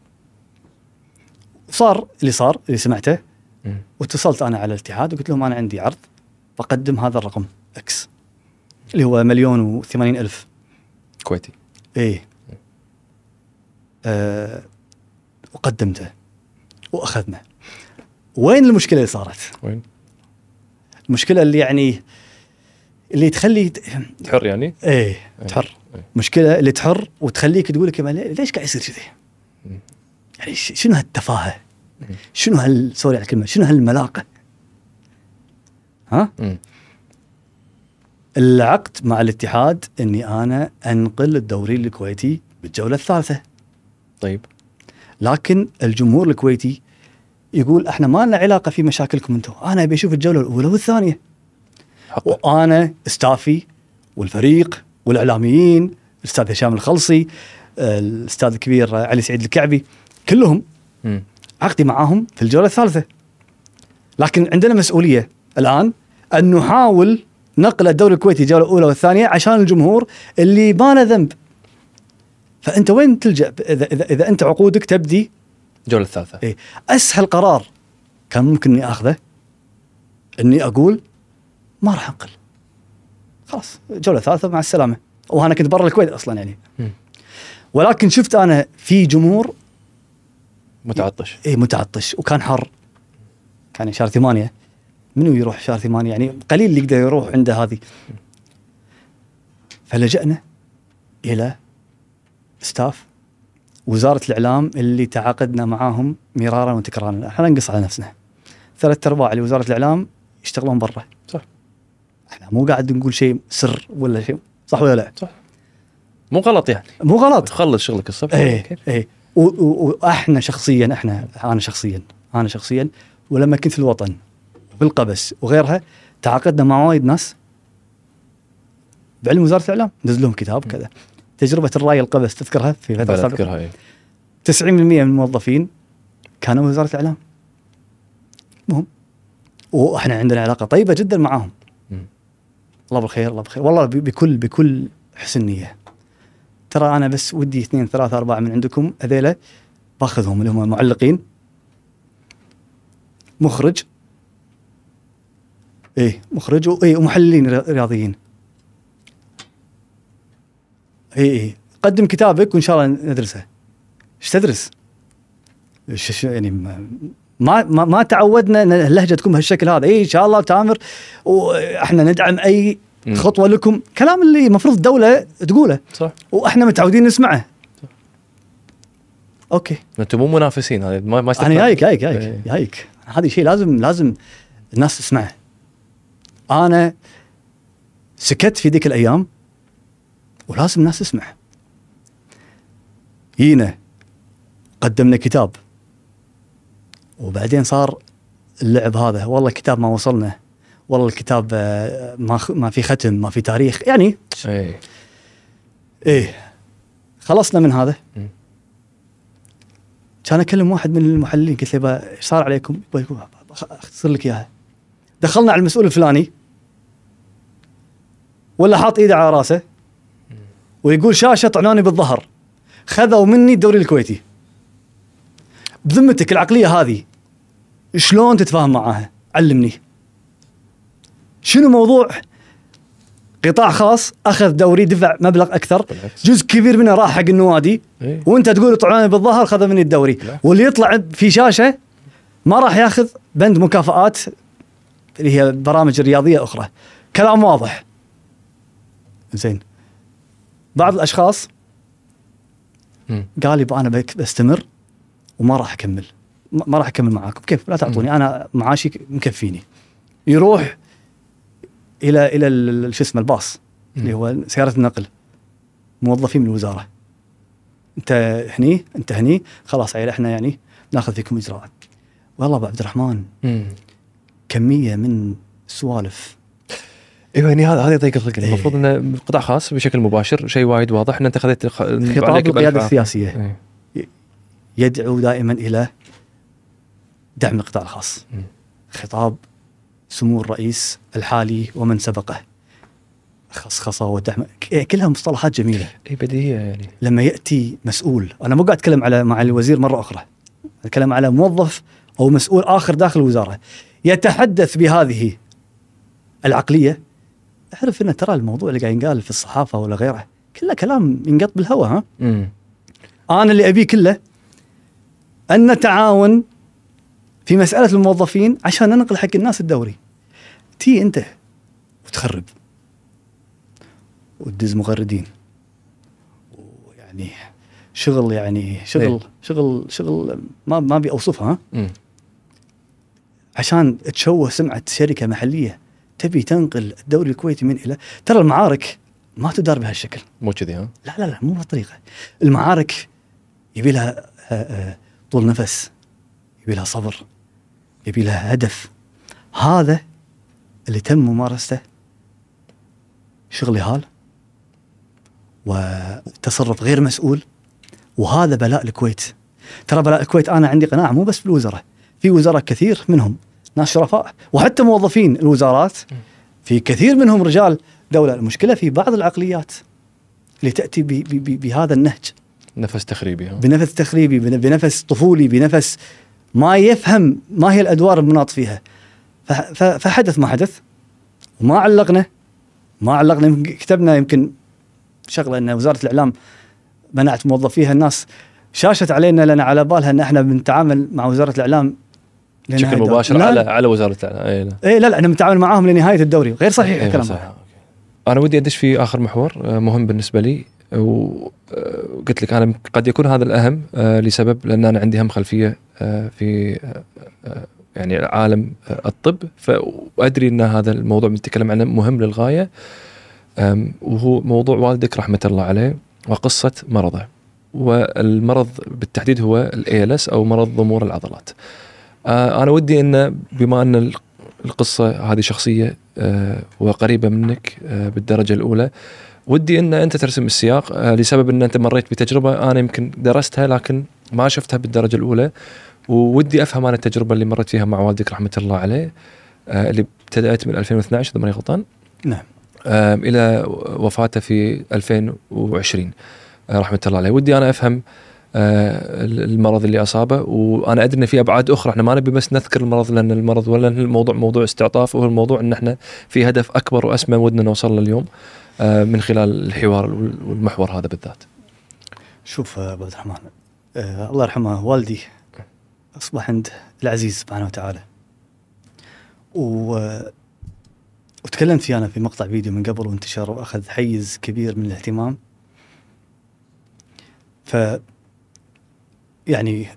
Speaker 2: صار اللي صار اللي سمعته،
Speaker 1: م.
Speaker 2: واتصلت انا على الاتحاد وقلت لهم انا عندي عرض بقدم هذا الرقم اكس اللي هو مليون وثمانين الف
Speaker 1: كويتي.
Speaker 2: ايه أه وقدمته واخذنا. وين المشكله اللي صارت؟
Speaker 1: وين
Speaker 2: المشكله اللي يعني اللي تخلي
Speaker 1: تحر يعني
Speaker 2: ايه تحر.
Speaker 1: أيه.
Speaker 2: مشكله اللي تحر وتخليك تقول لك ليش قاعد يصير كذي؟ يعني شنو هالتفاهه؟ شنو هال سوري على الكلمه، شنو هالملاقه؟ ها؟
Speaker 1: م.
Speaker 2: العقد مع الاتحاد اني انا انقل الدوري الكويتي بالجوله الثالثه.
Speaker 1: طيب
Speaker 2: لكن الجمهور الكويتي يقول احنا ما لنا علاقه في مشاكلكم انتم، انا ابي اشوف الجوله الاولى والثانيه.
Speaker 1: حق.
Speaker 2: وانا استافي والفريق والاعلاميين، الاستاذ هشام الخلصي، الاستاذ الكبير علي سعيد الكعبي، كلهم
Speaker 1: م.
Speaker 2: عقدي معاهم في الجوله الثالثه. لكن عندنا مسؤوليه الان ان نحاول نقل الدوري الكويتي الجوله الاولى والثانيه عشان الجمهور اللي ما له ذنب. فانت وين تلجا اذا اذا, إذا انت عقودك تبدي
Speaker 1: الجوله الثالثه؟
Speaker 2: إيه؟ اسهل قرار كان ممكن اني اخذه اني اقول ما راح انقل، خلاص الجوله الثالثه مع السلامه، وانا كنت برا الكويت اصلا يعني.
Speaker 1: م.
Speaker 2: ولكن شفت انا في جمهور
Speaker 1: متعطش.
Speaker 2: اي متعطش، وكان حر، كان شهر ثمانية، منو يروح شهر ثمانية يعني قليل اللي يقدر يروح عنده هذه. فلجأنا الى ستاف وزاره الاعلام اللي تعاقدنا معاهم مرارا وتكرارا. احنا نقص على نفسنا، ثلاث ارباع اللي وزاره الاعلام يشتغلون برا.
Speaker 1: صح. احنا
Speaker 2: مو قاعد نقول شيء سر ولا شيء، صح ولا لا؟
Speaker 1: صح. مو غلط يعني،
Speaker 2: مو غلط.
Speaker 1: خلص شغلك الصبح.
Speaker 2: ايه ايه. واحنا شخصيا احنا انا شخصيا انا شخصيا ولما كنت في الوطن بالقبس وغيرها تعاقدنا مع وايد ناس بعلم وزاره الاعلام، نزل لهم كتاب كذا. تجربه الراي القبس تذكرها في فتره سابقه؟
Speaker 1: ايه.
Speaker 2: تسعين بالمئة من الموظفين كانوا من وزاره الاعلام. مهم. واحنا عندنا علاقه طيبه جدا معاهم.
Speaker 1: م.
Speaker 2: الله بالخير الله بالخير والله، بكل بكل حسن نيه. ترى انا بس ودي اثنين ثلاثة أربعة من عندكم هذيلا باخذهم، اللي هم معلقين، مخرج، ايه مخرج، وايه ومحللين رياضيين. ايه ايه قدم كتابك وان شاء الله ندرسه. ايش تدرس؟ ايش يعني ما ما ما تعودنا ان اللهجه تكون بهالشكل هذا. ايه ان شاء الله تامر، واحنا ندعم اي خطوه لكم، كلام اللي المفروض الدوله تقوله.
Speaker 1: صح.
Speaker 2: واحنا متعودين نسمعه. صح. اوكي
Speaker 1: انتم مو منافسين، هذا ما ما
Speaker 2: انا جايك جايك جايك جايك هذه شيء لازم لازم الناس تسمعه. انا سكت في ذيك الايام ولازم الناس تسمع. جينا قدمنا كتاب، وبعدين صار اللعب هذا، والله الكتاب ما وصلنا، والله الكتاب آه، ما ما في ختم، ما في تاريخ يعني.
Speaker 1: ايه
Speaker 2: ايه خلصنا من هذا.
Speaker 1: م.
Speaker 2: كان اكلم واحد من المحللين قلت له ايش صار عليكم؟ اختصر لك اياها. دخلنا على المسؤول الفلاني ولا حاط ايده على راسه ويقول شاشه طعنوني بالظهر، خذوا مني الدوري الكويتي. بذمتك العقليه هذه شلون تتفاهم معاها؟ علمني. شنو موضوع قطاع خاص اخذ دوري دفع مبلغ اكثر، جزء كبير منه راح حق النوادي،
Speaker 1: إيه؟
Speaker 2: وانت تقول طعنوني بالظهر خذ مني الدوري.
Speaker 1: لا.
Speaker 2: واللي يطلع في شاشه ما راح ياخذ بند مكافآت اللي هي برامج رياضيه اخرى. كلام واضح. زين. بعض الاشخاص
Speaker 1: م.
Speaker 2: قال يبقى انا بستمر وما راح اكمل، ما راح اكمل معاكم. كيف؟ لا تعطوني، انا معاشي مكفيني. يروح الى الى شو اسمه الباص اللي هو سياره النقل، موظفين من الوزاره. انت هني انت هني خلاص عيل احنا يعني ناخذ فيكم اجراءات. والله ابو عبد الرحمن
Speaker 1: م.
Speaker 2: كميه من السوالف.
Speaker 1: ايوه يعني هذا هذا يضيق الرجل.
Speaker 2: إيه.
Speaker 1: المفروض انه قطاع خاص بشكل مباشر، شيء وايد واضح ان انت خذيت خ...
Speaker 2: خطاب القياده السياسيه
Speaker 1: إيه.
Speaker 2: يدعو دائما الى دعم القطاع الخاص.
Speaker 1: م.
Speaker 2: خطاب سمو الرئيس الحالي ومن سبقه، خصخصه ودعم، كلها مصطلحات جميله.
Speaker 1: اي بديهيه يعني.
Speaker 2: لما ياتي مسؤول، انا مو قاعد اتكلم على مع الوزير مره اخرى، اتكلم على موظف او مسؤول اخر داخل الوزاره يتحدث بهذه العقليه، اعرف ان ترى الموضوع اللي قاعد ينقال في الصحافه ولا غيره كله كلام ينقط بالهواء. ها
Speaker 1: م.
Speaker 2: انا اللي ابيه كله ان نتعاون في مساله الموظفين عشان ننقل حق الناس الدوري. تي انت وتخرب وتدز مغردين ويعني شغل يعني شغل
Speaker 1: إيه.
Speaker 2: شغل شغل ما ما ابي اوصفها.
Speaker 1: م.
Speaker 2: عشان تشوه سمعه شركه محليه تبي تنقل الدوري الكويتي من الى. ترى المعارك ما تدار بهالشكل.
Speaker 1: مو كذي ها؟
Speaker 2: لا لا لا مو بهالطريقه. المعارك يبي لها طول نفس، يبي لها صبر، يبي لها هدف. هذا اللي تم ممارسته شغل هال وتصرف غير مسؤول، وهذا بلاء الكويت. ترى بلاء الكويت أنا عندي قناعة مو بس في الوزراء، في وزراء كثير منهم ناس شرفاء، وحتى موظفين الوزارات في كثير منهم رجال دولة. المشكلة في بعض العقليات اللي تأتي ب ب ب بهذا النهج،
Speaker 1: نفس تخريبي ها؟
Speaker 2: بنفس تخريبي، بنفس طفولي، بنفس ما يفهم ما هي الأدوار المناط فيها. فحدث ما حدث وما علقنا ما علقنا كتبنا يمكن شغلة أن وزارة الإعلام منعت موظفيها. الناس شاشت علينا لأن على بالها أن احنا بنتعامل مع وزارة الإعلام
Speaker 1: بشكل مباشر على على وزارة الإعلام. اي لا
Speaker 2: اي لا لا احنا بنتعامل معاهم لنهاية الدوري. غير صحيح الكلام.
Speaker 1: صحيح. أنا ودي أدش في آخر محور مهم بالنسبة لي، وقلت لك أنا قد يكون هذا الأهم لسبب لأن أنا عندي هم خلفية في يعني عالم الطب، فأدري أن هذا الموضوع بنتكلم عنه مهم للغاية، وهو موضوع والدك رحمة الله عليه وقصة مرضه. والمرض بالتحديد هو الإيه إل إس أو مرض ضمور العضلات. أنا ودي أن بما أن القصة هذه شخصية وقريبة منك بالدرجة الأولى، ودي أن أنت ترسم السياق لسبب أن أنت مريت بتجربة أنا يمكن درستها لكن ما شفتها بالدرجة الأولى، وودي أفهم أنا التجربة اللي مرت فيها مع والدك رحمة الله عليه اللي ابتدأت من ألفين واثني عشر إذا ماني غلطان.
Speaker 2: نعم.
Speaker 1: إلى وفاته في ألفين وعشرين رحمة الله عليه. ودي أنا أفهم المرض اللي أصابه، وأنا أدري أن في أبعاد أخرى، إحنا ما نبي بس نذكر المرض لأن المرض ولا الموضوع موضوع استعطاف، وهو الموضوع أن إحنا في هدف أكبر وأسمى ودنا نوصل له اليوم من خلال الحوار والمحور هذا بالذات.
Speaker 2: شوف أبو عبد الرحمن، أه الله يرحمه، والدي أصبح عند العزيز سبحانه وتعالى، و وتكلمت فيه أنا في مقطع فيديو من قبل وانتشر وأخذ حيز كبير من الاهتمام. ف يعني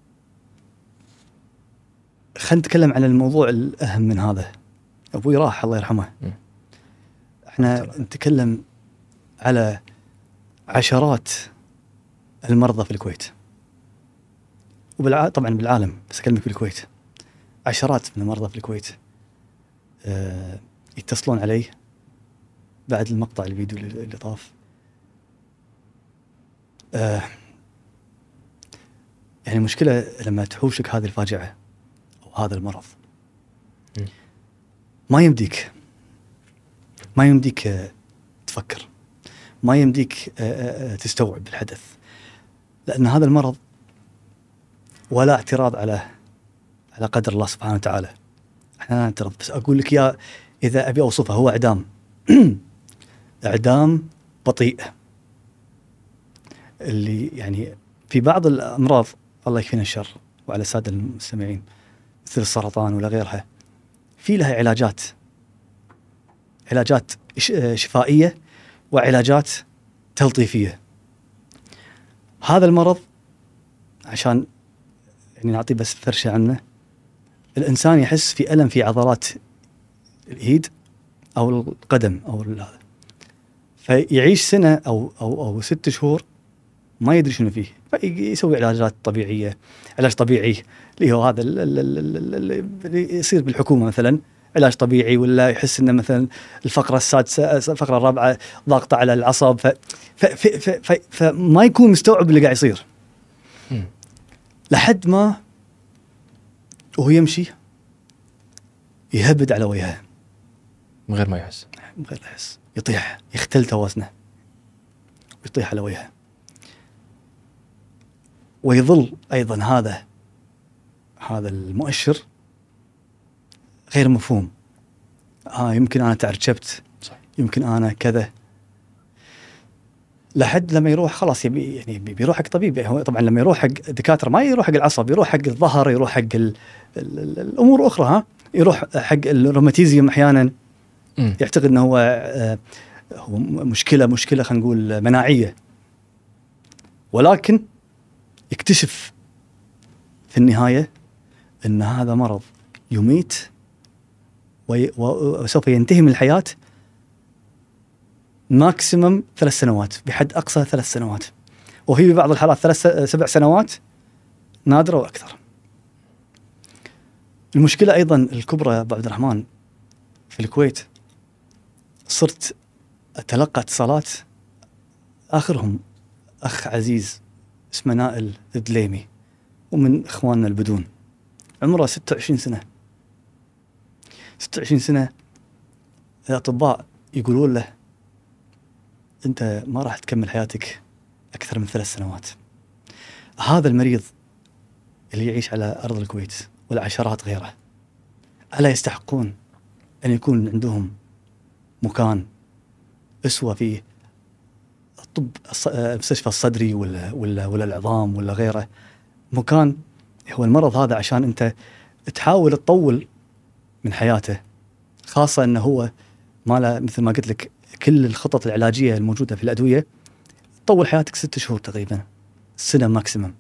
Speaker 2: خلينا نتكلم عن الموضوع الأهم من هذا. أبوي راح الله يرحمه، احنا نتكلم على عشرات المرضى في الكويت وبالع... طبعا بالعالم، بس أكلمك بالكويت. عشرات من المرضى في الكويت أه يتصلون علي بعد المقطع الفيديو اللي طاف. أه يعني المشكلة لما تحوشك هذه الفاجعة أو هذا المرض ما يمديك ما يمديك تفكر، ما يمديك تستوعب الحدث، لأن هذا المرض ولا اعتراض على على قدر الله سبحانه وتعالى. احنا لا نعترض، بس أقول لك يا إذا أبي أوصفه هو إعدام إعدام بطيء، اللي يعني في بعض الأمراض الله يكفينا الشر وعلى السادة المستمعين مثل السرطان ولا غيرها، في لها علاجات علاجات شفائية وعلاجات تلطيفية. هذا المرض عشان يعني نعطي بس فرشة عنه، الإنسان يحس في ألم في عضلات الإيد أو القدم أو هذا، فيعيش سنة أو أو أو ست شهور ما يدري شنو فيه، فيسوي علاجات طبيعية، علاج طبيعي اللي هو هذا اللي يصير بالحكومة مثلا علاج طبيعي، ولا يحس إنه مثلا الفقرة السادسة الفقرة الرابعة ضاغطة على العصب، ف ف ف ف فما يكون مستوعب اللي قاعد يصير لحد ما وهو يمشي يهبد على وجهه
Speaker 1: من غير ما يحس
Speaker 2: من غير ما يحس يطيح، يختل توازنه ويطيح على وجهه. ويظل أيضا هذا هذا المؤشر غير مفهوم. آه يمكن أنا تعرجبت، يمكن أنا كذا، لحد لما يروح خلاص يبي يعني بيروح حق طبيب. هو طبعا لما يروح حق دكاترة ما يروح حق العصب، يروح حق الظهر، يروح حق ال ال ال الأمور أخرى، ها يروح حق الروماتيزيوم أحيانا. م. يعتقد أنه هو آه هو مشكلة مشكلة خلينا نقول مناعية، ولكن يكتشف في النهاية أن هذا مرض يميت وسوف ينتهي من الحياة ماكسيمم ثلاث سنوات، بحد أقصى ثلاث سنوات، وفي بعض الحالات ثلاث سبع سنوات نادرة وأكثر. المشكلة أيضا الكبرى يا أبو عبد الرحمن في الكويت، صرت أتلقى اتصالات، آخرهم أخ عزيز اسمه نائل الدليمي ومن إخواننا البدون، عمره ستة وعشرين سنة ستة وعشرين سنة. الأطباء يقولون له أنت ما راح تكمل حياتك أكثر من ثلاث سنوات. هذا المريض اللي يعيش على أرض الكويت والعشرات غيره، ألا يستحقون أن يكون عندهم مكان أسوة في الطب المستشفى الصدري ولا ولا ولا العظام ولا غيره، مكان هو المرض هذا عشان أنت تحاول تطول من حياته، خاصة أنه هو ما له مثل ما قلت لك كل الخطط العلاجية الموجودة في الأدوية تطول حياتك ست شهور تقريبا، سنة ماكسيمم.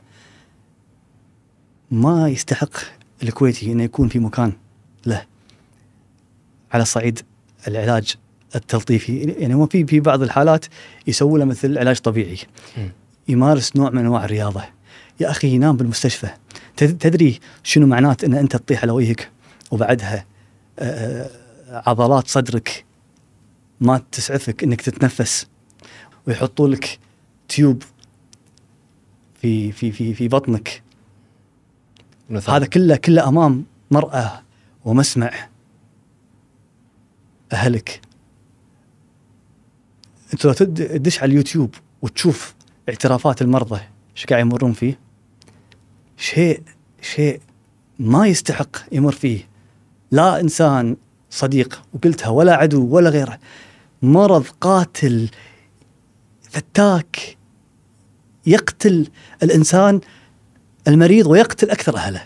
Speaker 2: ما يستحق الكويتي أنه يكون في مكان له على صعيد العلاج التلطيفي. يعني هو في في بعض الحالات يسوي له مثل علاج طبيعي، يمارس نوع من أنواع الرياضة. يا أخي ينام بالمستشفى، تدري شنو معنات أن أنت تطيح على وجهك وبعدها عضلات صدرك ما تسعفك أنك تتنفس، ويحطوا لك تيوب في في في في بطنك. هذا كله كله أمام مرأة ومسمع أهلك. أنت لو تدش على اليوتيوب وتشوف اعترافات المرضى ايش قاعد يمرون فيه، شيء شيء ما يستحق يمر فيه لا إنسان صديق وقلتها ولا عدو ولا غيره. مرض قاتل فتاك يقتل الإنسان المريض ويقتل أكثر أهله.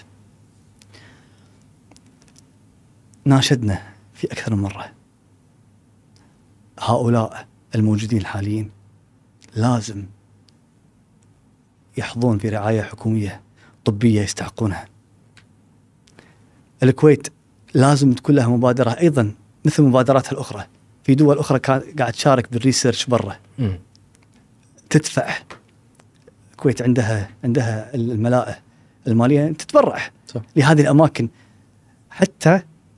Speaker 2: ناشدنا في أكثر من مرة هؤلاء الموجودين الحاليين لازم يحظون في رعاية حكومية طبية يستحقونها. الكويت لازم تكون لها مبادرة أيضا مثل مبادراتها الأخرى. في دول أخرى قاعد تشارك بالريسيرش برا، تدفع. الكويت عندها عندها الملاءة المالية تتبرع صح. لهذه الأماكن حتى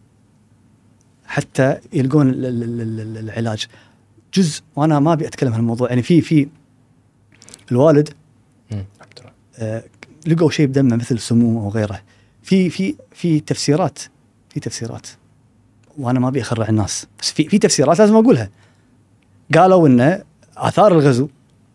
Speaker 2: حتى يلقون ال- ال- ال- العلاج جزء. وانا ما ابي اتكلم عن الموضوع، يعني في في الوالد آه لقوا شيء بدمه مثل سموم او غيره، في في في تفسيرات في تفسيرات وانا ما ابي اخرع الناس، بس في في تفسيرات لازم اقولها. قالوا ان اثار الغزو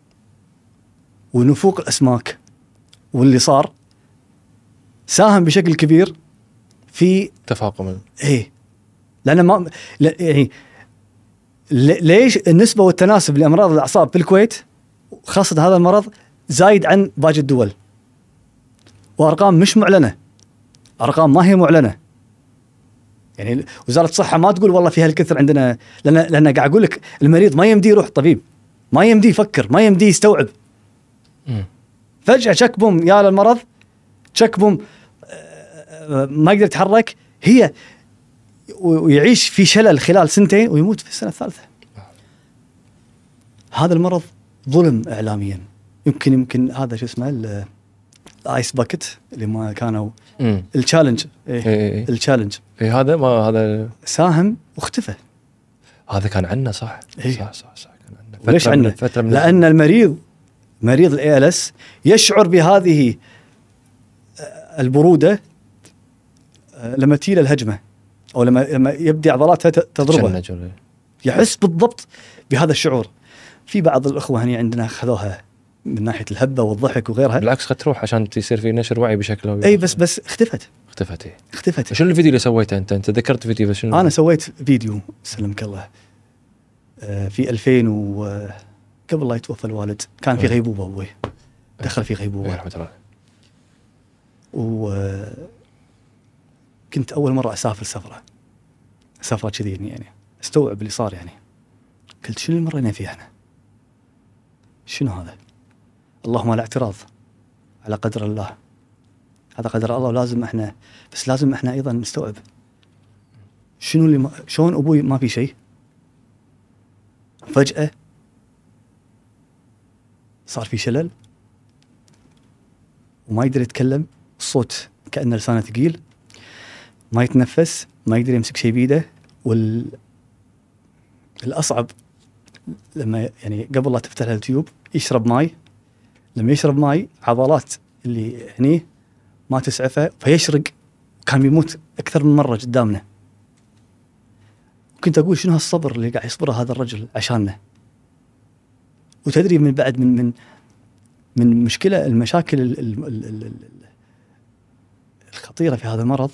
Speaker 2: ونفوق الاسماك واللي صار ساهم بشكل كبير في
Speaker 1: تفاقم.
Speaker 2: ايه، لان ما لا يعني ل- ليش النسبه والتناسب لامراض الاعصاب في الكويت خاصه هذا المرض زايد عن باقي الدول، وارقام مش معلنه، ارقام ما هي معلنه. يعني وزاره الصحه ما تقول والله في هالكثر عندنا، لان لان قاعد اقول لك المريض ما يمدي يروح طبيب، ما يمدي يفكر، ما يمدي يستوعب.
Speaker 1: مم.
Speaker 2: فجاه شكبهم يا للمرض، شكبهم آه، ما يقدر يتحرك، هي ويعيش في شلل خلال سنتين ويموت في السنه الثالثه. هذا المرض ظلم اعلاميا. يمكن يمكن هذا شو اسمه ال- الايس باكت اللي ما كانوا
Speaker 1: مم.
Speaker 2: التشالنج إيه
Speaker 1: إيه إيه.
Speaker 2: التشالنج
Speaker 1: إيه هذا ما هذا
Speaker 2: ساهم واختفى.
Speaker 1: هذا كان عنا صح.
Speaker 2: إيه.
Speaker 1: صح صح صح كان عنا.
Speaker 2: وليش
Speaker 1: فترة من-
Speaker 2: عنا؟
Speaker 1: فترة من
Speaker 2: لان المريض مريض الاي ال اس يشعر بهذه آه، البروده آه، لما تيله الهجمه او لما لما يبدي عضلاتها ت- تضربه،
Speaker 1: تشنج ولا-
Speaker 2: يحس بالضبط بهذا الشعور. في بعض الاخوه هنا عندنا اخذوها من ناحيه الهبه والضحك وغيرها،
Speaker 1: بالعكس خد تروح عشان تصير في نشر وعي بشكل او
Speaker 2: اي بس بس اختفت
Speaker 1: اختفت. إيه.
Speaker 2: اختفت.
Speaker 1: شنو الفيديو اللي سويته انت؟ انت ذكرت فيديو بس شنو؟
Speaker 2: انا سويت فيديو سلمك الله آه، في ألفين و آه، قبل لا يتوفى الوالد كان في
Speaker 1: أه.
Speaker 2: غيبوبه ابوي، دخل في
Speaker 1: الله
Speaker 2: غيبوبه،
Speaker 1: يرحمه الله.
Speaker 2: وكنت اول مره اسافر سفره سفره كذي يعني استوعب اللي صار. يعني قلت شنو اللي مرينا فيه احنا؟ شنو هذا؟ اللهم لا اعتراض على قدر الله، هذا قدر الله ولازم احنا، بس لازم احنا ايضا نستوعب شنو اللي ما شلون ابوي ما في شيء فجأة صار في شلل وما يقدر يتكلم، الصوت كأنه لسانه ثقيل، ما يتنفس، ما يقدر يمسك شيء بيده. وال الأصعب لما يعني قبل لا تفتح له التيوب يشرب ماي، لما يشرب ماي عضلات اللي هني ما تسعفه فيشرق، كان بيموت أكثر من مرة قدامنا. كنت أقول شنو هالصبر اللي قاعد يصبره هذا الرجل عشاننا. وتدري من بعد من من من مشكلة المشاكل ال ال ال ال ال الخطيرة في هذا المرض،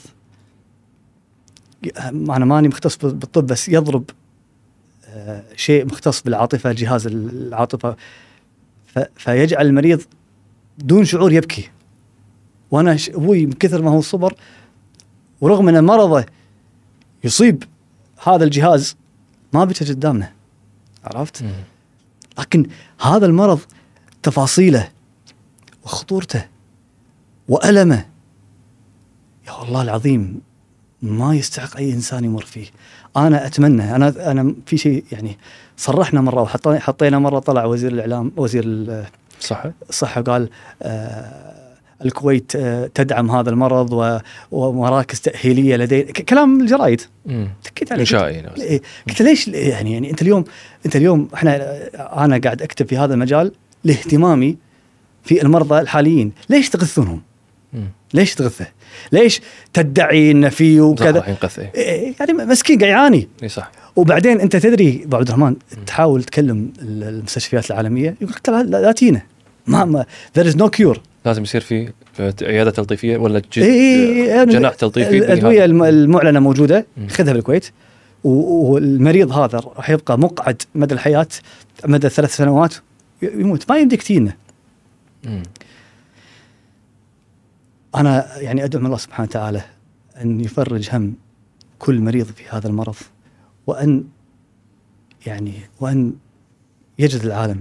Speaker 2: أنا ماني مختص بالطب بس يضرب آه شيء مختص بالعاطفة، جهاز العاطفة، فيجعل المريض دون شعور يبكي. وأنا أبوي من كثر ما هو صبر ورغم أن مرضه يصيب هذا الجهاز ما بكى قدامنا، عرفت؟
Speaker 1: مم.
Speaker 2: لكن هذا المرض تفاصيله وخطورته وألمه يا والله العظيم ما يستحق أي إنسان يمر فيه. أنا أتمنى أنا أنا في شيء يعني صرحنا مرة وحطينا حطينا مرة طلع وزير الإعلام وزير
Speaker 1: صح
Speaker 2: الصحة قال آه الكويت آه تدعم هذا المرض و- ومراكز تأهيلية لدي كلام الجرايد. تكيت عليه
Speaker 1: إنشائي.
Speaker 2: إيه. قلت ليش يعني يعني أنت اليوم أنت اليوم إحنا أنا قاعد أكتب في هذا المجال لاهتمامي في المرضى الحاليين، ليش تغثونهم؟
Speaker 1: مم.
Speaker 2: ليش تغثه؟ ليش تدعي إن فيه وكذا؟
Speaker 1: صح ينقذ. إيه.
Speaker 2: إيه يعني مسكين قاعد يعاني.
Speaker 1: إيه صح.
Speaker 2: وبعدين أنت تدري أبو عبد الرحمن تحاول تكلم المستشفيات العالمية يقول لك لا لا تينا ما ما there is no cure.
Speaker 1: لازم يصير في عيادة تلطيفية ولا ج-
Speaker 2: إيه
Speaker 1: جناح تلطيفي.
Speaker 2: الأدوية الم- المعلنة موجودة، خذها بالكويت، و- والمريض هذا راح يبقى مقعد مدى الحياة مدى ثلاث سنوات يموت، ما يمديك تينا.
Speaker 1: مم.
Speaker 2: أنا يعني أدعو من الله سبحانه وتعالى أن يفرج هم كل مريض في هذا المرض، وأن يعني وأن يجد العالم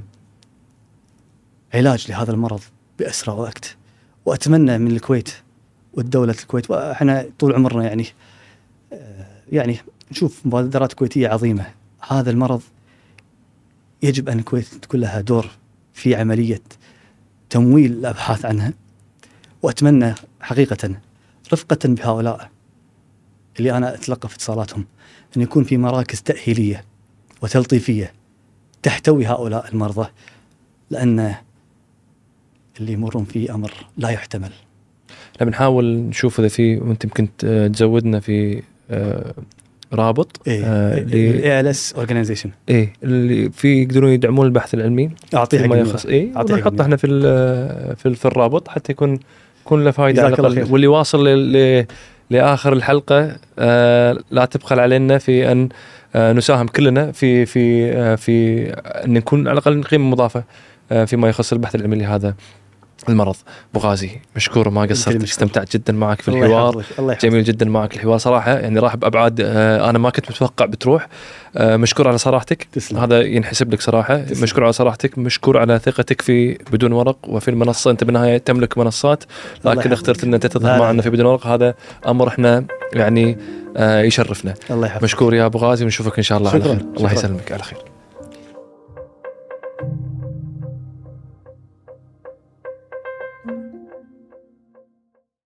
Speaker 2: علاج لهذا المرض بأسرع وقت. وأتمنى من الكويت والدولة الكويت، وإحنا طول عمرنا يعني يعني نشوف مبادرات كويتية عظيمة، هذا المرض يجب أن الكويت تكون لها دور في عملية تمويل الأبحاث عنها. وأتمنى حقيقة رفقة بهؤلاء اللي أنا أتلقى في اتصالاتهم أن يكون في مراكز تأهيلية وتلطيفية تحتوي هؤلاء المرضى، لأن اللي يمرون فيه أمر لا يحتمل.
Speaker 1: احنا بنحاول نشوف إذا في، وأنت يمكن تزودنا في آه رابط
Speaker 2: إيه
Speaker 1: آه
Speaker 2: إيه إل إس Organization
Speaker 1: إيه اللي في يقدرون يدعمون البحث العلمي.
Speaker 2: أعطيها
Speaker 1: ما يخص إيه ونحطه إحنا في في في الرابط حتى يكون يكون له فائدة على الأقل. واللي واصل ل لآخر الحلقة آه لا تبخل علينا في أن آه نساهم كلنا في في آه في أن نكون على الأقل قيمة مضافة آه فيما يخص البحث العلمي لهذا المرض. أبو غازي مشكور وما قصرت، استمتعت جدا معك في الحوار. جميل جدا معك الحوار صراحة، يعني راح بأبعاد آه أنا ما كنت متوقع بتروح. آه مشكور على صراحتك.
Speaker 2: تسلم.
Speaker 1: هذا ينحسب لك صراحة. تسلم. مشكور على صراحتك، مشكور على ثقتك في بدون ورق وفي المنصة. أنت بالنهاية تملك منصات لكن اخترت أن أنت تظهر معنا في بدون ورق. هذا أمر إحنا يعني آه يشرفنا.
Speaker 2: الله يحفظك.
Speaker 1: مشكور يا أبو غازي ونشوفك إن شاء الله على خير. الله يسلمك على خير.